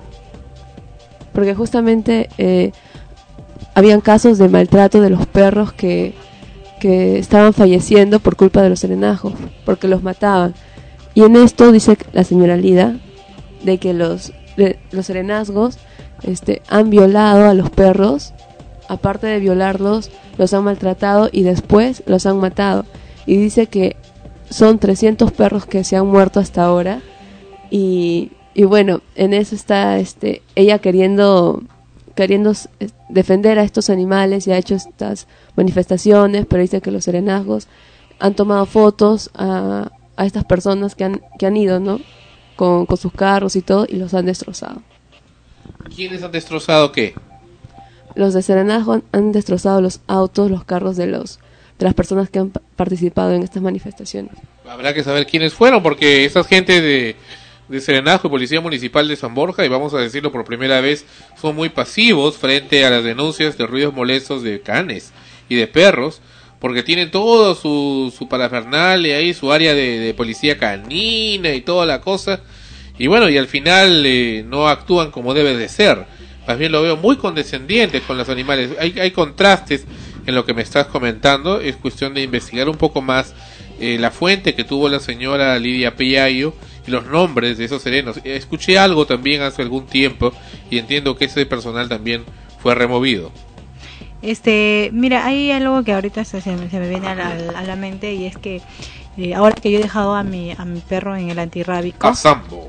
habían casos de maltrato de los perros que estaban falleciendo por culpa de los serenazgos, porque los mataban. Y en esto dice la señora Lida de que los serenazgos han violado a los perros, aparte de violarlos, los han maltratado y después los han matado. Y dice que son 300 perros que se han muerto hasta ahora. Y bueno, en eso está ella queriendo defender a estos animales y ha hecho estas manifestaciones, pero dice que los serenazgos han tomado fotos a estas personas que han ido, ¿no? Con sus carros y todo, y los han destrozado. ¿Quiénes han destrozado qué? Los de serenazgo han destrozado los autos, los carros de las personas que han participado en estas manifestaciones. Habrá que saber quiénes fueron, porque esas gente de Serenazgo y Policía Municipal de San Borja, y vamos a decirlo por primera vez, son muy pasivos frente a las denuncias de ruidos molestos de canes y de perros, porque tienen todo su parafernalia ahí, su área de policía canina y toda la cosa, y bueno, y al final no actúan como debe de ser. Más bien lo veo muy condescendiente con los animales. Hay contrastes en lo que me estás comentando. Es cuestión de investigar un poco más la fuente que tuvo la señora Lidia Piallo y los nombres de esos serenos. Escuché algo también hace algún tiempo y entiendo que ese personal también fue removido. Mira, hay algo que ahorita se me viene a la mente, y es que ahora que yo he dejado a mi perro en el antirrábico, a Sambo,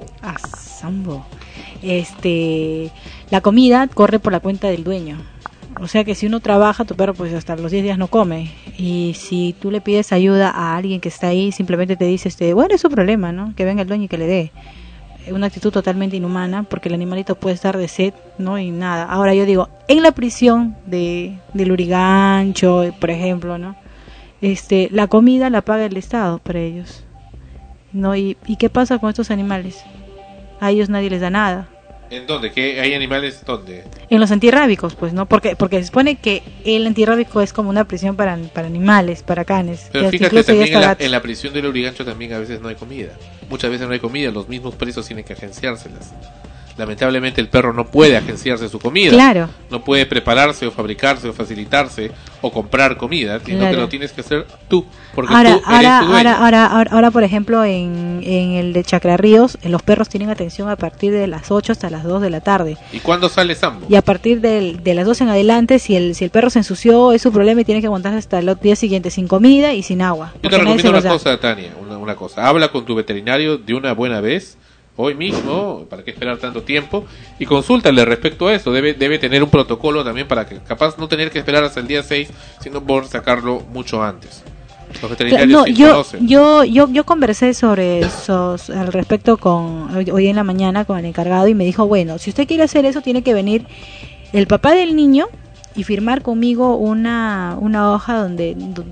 la comida corre por la cuenta del dueño. O sea que si uno trabaja, tu perro pues hasta los 10 días no come. Y si tú le pides ayuda a alguien que está ahí, simplemente te dice, bueno, es su problema, ¿no? Que venga el dueño y que le dé. Una actitud totalmente inhumana, porque el animalito puede estar de sed, ¿no? Y nada. Ahora yo digo, en la prisión de Lurigancho, por ejemplo, ¿no? La comida la paga el Estado para ellos, ¿no? ¿Y qué pasa con estos animales? A ellos nadie les da nada. ¿En dónde? ¿Qué hay animales dónde? En los antirrábicos, pues, ¿no? Porque se supone que el antirrábico es como una prisión para animales, para canes. Pero fíjate, también en la prisión del Lurigancho también a veces no hay comida. Muchas veces no hay comida, los mismos presos tienen que agenciárselas. Lamentablemente el perro no puede agenciarse su comida. Claro. No puede prepararse o fabricarse o facilitarse o comprar comida, sino claro, que lo tienes que hacer tú, porque ahora, tú eres tu dueño. Ahora, por ejemplo, en el de Chaclarríos, los perros tienen atención a partir de las 8 hasta las 2 de la tarde. ¿Y cuándo sale Sambo? Y a partir de las 2 en adelante, si el perro se ensució, es su problema y tiene que aguantarse hasta el día siguiente sin comida y sin agua. Yo te recomiendo una cosa, Tania, una cosa. Habla con tu veterinario de una buena vez, hoy mismo, para qué esperar tanto tiempo, y consúltale respecto a eso. Debe tener un protocolo también para que capaz no tener que esperar hasta el día 6, sino por sacarlo mucho antes. Los veterinarios conocen. Yo conversé sobre eso al respecto hoy en la mañana con el encargado, y me dijo, bueno, si usted quiere hacer eso, tiene que venir el papá del niño y firmar conmigo una hoja donde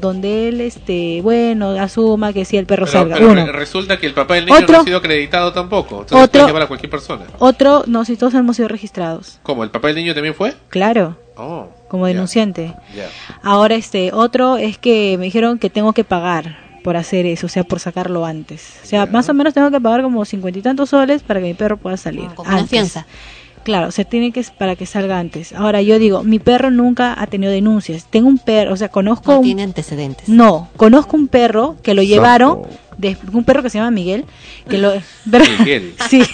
él asuma que sí el perro salga. Pero resulta que el papá del niño no ha sido acreditado tampoco, entonces puede llevar a cualquier persona. Si todos hemos sido registrados. ¿Cómo? ¿El papá del niño también fue? Claro. Oh, como denunciante. Yeah. Ahora otro es que me dijeron que tengo que pagar por hacer eso, o sea, por sacarlo antes. O sea, más o menos tengo que pagar como 50 y tantos soles para que mi perro pueda salir. Como una fianza. Claro, se tiene que para que salga antes. Ahora yo digo, mi perro nunca ha tenido denuncias. Tengo un perro, o sea, conozco... No tiene antecedentes. No, conozco un perro que lo llevaron, un perro que se llama Miguel, que lo... Miguel. Sí,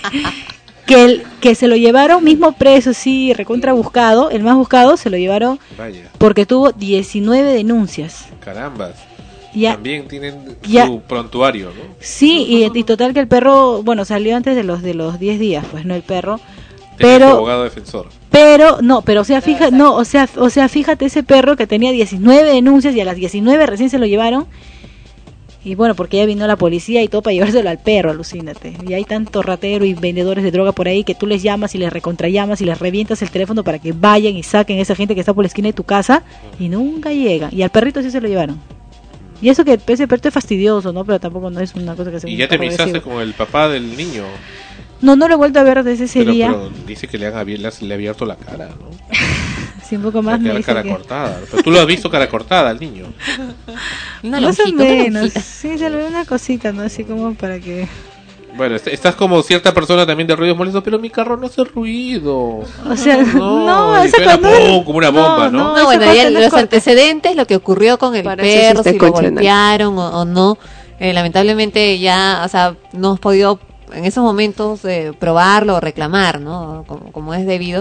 que se lo llevaron mismo preso, sí, recontra buscado, el más buscado se lo llevaron. Vaya. Porque tuvo 19 denuncias. Carambas. Ya, también tienen ya, su prontuario, ¿no? Sí, y total que el perro, bueno, salió antes de los 10 días, pues no el perro. Tenía Pero su abogado defensor. Pero no, pero o sea, fíjate ese perro que tenía 19 denuncias y a las 19 recién se lo llevaron. Y bueno, porque ya vino la policía y todo para llevárselo al perro, alucínate. Y hay tanto ratero y vendedores de droga por ahí que tú les llamas y les recontrallamas y les revientas el teléfono para que vayan y saquen a esa gente que está por la esquina de tu casa y nunca llegan. Y al perrito sí se lo llevaron. Y eso que ese perro es fastidioso, ¿no? Pero tampoco no es una cosa que se... Y ya te avisaste con el papá del niño. No lo he vuelto a ver desde ese día. Pero dice que le ha abierto la cara, ¿no? Sí, un poco más. Me cara cortada. Pero tú lo has visto cara cortada al niño. Más o menos. Sí, se le ve una cosita, ¿no? Así como para que... Bueno, estás como cierta persona también de ruidos molestos, pero mi carro no hace ruido. O sea, no esa como una bomba, ¿no? No, bueno, ya los antecedentes, lo que ocurrió con el perro, si lo golpearon o no, lamentablemente ya, o sea, no hemos podido en esos momentos probarlo o reclamar, ¿no? Como es debido.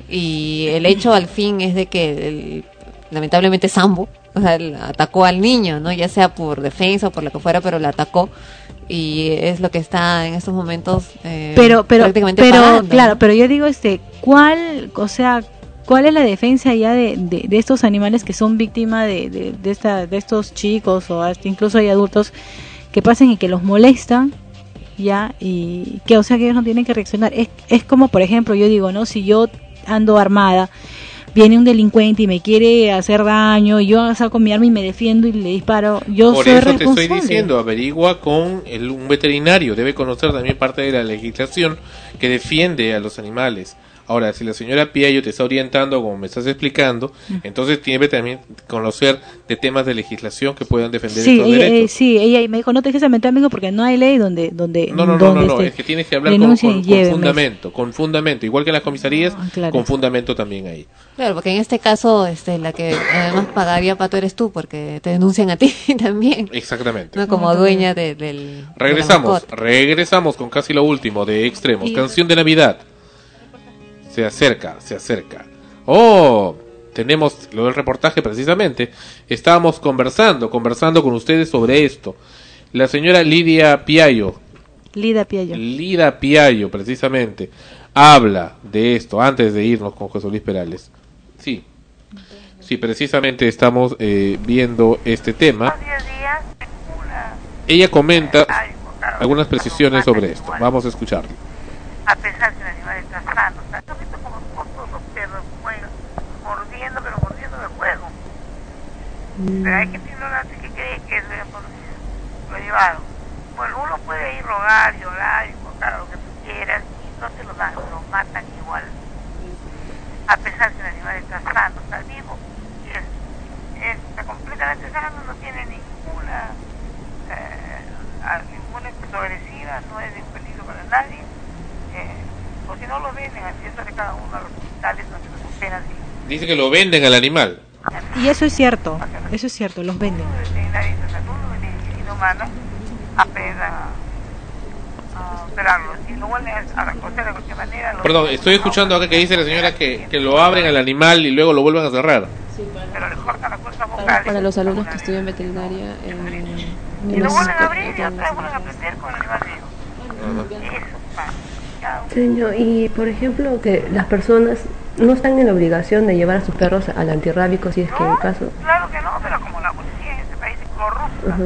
Y el hecho al fin es de que lamentablemente Sambo, o sea, atacó al niño, ¿no? Ya sea por defensa o por lo que fuera, pero lo atacó. Y es lo que está en estos momentos prácticamente pagando. Claro, pero yo digo, ¿cuál es la defensa ya de estos animales que son víctimas de estos chicos o hasta incluso hay adultos que pasan y que los molestan? Ya, y que o sea que ellos no tienen que reaccionar. Es como, por ejemplo, yo digo, ¿no? Si yo ando armada, viene un delincuente y me quiere hacer daño, y yo saco mi arma y me defiendo y le disparo, yo por soy eso responsable. te estoy diciendo, averigua con un veterinario, debe conocer también parte de la legislación que defiende a los animales. Ahora, si la señora Piayo te está orientando como me estás explicando, entonces tiene también conocer de temas de legislación que puedan defender estos derechos. Sí, ella me dijo, no te dejes meter, amigo, porque no hay ley donde no, es que tienes que hablar con fundamento, igual que en las comisarías, con fundamento también ahí. Claro, porque en este caso la que además pagaría pato eres tú, porque te denuncian a ti también. Exactamente. No como dueña del... Regresamos con casi lo último de Extremos, canción de Navidad. Se acerca. Oh, tenemos lo del reportaje precisamente. Estábamos conversando con ustedes sobre esto. La señora Lida Piayo, precisamente, habla de esto antes de irnos con José Luis Perales. Sí, precisamente estamos viendo este tema. Ella comenta algunas precisiones sobre esto. Vamos a escucharlo. A pesar que el animal está sano, o sea, yo he visto como todos los perros juegan, mordiendo de juego. Pero hay gente ignorante que cree que eso ya lo llevaron. Bueno, uno puede ir rogar, llorar, invocar lo que tú quieras y no te lo dan, lo matan igual. A pesar que el animal está sano, está vivo, y está completamente sano, no tiene ninguna expresión agresiva, no es de un peligro para nadie. O si no lo venden, así es de cada uno de los hospitales donde los operan. Dice que lo venden al animal. Y eso es cierto, los venden. Los veterinarios de salud, medicina humana, aprendan a operarlos. Y no vuelven a la cosa de cualquier manera. Perdón, estoy escuchando acá que dice la señora que lo abren al animal y luego lo vuelven a cerrar. Pero le cortan la cuerda vocal. Para los alumnos que estudian veterinaria y lo vuelven a abrir y otra vez vuelven a aprender con el animal vivo. Eso pasa. Señor, y por ejemplo que las personas no están en la obligación de llevar a sus perros al antirrábico si es que en caso... Claro que no, pero como la policía en este país es corrupta,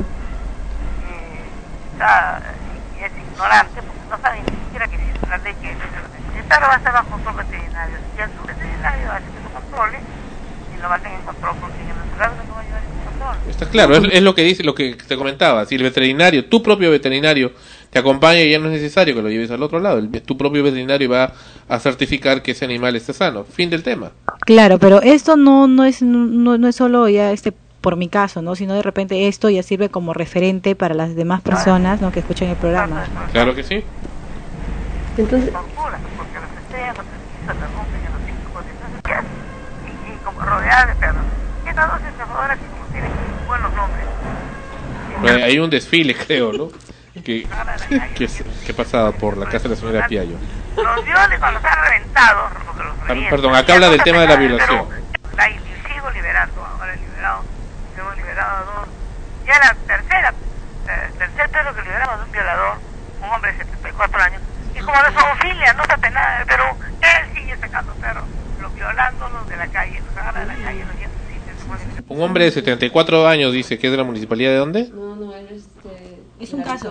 es ignorante, porque no sabe ni siquiera que existe la ley que el perro va a estar bajo control veterinario. Si ya su veterinario hace que lo controle y lo meten en control, porque en el antirrábico no va a llevar ningún control. Está claro, es lo que dice, lo que te comentaba. Si el veterinario, tu propio veterinario, te acompaña y ya no es necesario que lo lleves al otro lado. Tu propio veterinario va a certificar que ese animal está sano. Fin del tema. Claro, pero esto no es solo ya por mi caso, ¿no? Sino de repente esto ya sirve como referente para las demás personas, ¿no? Que escuchan el programa. Claro que sí. Entonces, ella no se atajó, ella no se equivocó, entonces ¿qué hace? Y como rodeada de perros. Y estas dos estafadoras que como tienen buenos nombres. Hay un desfile, creo, ¿no? Que pasaba por la casa de la señora Piallo. Los violes cuando están reventados, porque los revientan. Perdón, acá habla del tema de la violación. Y sigo liberando, ahora hemos liberado a dos. Ya la tercer perro que liberamos de un violador, un hombre de 74 años, y como de zoofilia, no está penada, pero él sigue sacando perros, violándolos de la calle, los agarra de la calle, los lleva a sitios. Un hombre de 74 años dice que es de la municipalidad de ¿dónde? No, él es un caso.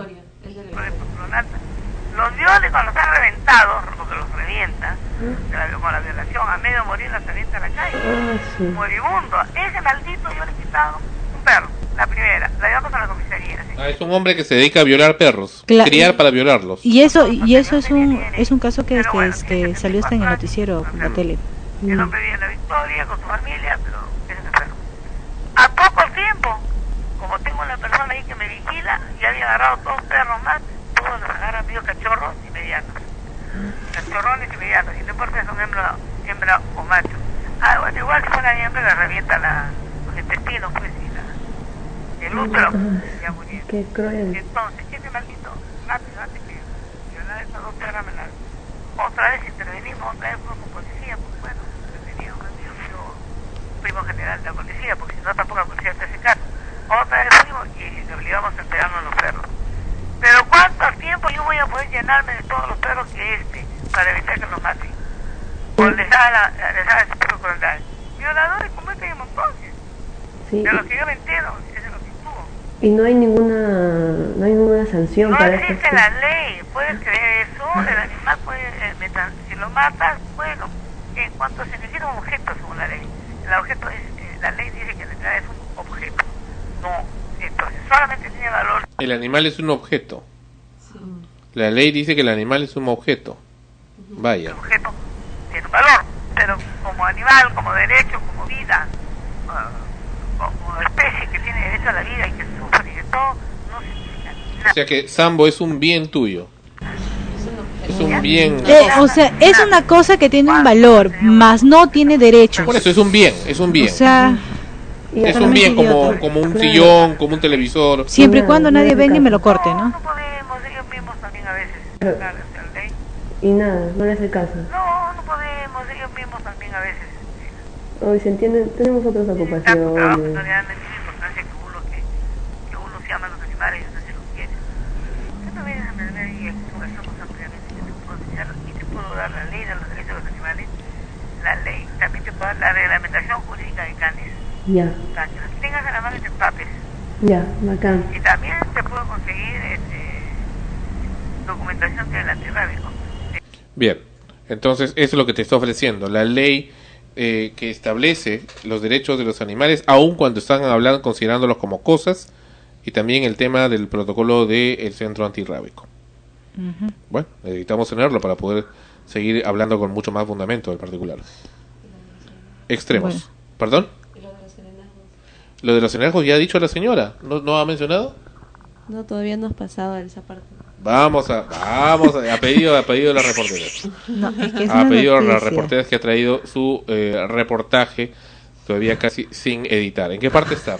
Los violes cuando están reventados, porque los revienta, con la violación, a medio morir los revienta a la calle. Moribundo. Ese maldito yo le he quitado un perro, la primera, la llevamos a la comisaría. ¿Sí? Es un hombre que se dedica a violar perros, criar para violarlos. Y eso es un caso que salió hasta en el noticiero por la tele. El hombre vive en la Victoria con su familia, pero es un perro. A poco tiempo, como tengo una persona ahí que me vigila, ya había agarrado 2 perros más, todos los agarran medio cachorros y medianos. Cachorrones y medianos, y no importa si son hembra o macho. Bueno, igual si fuera hembra le revienta los intestinos, pues, y el útero, ya murió. Qué cruel. Entonces, ese maldito, antes que violar esas 2 perras, otra vez intervenimos, otra vez con policía, pues bueno, tenía un amigo mío, primo general de la policía, porque si no tampoco la policía te hace caso. Otra vez fuimos y le obligamos a entregarnos los perros. Pero ¿cuánto tiempo yo voy a poder llenarme de todos los perros que para evitar que los maten? O les haga ese perro crueldad. Violadores como hay montones. Sí. De los que yo me entero, ese es lo que estuvo. Y no hay ninguna sanción no para existe la ley, puedes creer eso, el animal puede, si lo matas, bueno, en cuanto se necesita un objeto según la ley, la ley dice que la entrada es un objeto, no, entonces solamente tiene valor. El animal es un objeto. Sí. La ley dice que el animal es un objeto. Vaya. El objeto tiene un valor, pero como animal, como derecho, como vida, como especie que tiene derecho a la vida y que sufre y de todo, no significa nada. O sea que Sambo es un bien tuyo. Es un bien. O sea, es una cosa que tiene un valor, mas no tiene derechos. Por eso es un bien, es un bien. O sea, es un bien como un sillón, como un televisor. Siempre y cuando nadie venga y me lo corte, ¿no? No podemos, ellos mismos también a veces. Y nada, no le hace caso. No podemos, ellos mismos también a veces. Hoy se entiende, tenemos otras ocupaciones. No le dan la misma importancia que uno se ama a los animales y uno se los quiere. Yo también somos ampliamente, yo te puedo enseñar y te puedo dar la ley de los derechos de los animales, la ley, también te puedo dar la reglamentación jurídica de canes. Ya. Para que los tengas a la mano y te empapes. Ya, bacán. Y también te puedo conseguir documentación del antirrábico. Bien, entonces eso es lo que te está ofreciendo, la ley que establece los derechos de los animales, aun cuando están hablando, considerándolos como cosas, y también el tema del protocolo del centro antirrábico. Bueno, necesitamos tenerlo para poder seguir hablando con mucho más fundamento del particular. Extremos. Bueno. ¿Perdón? Lo de los serenazgos ya ha dicho la señora, ¿no ha mencionado? No, todavía no has pasado a esa parte. Vamos a pedido de las reporteras. No, es que es Ha una pedido a las noticia. reporteras que ha traído su reportaje todavía casi sin editar. ¿En qué parte está?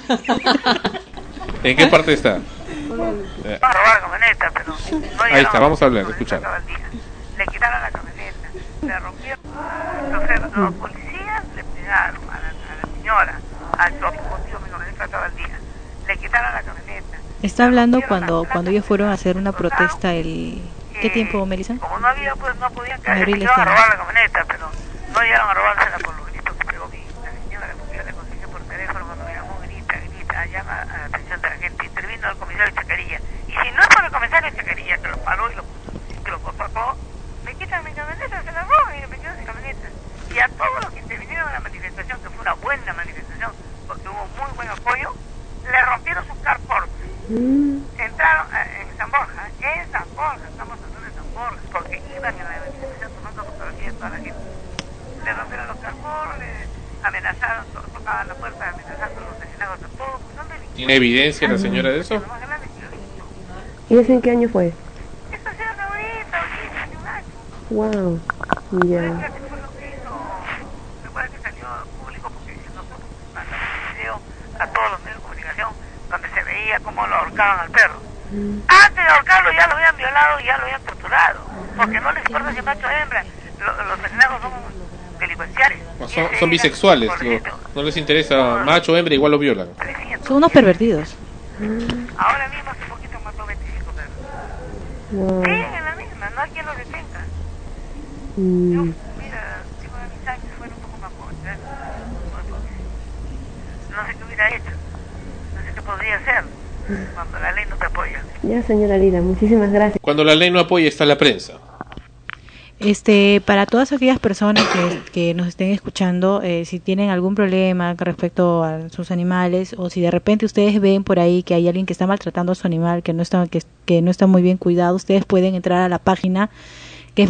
¿En qué parte está? Va a robar la camioneta, pero no Ahí está, vamos a hablar, escuchar. Le quitaron la camioneta, le rompieron. Los policías le pegaron a la señora, a su motivo, mi camioneta estaba al día. Le quitaron la camioneta. Está hablando cuando ellos fueron a hacer una protesta el... ¿Qué tiempo, Melissa? Como no había, pues no podían En caer, abril iban a este robar la camioneta, pero no llegaron a robársela por los gritos que pegó la señora, porque yo le conseguí por teléfono cuando me llamó, grita, llama a la atención de la gente, intervino el comisario Chacarilla, y si no es por el comisario Chacarilla que lo paró y lo sacó, me quitan mi camioneta, se la roban y me quedo sin camioneta. Y a todos los que intervinieron en la manifestación, que fue una buena manifestación, porque hubo muy buen apoyo, le rompieron su carport. Entraron en San Borja, estamos hablando de San Borja, porque iban en la manifestación tomando fotografías toda la gente. Le rompieron los carport, le amenazaron, tocaban la puerta amenazando a los asesinados a todos. ¿Tiene evidencia la señora de eso? ¿Y eso en qué año fue? Eso ha sido ahorita, hace un año. Wow. Ya. A todos los medios de comunicación donde se veía cómo lo ahorcaban al perro. Antes de ahorcarlo ya lo habían violado y ya lo habían torturado, porque no les importa si es macho o hembra. Los asesinatos son delincuenciales. Son bisexuales, no les interesa macho o hembra, igual lo violan. Son unos pervertidos. Ahora mismo hace poquito mató 25 perros. Wow. Siguen en la misma, no hay quien los detenga. Yo, mira, tengo mis años, fueron un poco más jóvenes. No sé qué hubiera hecho, no sé qué podría hacer cuando la ley no te apoya. Ya, señora Lida, muchísimas gracias. Cuando la ley no apoya está la prensa. Para todas aquellas personas que nos estén escuchando, si tienen algún problema con respecto a sus animales, o si de repente ustedes ven por ahí que hay alguien que está maltratando a su animal, que no está muy bien cuidado, ustedes pueden entrar a la página que es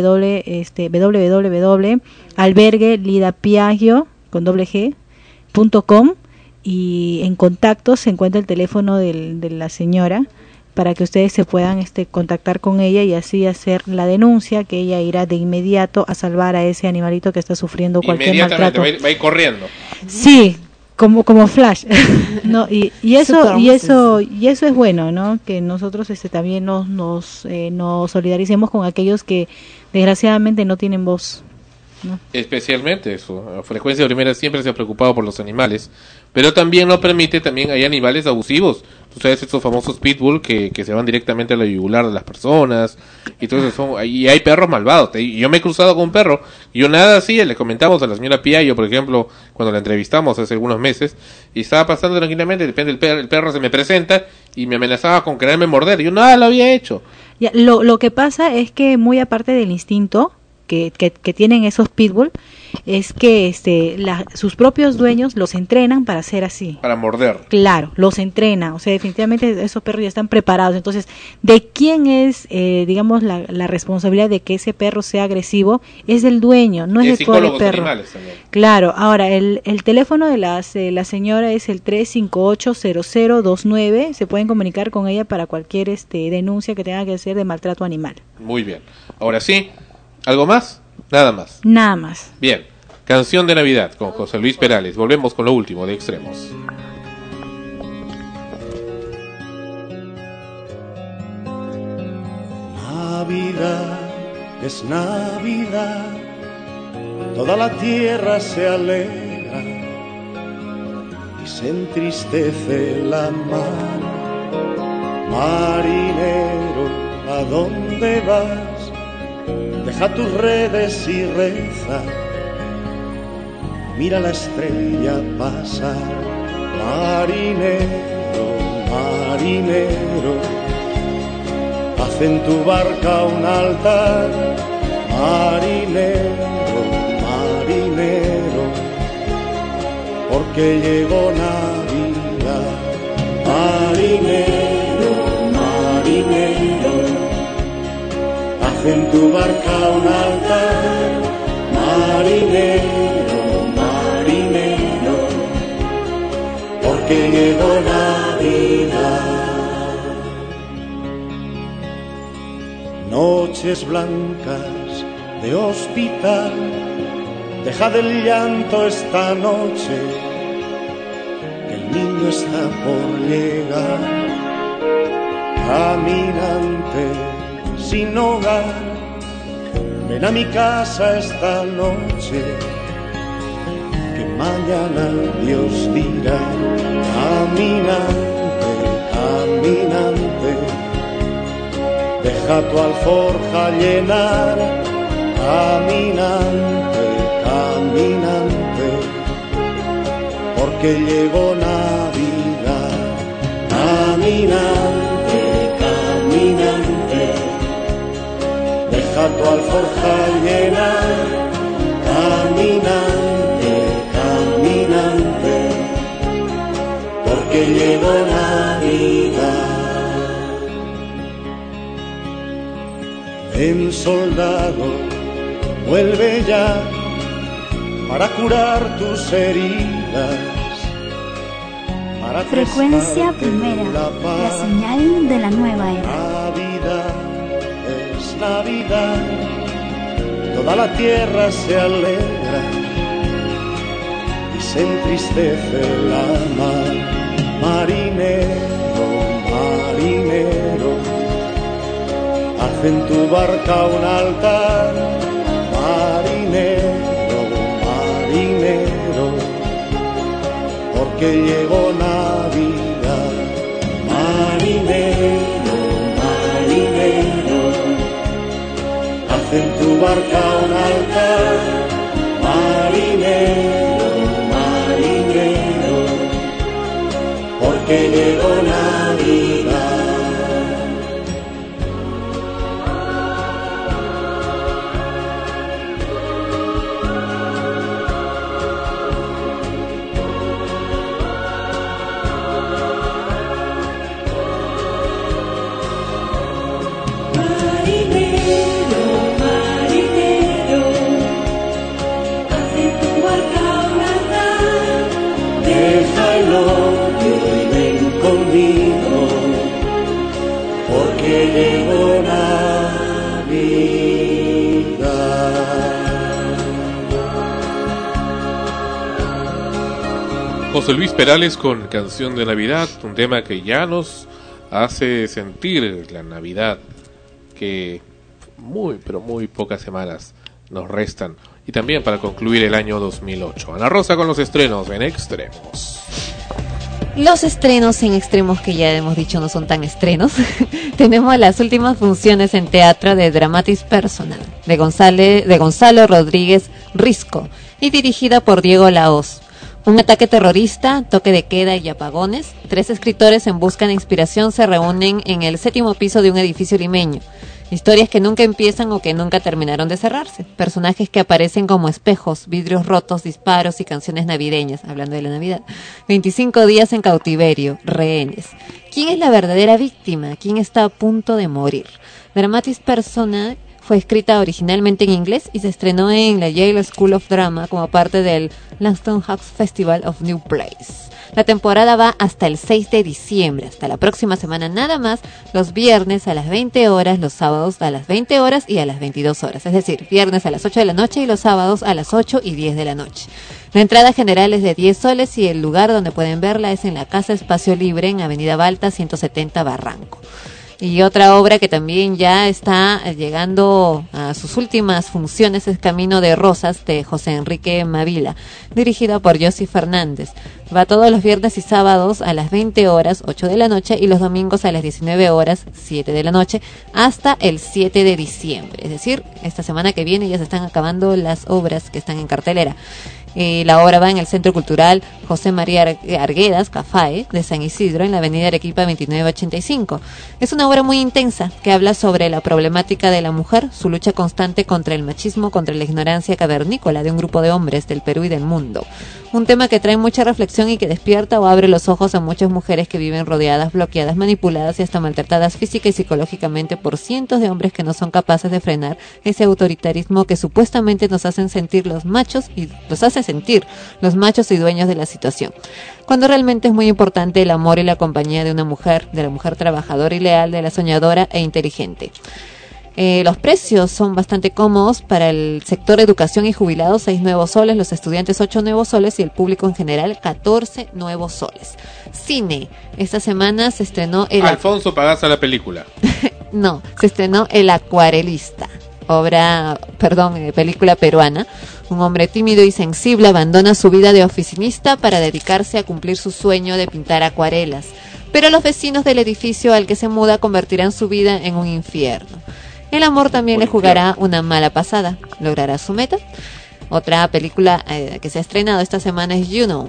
www.alberguelidapiaggio.com, y en contactos se encuentra el teléfono de la señora para que ustedes se puedan contactar con ella y así hacer la denuncia, que ella irá de inmediato a salvar a ese animalito que está sufriendo cualquier maltrato. Va a ir corriendo. Sí, como Flash. No, y eso es bueno, ¿no? Que nosotros también nos solidaricemos con aquellos que desgraciadamente no tienen voz, ¿no? Especialmente eso. Frecuencia Primera siempre se ha preocupado por los animales, pero también no permite, también hay animales abusivos. Tú sabes, estos famosos pitbull que se van directamente a la yugular de las personas, y entonces y hay perros malvados. Yo me he cruzado con un perro, y yo nada así, le comentamos a la señora Piaggio, por ejemplo, cuando la entrevistamos hace algunos meses, y estaba pasando tranquilamente, de repente el perro se me presenta y me amenazaba con quererme morder, y yo nada lo había hecho. Ya, lo que pasa es que muy aparte del instinto que tienen esos pitbull, es que sus propios dueños los entrenan para ser así. Para morder. Claro, los entrenan. O sea, definitivamente esos perros ya están preparados. Entonces, ¿de quién es, digamos, la responsabilidad de que ese perro sea agresivo? Es del dueño, no es del pobre perro. Claro, ahora, el teléfono de la señora es el 358-0029. Se pueden comunicar con ella para cualquier denuncia que tenga que hacer de maltrato animal. Muy bien. Ahora sí, ¿algo más? Nada más. Nada más. Bien, canción de Navidad con José Luis Perales. Volvemos con lo último de Extremos. Navidad es Navidad, toda la tierra se alegra y se entristece la mar. Marinero, ¿a dónde vas? Deja tus redes y reza, mira la estrella pasar. Marinero, marinero, haz en tu barca un altar. Marinero, marinero, porque llegó Navidad. Marinero, marinero, en tu barca un altar. Marinero, marinero, porque llegó Navidad. Noches blancas de hospital, deja del llanto esta noche, que el niño está por llegar. Caminante sin hogar, ven a mi casa esta noche, que mañana Dios dirá. Caminante, caminante, deja tu alforja llenar. Caminante, caminante, porque llegó Navidad. Caminante, caminante, deja tu alforja llenar. Caminante, caminante, porque llegó Navidad. Ven, soldado, vuelve ya para curar tus heridas. Para Frecuencia Primera, la señal de la nueva era. Navidad es Navidad, toda la tierra se alegra y se entristece la mar. Marinero, marinero, haz en tu barca un altar. Marinero, marinero, porque llegó Navidad. Marinero, marinero, haz en tu barca un altar. Marinero, marinero, porque llegó Navidad. Llegó Navidad. José Luis Perales con Canción de Navidad, un tema que ya nos hace sentir la Navidad, que muy pero muy pocas semanas nos restan, y también para concluir el año 2008. Ana Rosa con los estrenos en Extremos. Los estrenos en Extremos, que ya hemos dicho no son tan estrenos. Tenemos las últimas funciones en teatro de Dramatis Personal, de Gonzalo Rodríguez Risco, y dirigida por Diego Lahoz. Un ataque terrorista, toque de queda y apagones. 3 escritores en busca de inspiración se reúnen en el 7º piso de un edificio limeño. Historias que nunca empiezan o que nunca terminaron de cerrarse. Personajes que aparecen como espejos, vidrios rotos, disparos y canciones navideñas, hablando de la Navidad. 25 días en cautiverio, rehenes. ¿Quién es la verdadera víctima? ¿Quién está a punto de morir? Dramatis Personal fue escrita originalmente en inglés y se estrenó en la Yale School of Drama como parte del Langston Hughes Festival of New Plays. La temporada va hasta el 6 de diciembre, hasta la próxima semana nada más, los viernes a las 20 horas, los sábados a las 20 horas y a las 22 horas. Es decir, viernes a las 8 de la noche y los sábados a las 8 y 10 de la noche. La entrada general es de 10 soles y el lugar donde pueden verla es en la Casa Espacio Libre en Avenida Balta 170 Barranco. Y otra obra que también ya está llegando a sus últimas funciones es Camino de Rosas, de José Enrique Mavila, dirigida por Yossi Fernández. Va todos los viernes y sábados a las 20 horas, 8 de la noche, y los domingos a las 19 horas, 7 de la noche, hasta el 7 de diciembre. Es decir, esta semana que viene ya se están acabando las obras que están en cartelera. La obra va en el Centro Cultural José María Arguedas, CAFAE, de San Isidro, en la avenida Arequipa 2985. Es una obra muy intensa que habla sobre la problemática de la mujer, su lucha constante contra el machismo, contra la ignorancia cavernícola de un grupo de hombres del Perú y del mundo. Un tema que trae mucha reflexión y que despierta o abre los ojos a muchas mujeres que viven rodeadas, bloqueadas, manipuladas y hasta maltratadas física y psicológicamente por cientos de hombres que no son capaces de frenar ese autoritarismo que supuestamente nos hacen sentir los machos y los machos y dueños de la situación. Cuando realmente es muy importante el amor y la compañía de la mujer trabajadora y leal, de la soñadora e inteligente. Los precios son bastante cómodos para el sector educación y jubilados, 6 nuevos soles, los estudiantes 8 nuevos soles y el público en general 14 nuevos soles. Cine, esta semana se estrenó Alfonso Pagaza la película. No, se estrenó El Acuarelista, película peruana. Un hombre tímido y sensible abandona su vida de oficinista para dedicarse a cumplir su sueño de pintar acuarelas. Pero los vecinos del edificio al que se muda convertirán su vida en un infierno. El amor también le jugará una mala pasada. ¿Logrará su meta? Otra película que se ha estrenado esta semana es Juno.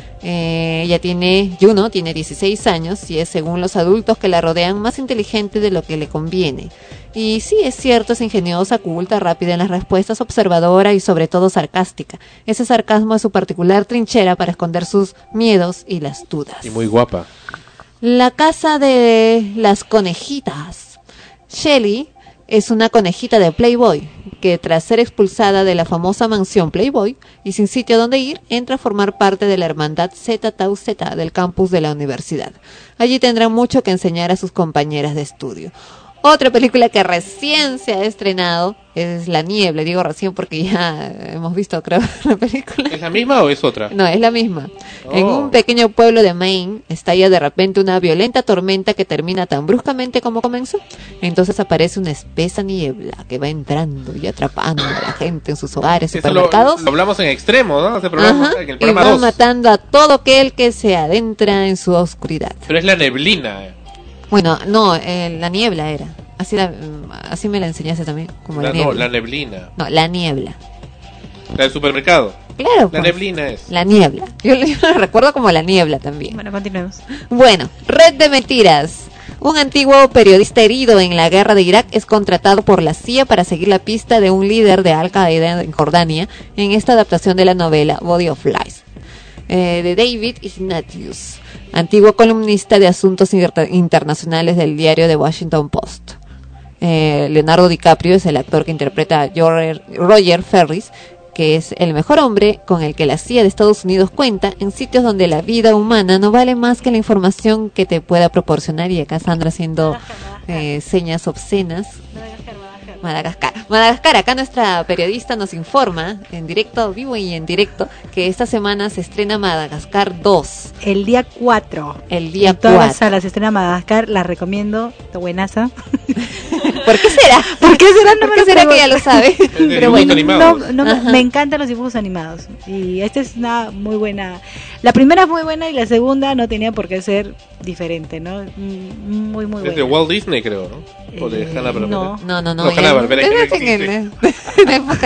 Juno tiene 16 años y es, según los adultos que la rodean, más inteligente de lo que le conviene. Y sí, es cierto, es ingeniosa, culta, rápida en las respuestas, observadora y sobre todo sarcástica. Ese sarcasmo es su particular trinchera para esconder sus miedos y las dudas. Y muy guapa. La casa de las conejitas. Shelly es una conejita de Playboy que, tras ser expulsada de la famosa mansión Playboy y sin sitio donde ir, entra a formar parte de la hermandad Zeta Tau Zeta del campus de la universidad. Allí tendrá mucho que enseñar a sus compañeras de estudio. Otra película que recién se ha estrenado es La Niebla, digo recién porque ya hemos visto, creo, la película. ¿Es la misma o es otra? No, es la misma. Oh. En un pequeño pueblo de Maine estalla de repente una violenta tormenta que termina tan bruscamente como comenzó. Entonces aparece una espesa niebla que va entrando y atrapando a la gente en sus hogares, Eso supermercados. lo hablamos en extremo, ¿no? Ese programa, Ajá, en el y programa va 2. matando a todo aquel que se adentra en su oscuridad. Pero es la neblina. Bueno, no, la niebla era. Así me la enseñaste también, como la niebla. No, la neblina. No, la niebla. La del supermercado. Claro, La pues. neblina es. La niebla. Yo la recuerdo como la niebla también. Bueno, continuemos. Bueno, red de mentiras. Un antiguo periodista herido en la guerra de Irak es contratado por la CIA para seguir la pista de un líder de Al-Qaeda en Jordania en esta adaptación de la novela Body of Lies, de David Ignatius, antiguo columnista de asuntos internacionales del diario The Washington Post. Leonardo DiCaprio es el actor que interpreta a Roger Ferris, que es el mejor hombre con el que la CIA de Estados Unidos cuenta en sitios donde la vida humana no vale más que la información que te pueda proporcionar. Y acá Sandra haciendo señas obscenas. Madagascar, acá nuestra periodista nos informa en directo, vivo y en directo, que esta semana se estrena Madagascar 2. El día 4. El día en todas 4. las salas se estrena Madagascar, la recomiendo, está buenaza. ¿Por qué será? ¿Por qué será? No ¿Por me qué lo será que pregunto. ya lo sabe? Pero bueno, me encantan los dibujos animados. Y esta es una muy buena. La primera es muy buena y la segunda no tenía por qué ser diferente, ¿no? Muy, muy buena. Es de Walt Disney, creo, ¿no? O de Hanna-Barbera. No, Hanna-Barbera. En la época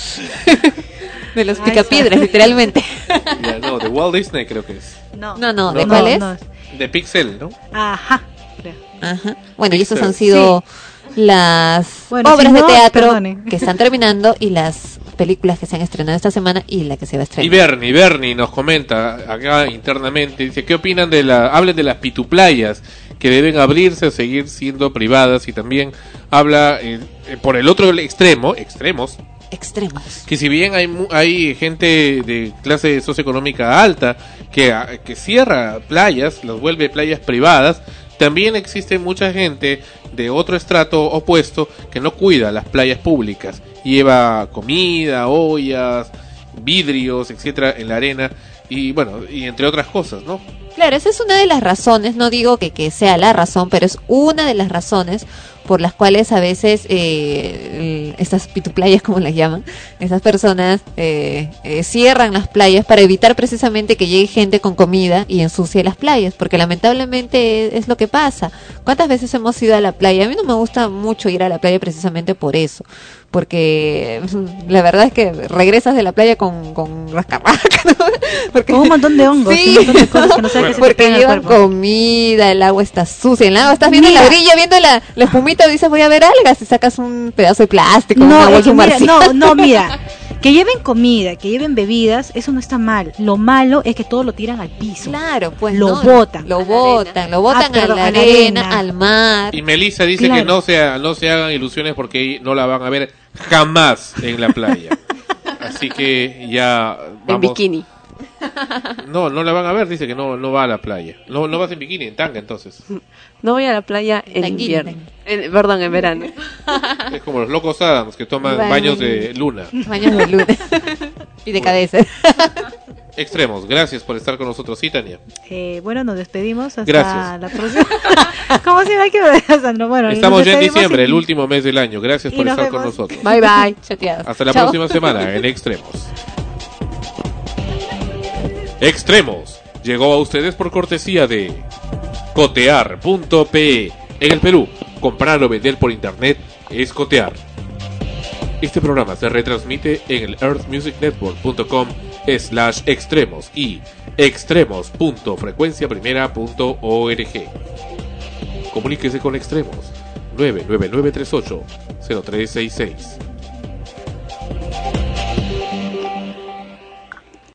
de los picapiedras, literalmente. Ya, no, de Walt Disney creo que es. No, ¿de cuál es? De Pixel, ¿no? Ajá. Ajá. Bueno, y esas Pixel. han sido las Bueno, obras si no, de teatro perdonen. que están terminando y las películas que se han estrenado esta semana y la que se va a Y estrenar. Bernie nos comenta acá internamente, dice, ¿qué opinan hablen de las pituplayas que deben abrirse o seguir siendo privadas? Y también habla por el otro extremos, que si bien hay gente de clase socioeconómica alta que cierra playas, las vuelve playas privadas, también existe mucha gente de otro estrato opuesto que no cuida las playas públicas, lleva comida, ollas, vidrios, etcétera, en la arena, y bueno, y entre otras cosas, ¿no? Claro, esa es una de las razones, no digo que sea la razón, pero es una de las razones por las cuales a veces estas pituplayas, como las llaman, esas personas cierran las playas para evitar precisamente que llegue gente con comida y ensucie las playas, porque lamentablemente es lo que pasa. ¿Cuántas veces hemos ido a la playa? A mí no me gusta mucho ir a la playa precisamente por eso, porque la verdad es que regresas de la playa con las carracas, ¿no? Porque, con un montón de hongos, sí, un montón de cosas que no sabes que se te porque pegan al llevan cuerpo. comida, el agua está sucia, el agua estás viendo en la orilla, viendo la espumita, dices voy a ver algas y sacas un pedazo de plástico, una No, es bolsa, que un mira, marciano. mira, que lleven comida, que lleven bebidas, eso no está mal. Lo malo es que todo lo tiran al piso. Claro, pues lo no, botan. Lo botan perdón, a la arena, al mar. Y Melissa dice Claro. que no se hagan ilusiones porque no la van a ver jamás en la playa. Así que ya vamos. En bikini. No la van a ver, dice que no va a la playa. No vas en bikini, en tanga entonces. No voy a la playa en Tanguín, invierno. Perdón, en verano. Es como los locos Adams que toman baños de luna. Baños de luna. Y de cabeza. Extremos, gracias por estar con nosotros, sí, Tania. Bueno, nos despedimos hasta Gracias. la próxima. ¿Cómo se va que Sandro? Bueno, Estamos nos ya en despedimos diciembre, y- el último mes del año. Gracias y por nos estar con vemos. nosotros. Bye bye. Chateados. Hasta la Chao. próxima semana en Extremos. Extremos llegó a ustedes por cortesía de cotear.pe. En el Perú, comprar o vender por internet es cotear. Este programa se retransmite en el earthmusicnetwork.com/extremos y extremos.frecuenciaprimera.org. Comuníquese con Extremos 99938 0366.